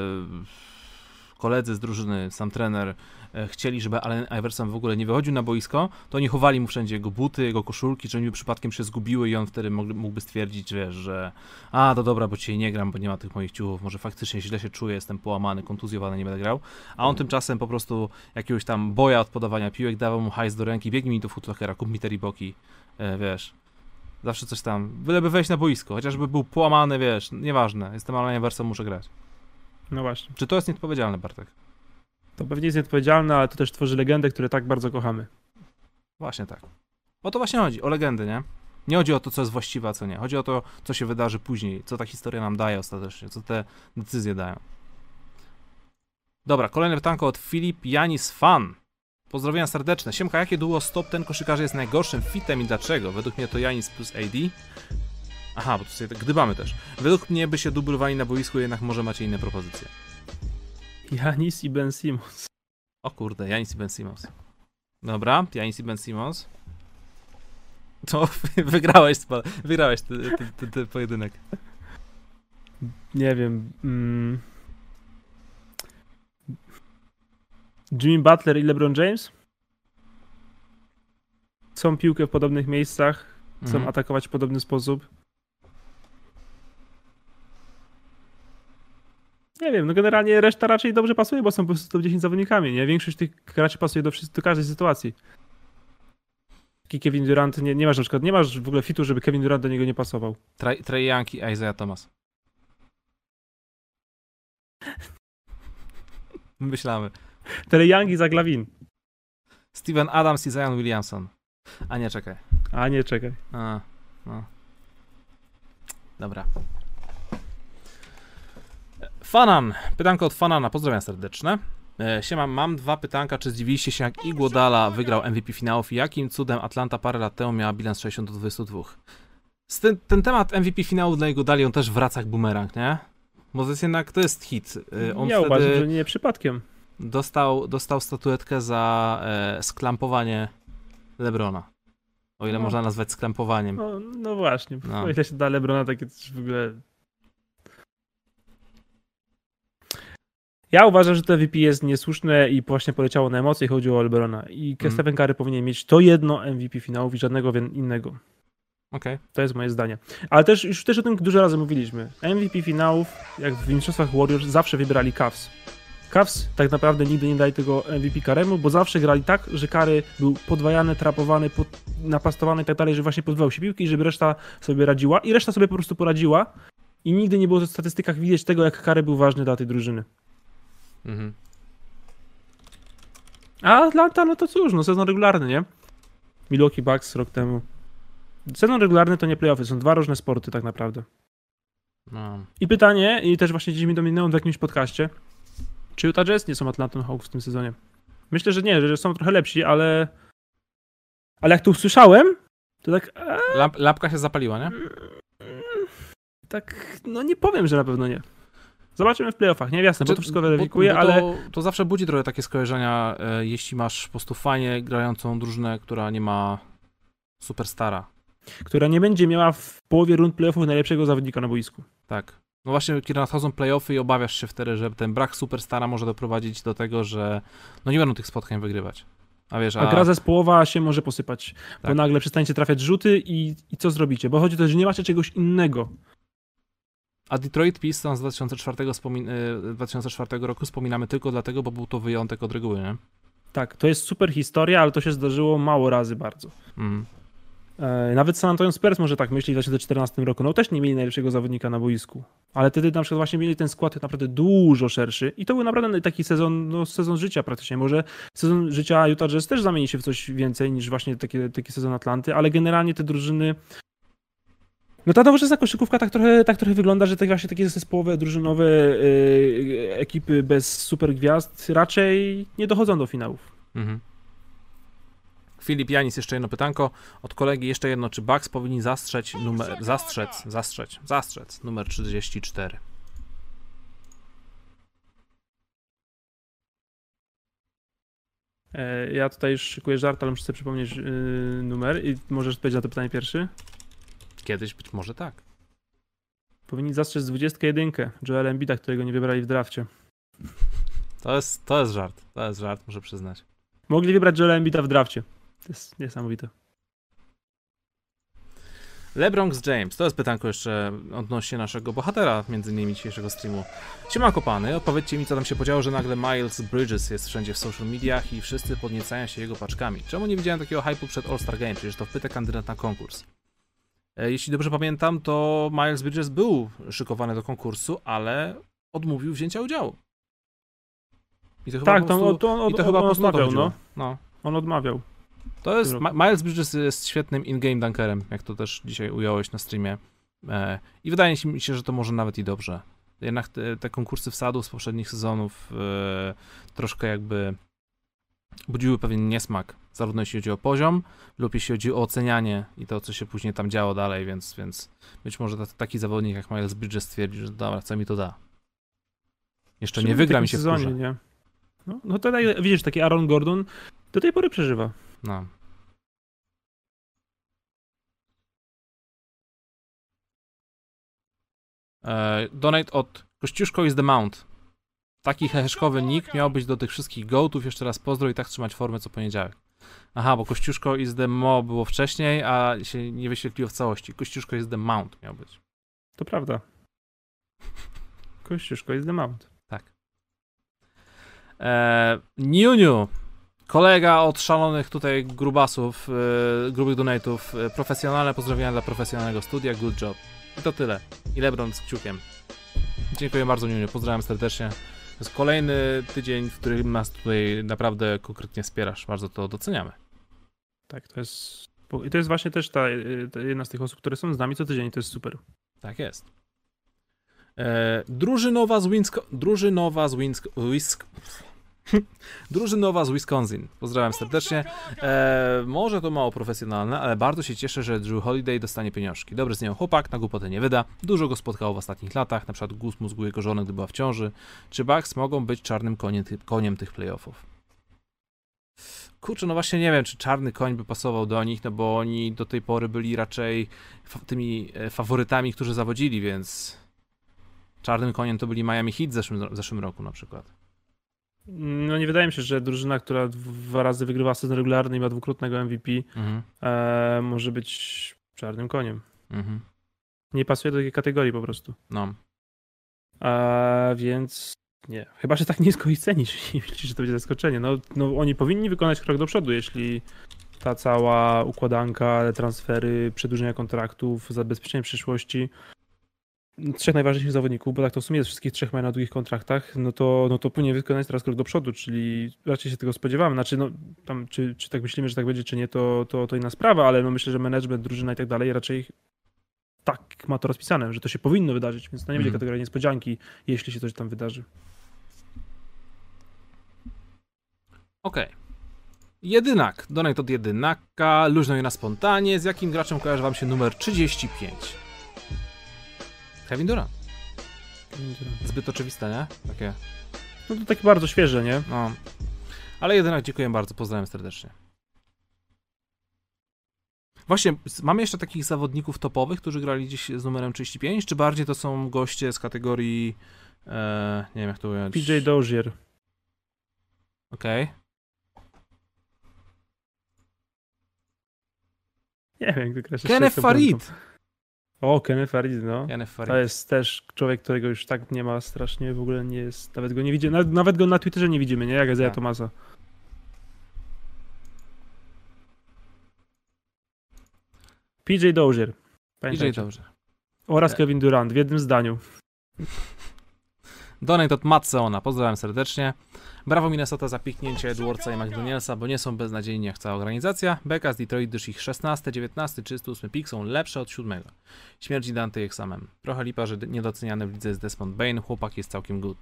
koledzy z drużyny, sam trener chcieli, żeby Allen Iverson w ogóle nie wychodził na boisko, to oni chowali mu wszędzie jego buty, jego koszulki, że oni przypadkiem się zgubiły i on wtedy mógłby stwierdzić, wiesz, że to dobra, bo dzisiaj nie gram, bo nie ma tych moich ciuchów, może faktycznie źle się czuję, jestem połamany, kontuzjowany, nie będę grał, a on tymczasem po prostu jakiegoś tam boja od podawania piłek, dawał mu hajs do ręki, biegnij mi do Footlockera, kup mi te Reeboki, wiesz, zawsze coś tam, byleby wejść na boisko, chociażby był połamany, wiesz, nieważne, jestem Allen Iverson, muszę grać. No właśnie. Czy to jest nieodpowiedzialne, Bartek? To pewnie jest nieodpowiedzialne, ale to też tworzy legendę, które tak bardzo kochamy. Właśnie tak. O to właśnie chodzi, o legendy, nie? Nie chodzi o to, co jest właściwe, a co nie. Chodzi o to, co się wydarzy później, co ta historia nam daje ostatecznie, co te decyzje dają. Dobra, kolejne pytanko od Filip Janis Fan. Pozdrowienia serdeczne. Siemka, jakie duo stop ten koszykarz jest najgorszym fitem i dlaczego? Według mnie to Janis plus AD. Aha, bo tu sobie gdybamy też. Według mnie by się dublowali na boisku, jednak może macie inne propozycje. Janis i Ben Simmons. O kurde, Janis i Ben Simmons. Dobra, Janis i Ben Simmons. To wygrałeś ten pojedynek. Nie wiem. Jimmy Butler i LeBron James? Chcą piłkę w podobnych miejscach, chcą atakować w podobny sposób. Nie wiem, no generalnie reszta raczej dobrze pasuje, bo są po prostu top 10 zawodnikami, nie? Większość tych graczy pasuje do każdej sytuacji. Taki Kevin Durant, nie masz na przykład, nie masz w ogóle fitu, żeby Kevin Durant do niego nie pasował. Trae Young i Isaiah Thomas. Myślamy. Trae Young i Zach LaVine. Steven Adams i Zion Williamson. A nie, czekaj. No. Dobra. Fanan. Pytanko od Fanana. Pozdrawiam serdeczne. Siema, mam dwa pytanka. Czy zdziwiliście się, jak Iguodala wygrał MVP finałów i jakim cudem Atlanta parę lat temu miała bilans 60 do 22? Ten temat MVP finałów dla Iguodali, on też wraca jak bumerang, nie? Bo to jest jednak, to jest hit. On ja uważam, że nie przypadkiem. Dostał statuetkę za sklampowanie LeBrona. O ile można nazwać sklampowaniem. No właśnie. No. O ile się da LeBrona takie coś w ogóle... Ja uważam, że to MVP jest niesłuszne i właśnie poleciało na emocje i chodziło o LeBrona. I Stephen Curry powinien mieć to jedno MVP finałów i żadnego innego. Okay. To jest moje zdanie. Ale już o tym dużo razy mówiliśmy. MVP finałów, jak w mistrzostwach Warriors, zawsze wybierali Cavs. Cavs tak naprawdę nigdy nie dali tego MVP Curry'emu, bo zawsze grali tak, że Curry był podwajany, trapowany, napastowany i tak dalej, że właśnie pozbywał się piłki, żeby reszta sobie radziła i reszta sobie po prostu poradziła i nigdy nie było w statystykach widać tego, jak Curry był ważny dla tej drużyny. A Atlanta, no to cóż, no sezon regularny, nie? Milwaukee Bucks rok temu. Sezon regularny to nie playoffy, są dwa różne sporty tak naprawdę. No. I pytanie, i też właśnie gdzieś mi dominęło w jakimś podcaście, czy Utah Jazz nie są Atlantą Hawks w tym sezonie? Myślę, że nie, że są trochę lepsi, ale jak to usłyszałem, to tak... Lampka się zapaliła, nie? tak, no nie powiem, że na pewno nie. Zobaczymy w playoffach, nie? Jasne, bo to wszystko weryfikuje, ale... To zawsze budzi trochę takie skojarzenia, jeśli masz po prostu fajnie grającą drużynę, która nie ma superstara. Która nie będzie miała w połowie rund playoffów najlepszego zawodnika na boisku. Tak. No właśnie, kiedy nadchodzą playoffy i obawiasz się wtedy, że ten brak superstara może doprowadzić do tego, że no nie będą tych spotkań wygrywać. A gra zespołowa się może posypać, tak. Bo nagle przestaniecie trafiać rzuty i co zrobicie? Bo chodzi o to, że nie macie czegoś innego. A Detroit Pistons z 2004 roku wspominamy tylko dlatego, bo był to wyjątek od reguły, nie? Tak, to jest super historia, ale to się zdarzyło mało razy bardzo. Nawet San Antonio Spurs może tak myśli w 2014 roku. No też nie mieli najlepszego zawodnika na boisku. Ale wtedy na przykład właśnie mieli ten skład naprawdę dużo szerszy i to był naprawdę taki sezon, no sezon życia praktycznie. Może sezon życia Utah Jazz też zamieni się w coś więcej niż właśnie taki sezon Atlanty, ale generalnie te drużyny... No ta nowoczesna koszykówka tak trochę wygląda, że właśnie takie zespołowe, drużynowe ekipy bez super gwiazd raczej nie dochodzą do finałów. Filip Janis, jeszcze jedno pytanko od kolegi, jeszcze jedno, czy Bucks powinni zastrzec numer 34? Ja tutaj już szykuję żart, ale muszę sobie przypomnieć numer i możesz odpowiedzieć na to pytanie pierwszy? Kiedyś być może tak. Powinni zastrzec 21 Joel Embida, którego nie wybrali w drafcie. To jest żart, muszę przyznać. Mogli wybrać Joela Embida w drafcie. To jest niesamowite. LeBron James, to jest pytanko jeszcze odnośnie naszego bohatera, między innymi dzisiejszego streamu. Siemanko pany, odpowiedzcie mi, co tam się podziało, że nagle Miles Bridges jest wszędzie w social mediach i wszyscy podniecają się jego paczkami. Czemu nie widziałem takiego hype'u przed All-Star Game? Przecież to wpyta kandydat na konkurs. Jeśli dobrze pamiętam, to Miles Bridges był szykowany do konkursu, ale odmówił wzięcia udziału. I to tak, chyba on odmawiał, no. On odmawiał. To jest, Miles Bridges jest świetnym in-game dunkerem, jak to też dzisiaj ująłeś na streamie. I wydaje mi się, że to może nawet i dobrze. Jednak te konkursy wsadów z poprzednich sezonów troszkę jakby budziły pewien niesmak, zarówno jeśli chodzi o poziom, lub jeśli chodzi o ocenianie i to, co się później tam działo dalej, więc być może taki zawodnik jak Miles Bridges stwierdzi, że dobra, co mi to da. Jeszcze nie wygra mi się sezonie, wkurza. Nie? No to widzisz, taki Aaron Gordon do tej pory przeżywa. No. Donate od Kościuszko is the Mount. Taki heheszkowy nick miał być do tych wszystkich gołtów. Jeszcze raz pozdro i tak trzymać formę co poniedziałek. Aha, bo Kościuszko is the Mo było wcześniej, a się nie wyświetliło w całości. Kościuszko is the Mount miał być. To prawda. Kościuszko is the Mount. Tak. Niuniu. Kolega od szalonych tutaj grubasów, grubych donate'ów. Profesjonalne pozdrowienia dla profesjonalnego studia. Good job. I to tyle. I LeBron z kciukiem. Dziękuję bardzo, Niuniu. Pozdrawiam serdecznie. To jest kolejny tydzień, w którym nas tutaj naprawdę konkretnie wspierasz. Bardzo to doceniamy. Tak, to jest właśnie też ta jedna z tych osób, które są z nami co tydzień i to jest super. Tak jest. Drużynowa z Wisconsin. Pozdrawiam serdecznie. Może to mało profesjonalne, ale bardzo się cieszę, że Drew Holiday dostanie pieniążki. Dobry z nią chłopak, na głupotę nie wyda. Dużo go spotkało w ostatnich latach, na przykład guz mózgu jego żony, gdy była w ciąży. Czy Bucks mogą być czarnym koniem tych playoffów? Kurczę, no właśnie nie wiem, czy czarny koń by pasował do nich, no bo oni do tej pory byli raczej tymi faworytami, którzy zawodzili, więc czarnym koniem to byli Miami Heat w zeszłym roku na przykład. No nie wydaje mi się, że drużyna, która 2 razy wygrywa sezon regularny i ma 2-krotnego MVP, może być czarnym koniem. Nie pasuje do takiej kategorii po prostu. No. Więc nie. Chyba, że tak nisko ich cenisz i myślisz, że to będzie zaskoczenie. No oni powinni wykonać krok do przodu, jeśli ta cała układanka, transfery, przedłużenia kontraktów, zabezpieczenie przyszłości 3 najważniejszych zawodników, bo tak to w sumie jest, wszystkich 3 mają na długich kontraktach, no to powinien wykonać teraz krok do przodu, czyli raczej się tego spodziewamy. Znaczy, no tam, czy tak myślimy, że tak będzie, czy nie, to inna sprawa, ale no myślę, że management, drużyna i tak dalej raczej tak ma to rozpisane, że to się powinno wydarzyć, więc to nie będzie kategoria niespodzianki, jeśli się coś tam wydarzy. Okej. Jedynak. Donate od jedynaka, luźno i na spontanie. Z jakim graczem kojarzy wam się numer 35? Kevin Durant. Zbyt oczywiste, nie? Takie. No to takie bardzo świeże, nie? No. Ale jednak dziękuję bardzo, pozdrawiam serdecznie. Właśnie, mamy jeszcze takich zawodników topowych, którzy grali dziś z numerem 35, czy bardziej to są goście z kategorii, nie wiem jak to ująć. PJ Dozier. Okej. Nie wiem, jak to Kenneth Farid! O, Kenneth Farid, no. Kenneth Farid. To jest też człowiek, którego już tak nie ma strasznie, w ogóle nie jest, nawet go nie widzimy, nawet go na Twitterze nie widzimy, nie? Jak Isaiah Thomasa. PJ Dozier. PJ Dozier. Oraz Kevin Durant w jednym zdaniu. Donate od Matseona, pozdrawiam serdecznie. Brawo Minnesota za piknięcie Edwardsa i McDanielsa, bo nie są beznadziejni jak cała organizacja. Beka z Detroit, gdyż ich 16, 19, 38 pik są lepsze od 7. Śmierci Dante Examem. Trochę lipa, że niedoceniany w lidze jest Desmond Bane, chłopak jest całkiem good.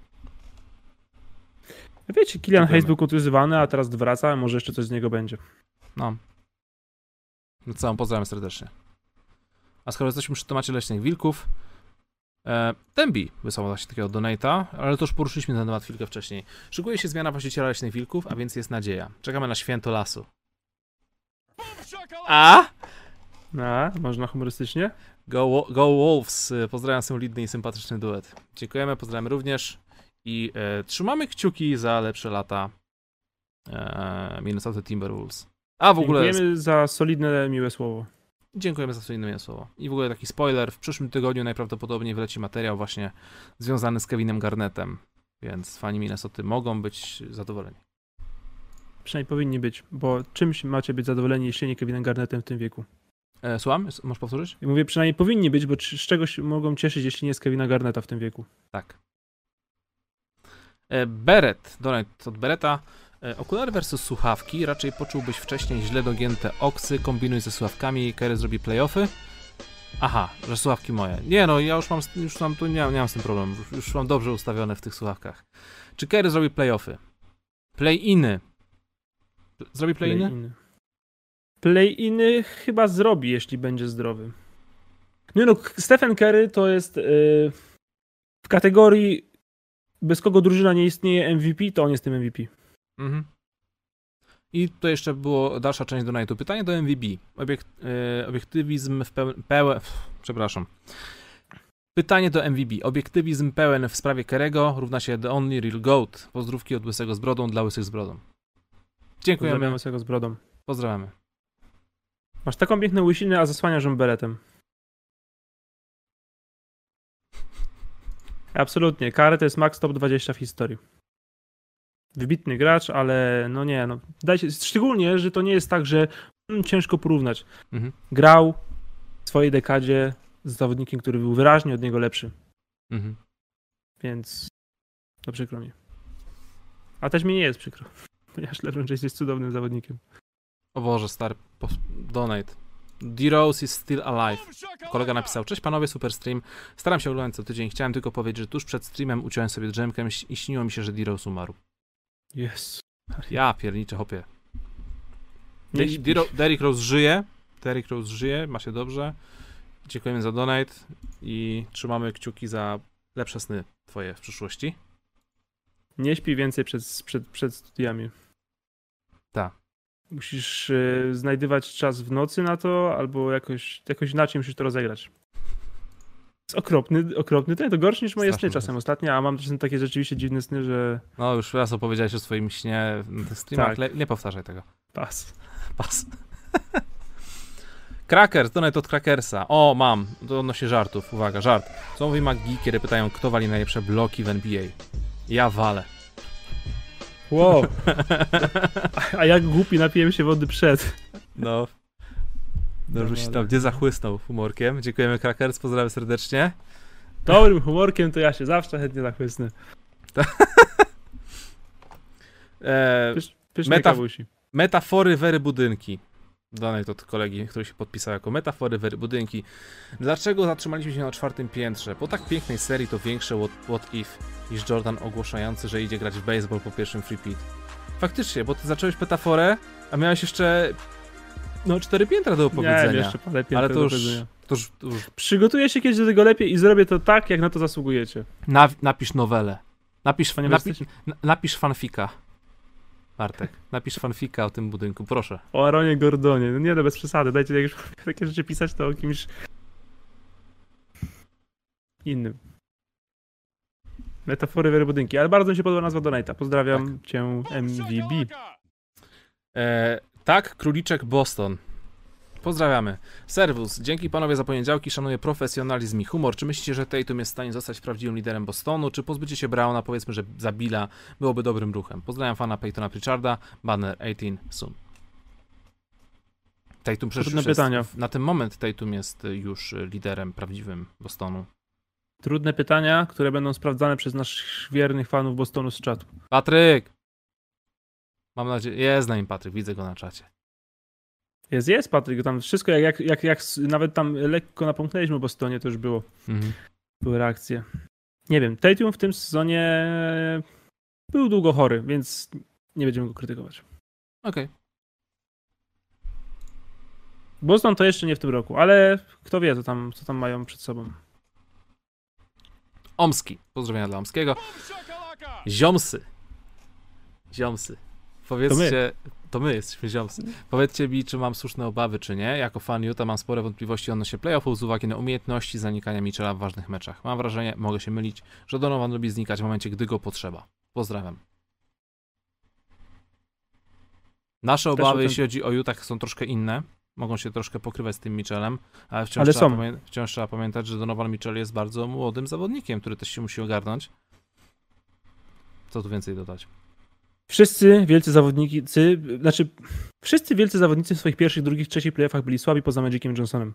Wiecie, Killian Hayes był kontuzjowany, a teraz wraca, może jeszcze coś z niego będzie. No co, pozdrawiam serdecznie. A skoro jesteśmy przy temacie Leśnych Wilków, Tembi wysłał właśnie takiego donate'a, ale to już poruszyliśmy ten temat chwilkę wcześniej. Szykuje się zmiana właściciela Leśnych Wilków, a więc jest nadzieja. Czekamy na święto lasu. Można humorystycznie? Go Wolves, pozdrawiam solidny i sympatyczny duet. Dziękujemy, pozdrawiamy również i trzymamy kciuki za lepsze lata Minnesota Timberwolves. A w ogóle... Dziękujemy za solidne, miłe słowo. Dziękujemy za solidne miłe słowo. I w ogóle taki spoiler, w przyszłym tygodniu najprawdopodobniej wyleci materiał właśnie związany z Kevinem Garnettem, więc fani Minnesoty mogą być zadowoleni. Przynajmniej powinni być, bo czymś macie być zadowoleni, jeśli nie Kevinem Garnettem w tym wieku? Słucham? Możesz powtórzyć? I mówię, przynajmniej powinni być, bo z czegoś mogą cieszyć, jeśli nie z Kevina Garnetta w tym wieku. Tak. Beret, donate od Bereta. Okulary versus słuchawki. Raczej poczułbyś wcześniej źle dogięte oksy, kombinuj ze słuchawkami i Kerry zrobi playoffy. Aha, że słuchawki moje. Nie no, ja już mam tu nie mam z tym problemu. Już mam dobrze ustawione w tych słuchawkach. Czy Kerry zrobi playoffy? Play-iny. Zrobi play-iny? Play-iny chyba zrobi, jeśli będzie zdrowy. No, Stephen Curry to jest w kategorii bez kogo drużyna nie istnieje MVP, to on jest tym MVP. Mhm. I to jeszcze było dalsza część donate'u. Pytanie do MVB. Obiektywizm w przepraszam. Pytanie do MVB. Obiektywizm pełen w sprawie Kerego równa się The Only Real GOAT. Pozdrówki od Łysego z brodą dla Łysych z brodą. Dziękujemy. Pozdrawiamy Łysego z brodą. Pozdrawiamy. Masz taką piękną łysinę, a zasłaniasz ją beretem. Absolutnie. Curry to jest max top 20 w historii. Wybitny gracz, ale no nie, no. Szczególnie, że to nie jest tak, że ciężko porównać. Mhm. Grał w swojej dekadzie z zawodnikiem, który był wyraźnie od niego lepszy. Mhm. Więc to przykro mi. A też mi nie jest przykro, ponieważ LeBron James jest cudownym zawodnikiem. O Boże, stary, donate. D-Rose is still alive. Kolega napisał: cześć panowie, super stream. Staram się oglądać co tydzień. Chciałem tylko powiedzieć, że tuż przed streamem uciąłem sobie drzemkę i śniło mi się, że D-Rose umarł. Yes. Ja pierniczę, hopie. Derrick Rose żyje. Derrick Rose żyje, ma się dobrze. Dziękujemy za donate i trzymamy kciuki za lepsze sny twoje w przyszłości. Nie śpi więcej przed studiami. Tak. Musisz znajdywać czas w nocy na to, albo jakoś inaczej musisz to rozegrać. Jest okropny ten, to gorszy niż moje sny czasem ostatnio, a mam czasem takie rzeczywiście dziwne sny, że... No już raz opowiedziałeś o swoim śnie na streamach, tak. Nie powtarzaj tego. Pas. Crackers, donate od Crackersa. O, mam, to odnośnie żartów, uwaga, żart. Są mówi magii, kiedy pytają, kto wali najlepsze bloki w NBA. Ja walę. Wow. A jak głupi napiłem się wody przed. No. Dobrze się tam gdzie zachłysnął humorkiem. Dziękujemy Crackers, pozdrawiam serdecznie. Dobrym humorkiem to ja się zawsze chętnie zachłysnę. Metafory wery budynki. Donate od kolegi, który się podpisał jako metafory wery budynki. Dlaczego zatrzymaliśmy się na 4. piętrze? Po tak pięknej serii to większe what if niż Jordan ogłaszający, że idzie grać w baseball po pierwszym free pit. Faktycznie, bo ty zacząłeś metaforę, a miałeś jeszcze 4 piętra do opowiedzenia. Nie, jeszcze parę pięter ale to już Przygotuję się kiedyś do tego lepiej i zrobię to tak, jak na to zasługujecie. Napisz nowelę. Napisz fanfika. Bartek, napisz fanfika o tym budynku, proszę. O Aaronie Gordonie. No nie, no bez przesady. Dajcie jak już takie rzeczy pisać, to o kimś innym. Metafory, wery, budynki. Ale bardzo mi się podoba nazwa Donate'a. Pozdrawiam cię, MVB. Tak, Króliczek Boston. Pozdrawiamy. Servus, dzięki panowie za poniedziałki, szanuję profesjonalizm i humor. Czy myślicie, że Tatum jest w stanie zostać prawdziwym liderem Bostonu? Czy pozbycie się Browna, powiedzmy, że za Billa, byłoby dobrym ruchem? Pozdrawiam fana Peytona Pritcharda, banner 18 soon. Tatum przecież na ten moment Tatum jest już liderem prawdziwym Bostonu. Trudne pytania, które będą sprawdzane przez naszych wiernych fanów Bostonu z czatu. Patryk! Mam nadzieję, jest na nim Patryk, widzę go na czacie. Jest Patryk, tam wszystko jak nawet tam lekko napomknęliśmy o Bostonie, to już było. Były reakcje. Nie wiem, Tatum w tym sezonie był długo chory, więc nie będziemy go krytykować. Okej. Boston to jeszcze nie w tym roku, ale kto wie, co tam mają przed sobą. Omski. Pozdrowienia dla Omskiego. Ziomsy. Powiedzcie, to my jesteśmy ziomsy. Powiedzcie mi, czy mam słuszne obawy, czy nie. Jako fan Utah mam spore wątpliwości odnośnie playoffów z uwagi na umiejętności zanikania Mitchella w ważnych meczach. Mam wrażenie, mogę się mylić, że Donovan lubi znikać w momencie, gdy go potrzeba. Pozdrawiam. Nasze obawy, jeśli chodzi o Utah, są troszkę inne. Mogą się troszkę pokrywać z tym Mitchellem, ale wciąż trzeba pamiętać, że Donovan Mitchell jest bardzo młodym zawodnikiem, który też się musi ogarnąć. Co tu więcej dodać? Wszyscy wielcy zawodnicy w swoich pierwszych, drugich, trzecich playoffach byli słabi poza Magiciem Johnsonem.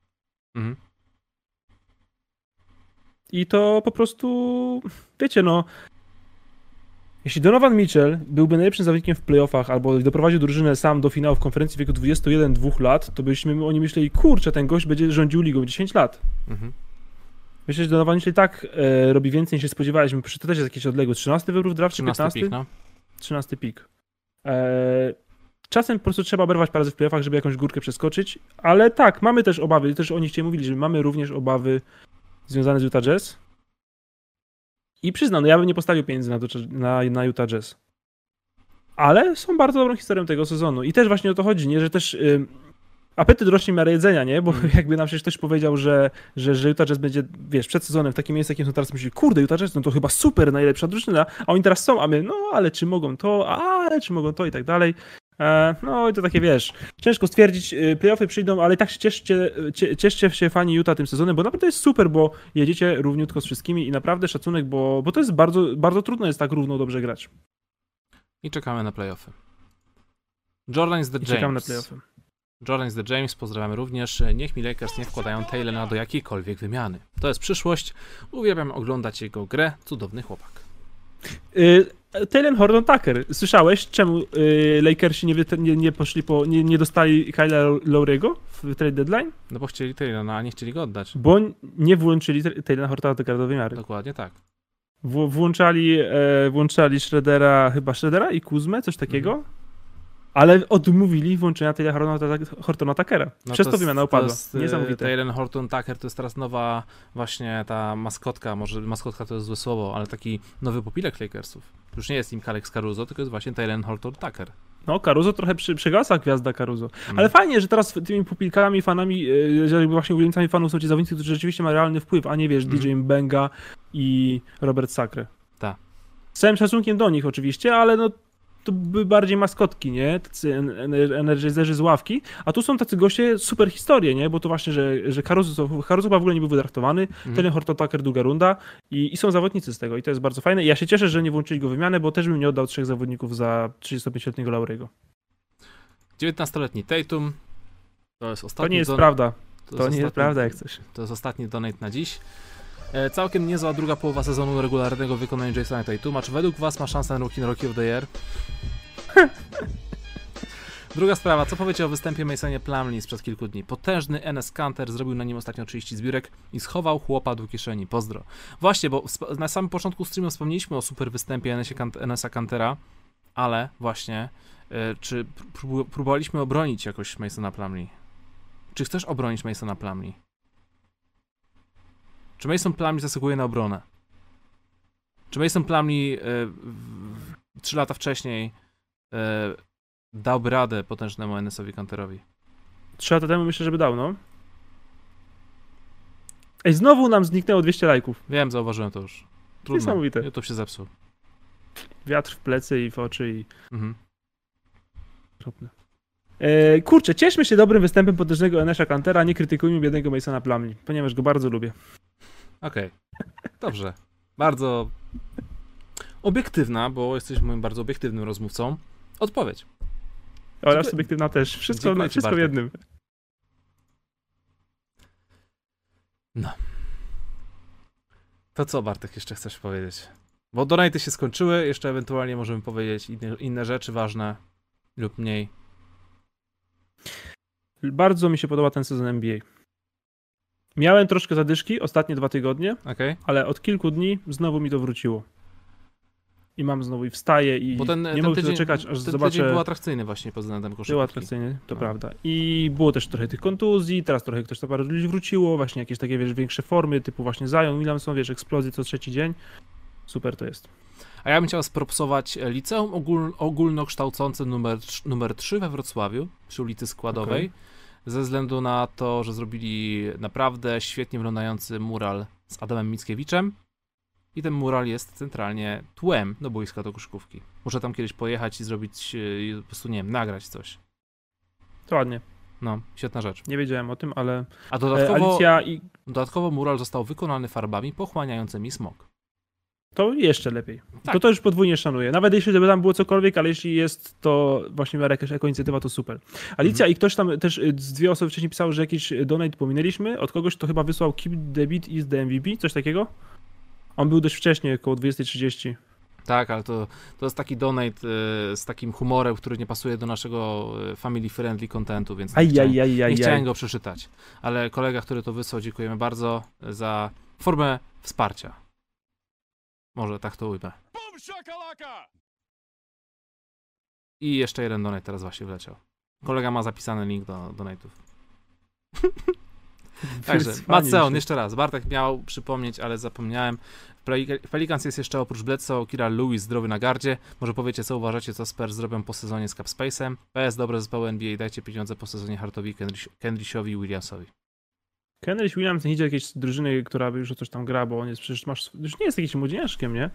I to po prostu, wiecie, no, jeśli Donovan Mitchell byłby najlepszym zawodnikiem w playoffach albo doprowadził drużynę sam do finału w konferencji w wieku 21-2 lat, to byśmy oni myśleli, kurczę, ten gość będzie rządził ligą 10 lat. Myślę, że Donovan Mitchell tak robi więcej niż się spodziewaliśmy. Przecież to też jest jakiś odległy. 13 wybór w drafcie, 15? Pik, no. 13 pik. Czasem po prostu trzeba oberwać parę razy w playoffach, żeby jakąś górkę przeskoczyć, ale tak, mamy też obawy, też o nich dzisiaj mówili, że mamy również obawy związane z Utah Jazz. I przyznam, no ja bym nie postawił pieniędzy na Utah Jazz. Ale są bardzo dobrą historią tego sezonu. I też właśnie o to chodzi, nie? Że też apetyt rośnie w miarę jedzenia, nie? Bo jakby nam przecież ktoś powiedział, że Utah Jazz będzie, wiesz, przed sezonem w takim miejscu, jakim są teraz, myśli, kurde, Utah Jazz, no to chyba super, najlepsza drużyna, a oni teraz są, a my, no ale czy mogą to i tak dalej. No i to takie, wiesz, ciężko stwierdzić, playoffy przyjdą, ale i tak się cieszcie się fani Utah tym sezonem, bo naprawdę jest super, bo jedziecie równiutko z wszystkimi i naprawdę szacunek, bo to jest bardzo, bardzo trudno jest tak równo dobrze grać. I czekamy na playoffy. Jordan is the James. Czekamy na playoffy. Jordan is the James, pozdrawiamy również. Niech mi Lakers nie wkładają Taylora do jakiejkolwiek wymiany. To jest przyszłość. Uwielbiam oglądać jego grę. Cudowny chłopak. Taylor Horton Tucker. Słyszałeś, czemu Lakersi nie poszli nie dostali Kyle'a Lowry'ego w trade deadline? No bo chcieli Taylora, a nie chcieli go oddać. Bo nie włączyli Taylora Hortona Tuckera do wymiary. Dokładnie tak. Włączali Schroedera i Kuzmę, coś takiego. Ale odmówili włączenia Taylora Hortona Tuckera. Przez to wymiana upadła. Niesamowite. Taylor Horton Tucker to jest teraz nowa właśnie ta maskotka, może maskotka to jest złe słowo, ale taki nowy pupilek Lakersów. Już nie jest nim Alex Caruso, tylko jest właśnie Taylor Horton Tucker. No, Caruso trochę przegasa gwiazda Caruso. Ale fajnie, że teraz tymi pupilkami, fanami, że właśnie ulubieńcami fanów są ci zawodnicy, którzy rzeczywiście mają realny wpływ, a nie wiesz, DJ Mbenga i Robert Sacre. Tak. Z całym szacunkiem do nich oczywiście, ale no to były bardziej maskotki, nie? Tacy energizerzy z ławki, a tu są tacy goście super historie, nie? Bo to właśnie, że Caruso w ogóle nie był wydraftowany, Taylor Horton Tucker druga runda i są zawodnicy z tego i to jest bardzo fajne. I ja się cieszę, że nie włączyli go w wymianę, bo też bym nie oddał 3 zawodników za 35-letniego Lowry'ego. 19-letni Tatum. To jest ostatni. To nie jest prawda. To nie jest prawda jak coś. To jest ostatni donate na dziś. Całkiem niezła druga połowa sezonu regularnego w wykonaniu Jasona Tatuma. Czy według was ma szansę na Rookie of the Year? Druga sprawa, co powiecie o występie Masonie Plumlee sprzed kilku dni? Potężny Enes Kanter zrobił na nim ostatnio 30 zbiórek i schował chłopa do kieszeni. Pozdro. Właśnie, bo na samym początku streamu wspomnieliśmy o super występie Enesa Kantera, ale właśnie, czy próbowaliśmy obronić jakoś Masona Plumlee? Czy chcesz obronić Masona Plumlee? Czy Mason Plumlee zasługuje na obronę? Czy Mason Plumlee 3 lata wcześniej dałby radę potężnemu Enesowi Kanterowi? 3 lata temu myślę, żeby dał, no. Ej, znowu nam zniknęło 200 lajków. Wiem, zauważyłem to już. Trudno. Niesamowite. YouTube się zepsuł. Wiatr w plecy i w oczy i... Kurczę, cieszmy się dobrym występem potężnego Enesa Kantera, nie krytykujmy biednego Masona Plumlee, ponieważ go bardzo lubię. Okej. Dobrze. Bardzo obiektywna, bo jesteś moim bardzo obiektywnym rozmówcą. Odpowiedź. Oraz subiektywna też. Wszystko w jednym. No. To co, Bartek, jeszcze chcesz powiedzieć? Bo donaty się skończyły, jeszcze ewentualnie możemy powiedzieć inne rzeczy ważne lub mniej. Bardzo mi się podoba ten sezon NBA. Miałem troszkę zadyszki ostatnie 2 tygodnie, ale od kilku dni znowu mi to wróciło. I mam znowu i wstaję i nie mogę się doczekać, aż zobaczę. Ten tydzień był atrakcyjny właśnie pod względem koszykówki. Był atrakcyjny, to prawda. I było też trochę tych kontuzji, teraz trochę ktoś tam parę ludzi wróciło, właśnie jakieś takie, wiesz, większe formy, typu właśnie Zion, Williamson, wiesz, eksplozje co 3 dzień. Super to jest. A ja bym chciał spropsować liceum ogólnokształcące numer 3 we Wrocławiu, przy ulicy Składowej, ze względu na to, że zrobili naprawdę świetnie wyglądający mural z Adamem Mickiewiczem i ten mural jest centralnie tłem do boiska do koszykówki. Muszę tam kiedyś pojechać i zrobić, po prostu, nie wiem, nagrać coś. To ładnie. No, świetna rzecz. Nie wiedziałem o tym, ale... A dodatkowo mural został wykonany farbami pochłaniającymi smog. To jeszcze lepiej. Tak. To już podwójnie szanuję. Nawet jeśli by tam było cokolwiek, ale jeśli jest to właśnie jakaś ekoinicjatywa, to super. Alicja i ktoś tam też, 2 osoby wcześniej pisały, że jakiś donate pominęliśmy. Od kogoś to chyba wysłał Keep the Beat is the MVP, coś takiego? On był dość wcześnie, około 20:30. Tak, ale to jest taki donate z takim humorem, który nie pasuje do naszego family friendly contentu, więc nie chciałem go przeczytać. Ale kolega, który to wysłał, dziękujemy bardzo za formę wsparcia. Może tak to ujmę. I jeszcze jeden donate teraz właśnie wleciał. Kolega ma zapisany link do donate'ów. Także, Matseon, jeszcze raz. Bartek miał przypomnieć, ale zapomniałem. W Pelicans jest jeszcze oprócz Bledsoe, Kira Lewis zdrowy na gardzie. Może powiecie, co uważacie, co Spurs zrobią po sezonie z Capspace'em. PS, dobre zespoły NBA, dajcie pieniądze po sezonie Hartowi, Kendrishowi i Williamsowi. Kendrick Williams nie idzie jakiejś drużyny, która by już o coś tam gra, bo on jest przecież już nie jest jakimś młodzieniaszkiem, nie?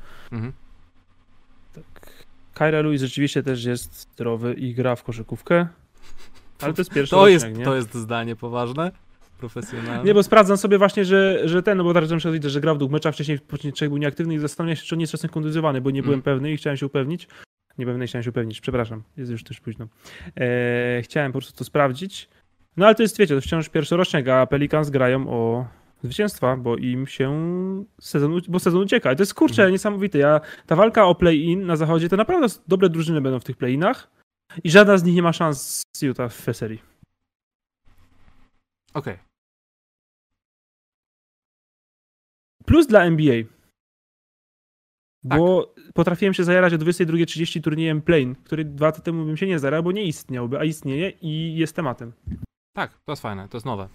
Tak. Kyra Lewis rzeczywiście też jest zdrowy i gra w koszykówkę, ale to jest pierwszy rocznik, nie? To jest zdanie poważne, profesjonalne. Nie, bo sprawdzam sobie właśnie, że ten, no bo teraz na przykład widzę, że gra w 2 meczach, wcześniej w 3 był nieaktywny i zastanawiam się, czy on jest czasem kontuzjowany, bo nie byłem pewny i chciałem się upewnić. Chciałem się upewnić, przepraszam, jest już też późno. Chciałem po prostu to sprawdzić. No ale to jest, wiecie, to wciąż pierwszorocznik, a Pelicans grają o zwycięstwa, bo im się sezon ucieka. I to jest, kurczę, niesamowite. Ta walka o play-in na zachodzie, to naprawdę dobre drużyny będą w tych play-inach i żadna z nich nie ma szans z Utah w serii. Okej. Plus dla NBA. Bo potrafiłem się zajarać o 22:30 turniejem play-in, który 2 lata temu bym się nie zajarał, bo nie istniałby, a istnieje i jest tematem. Tak, to jest fajne, to jest nowe.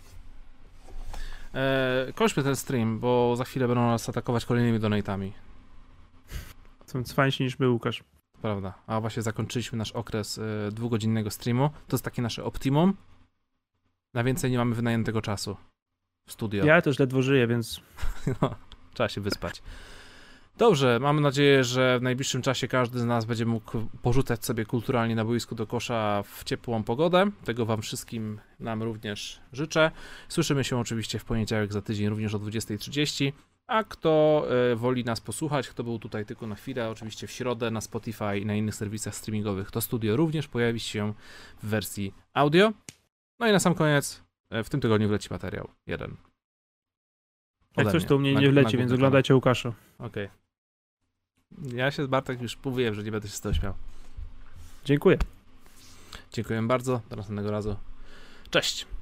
Kończmy ten stream, bo za chwilę będą nas atakować kolejnymi donatami. Są cwańsi niż był Łukasz. Prawda, a właśnie zakończyliśmy nasz okres 2-godzinnego streamu. To jest takie nasze optimum. Na więcej nie mamy wynajętego czasu w studio. Ja też ledwo żyję, więc... No, trzeba się wyspać. Dobrze, mamy nadzieję, że w najbliższym czasie każdy z nas będzie mógł porzucać sobie kulturalnie na boisku do kosza w ciepłą pogodę. Tego wam wszystkim, nam również życzę. Słyszymy się oczywiście w poniedziałek za tydzień, również o 20:30. A kto woli nas posłuchać, kto był tutaj tylko na chwilę, oczywiście w środę na Spotify i na innych serwisach streamingowych, to studio również pojawi się w wersji audio. No i na sam koniec, w tym tygodniu wleci materiał 1. Jak coś to u mnie nie wleci, więc oglądajcie Łukasza. Okej. Ja się, Bartek, już mówiłem, że nie będę się z tego śmiał. Dziękuję. Dziękuję bardzo. Do następnego razu. Cześć.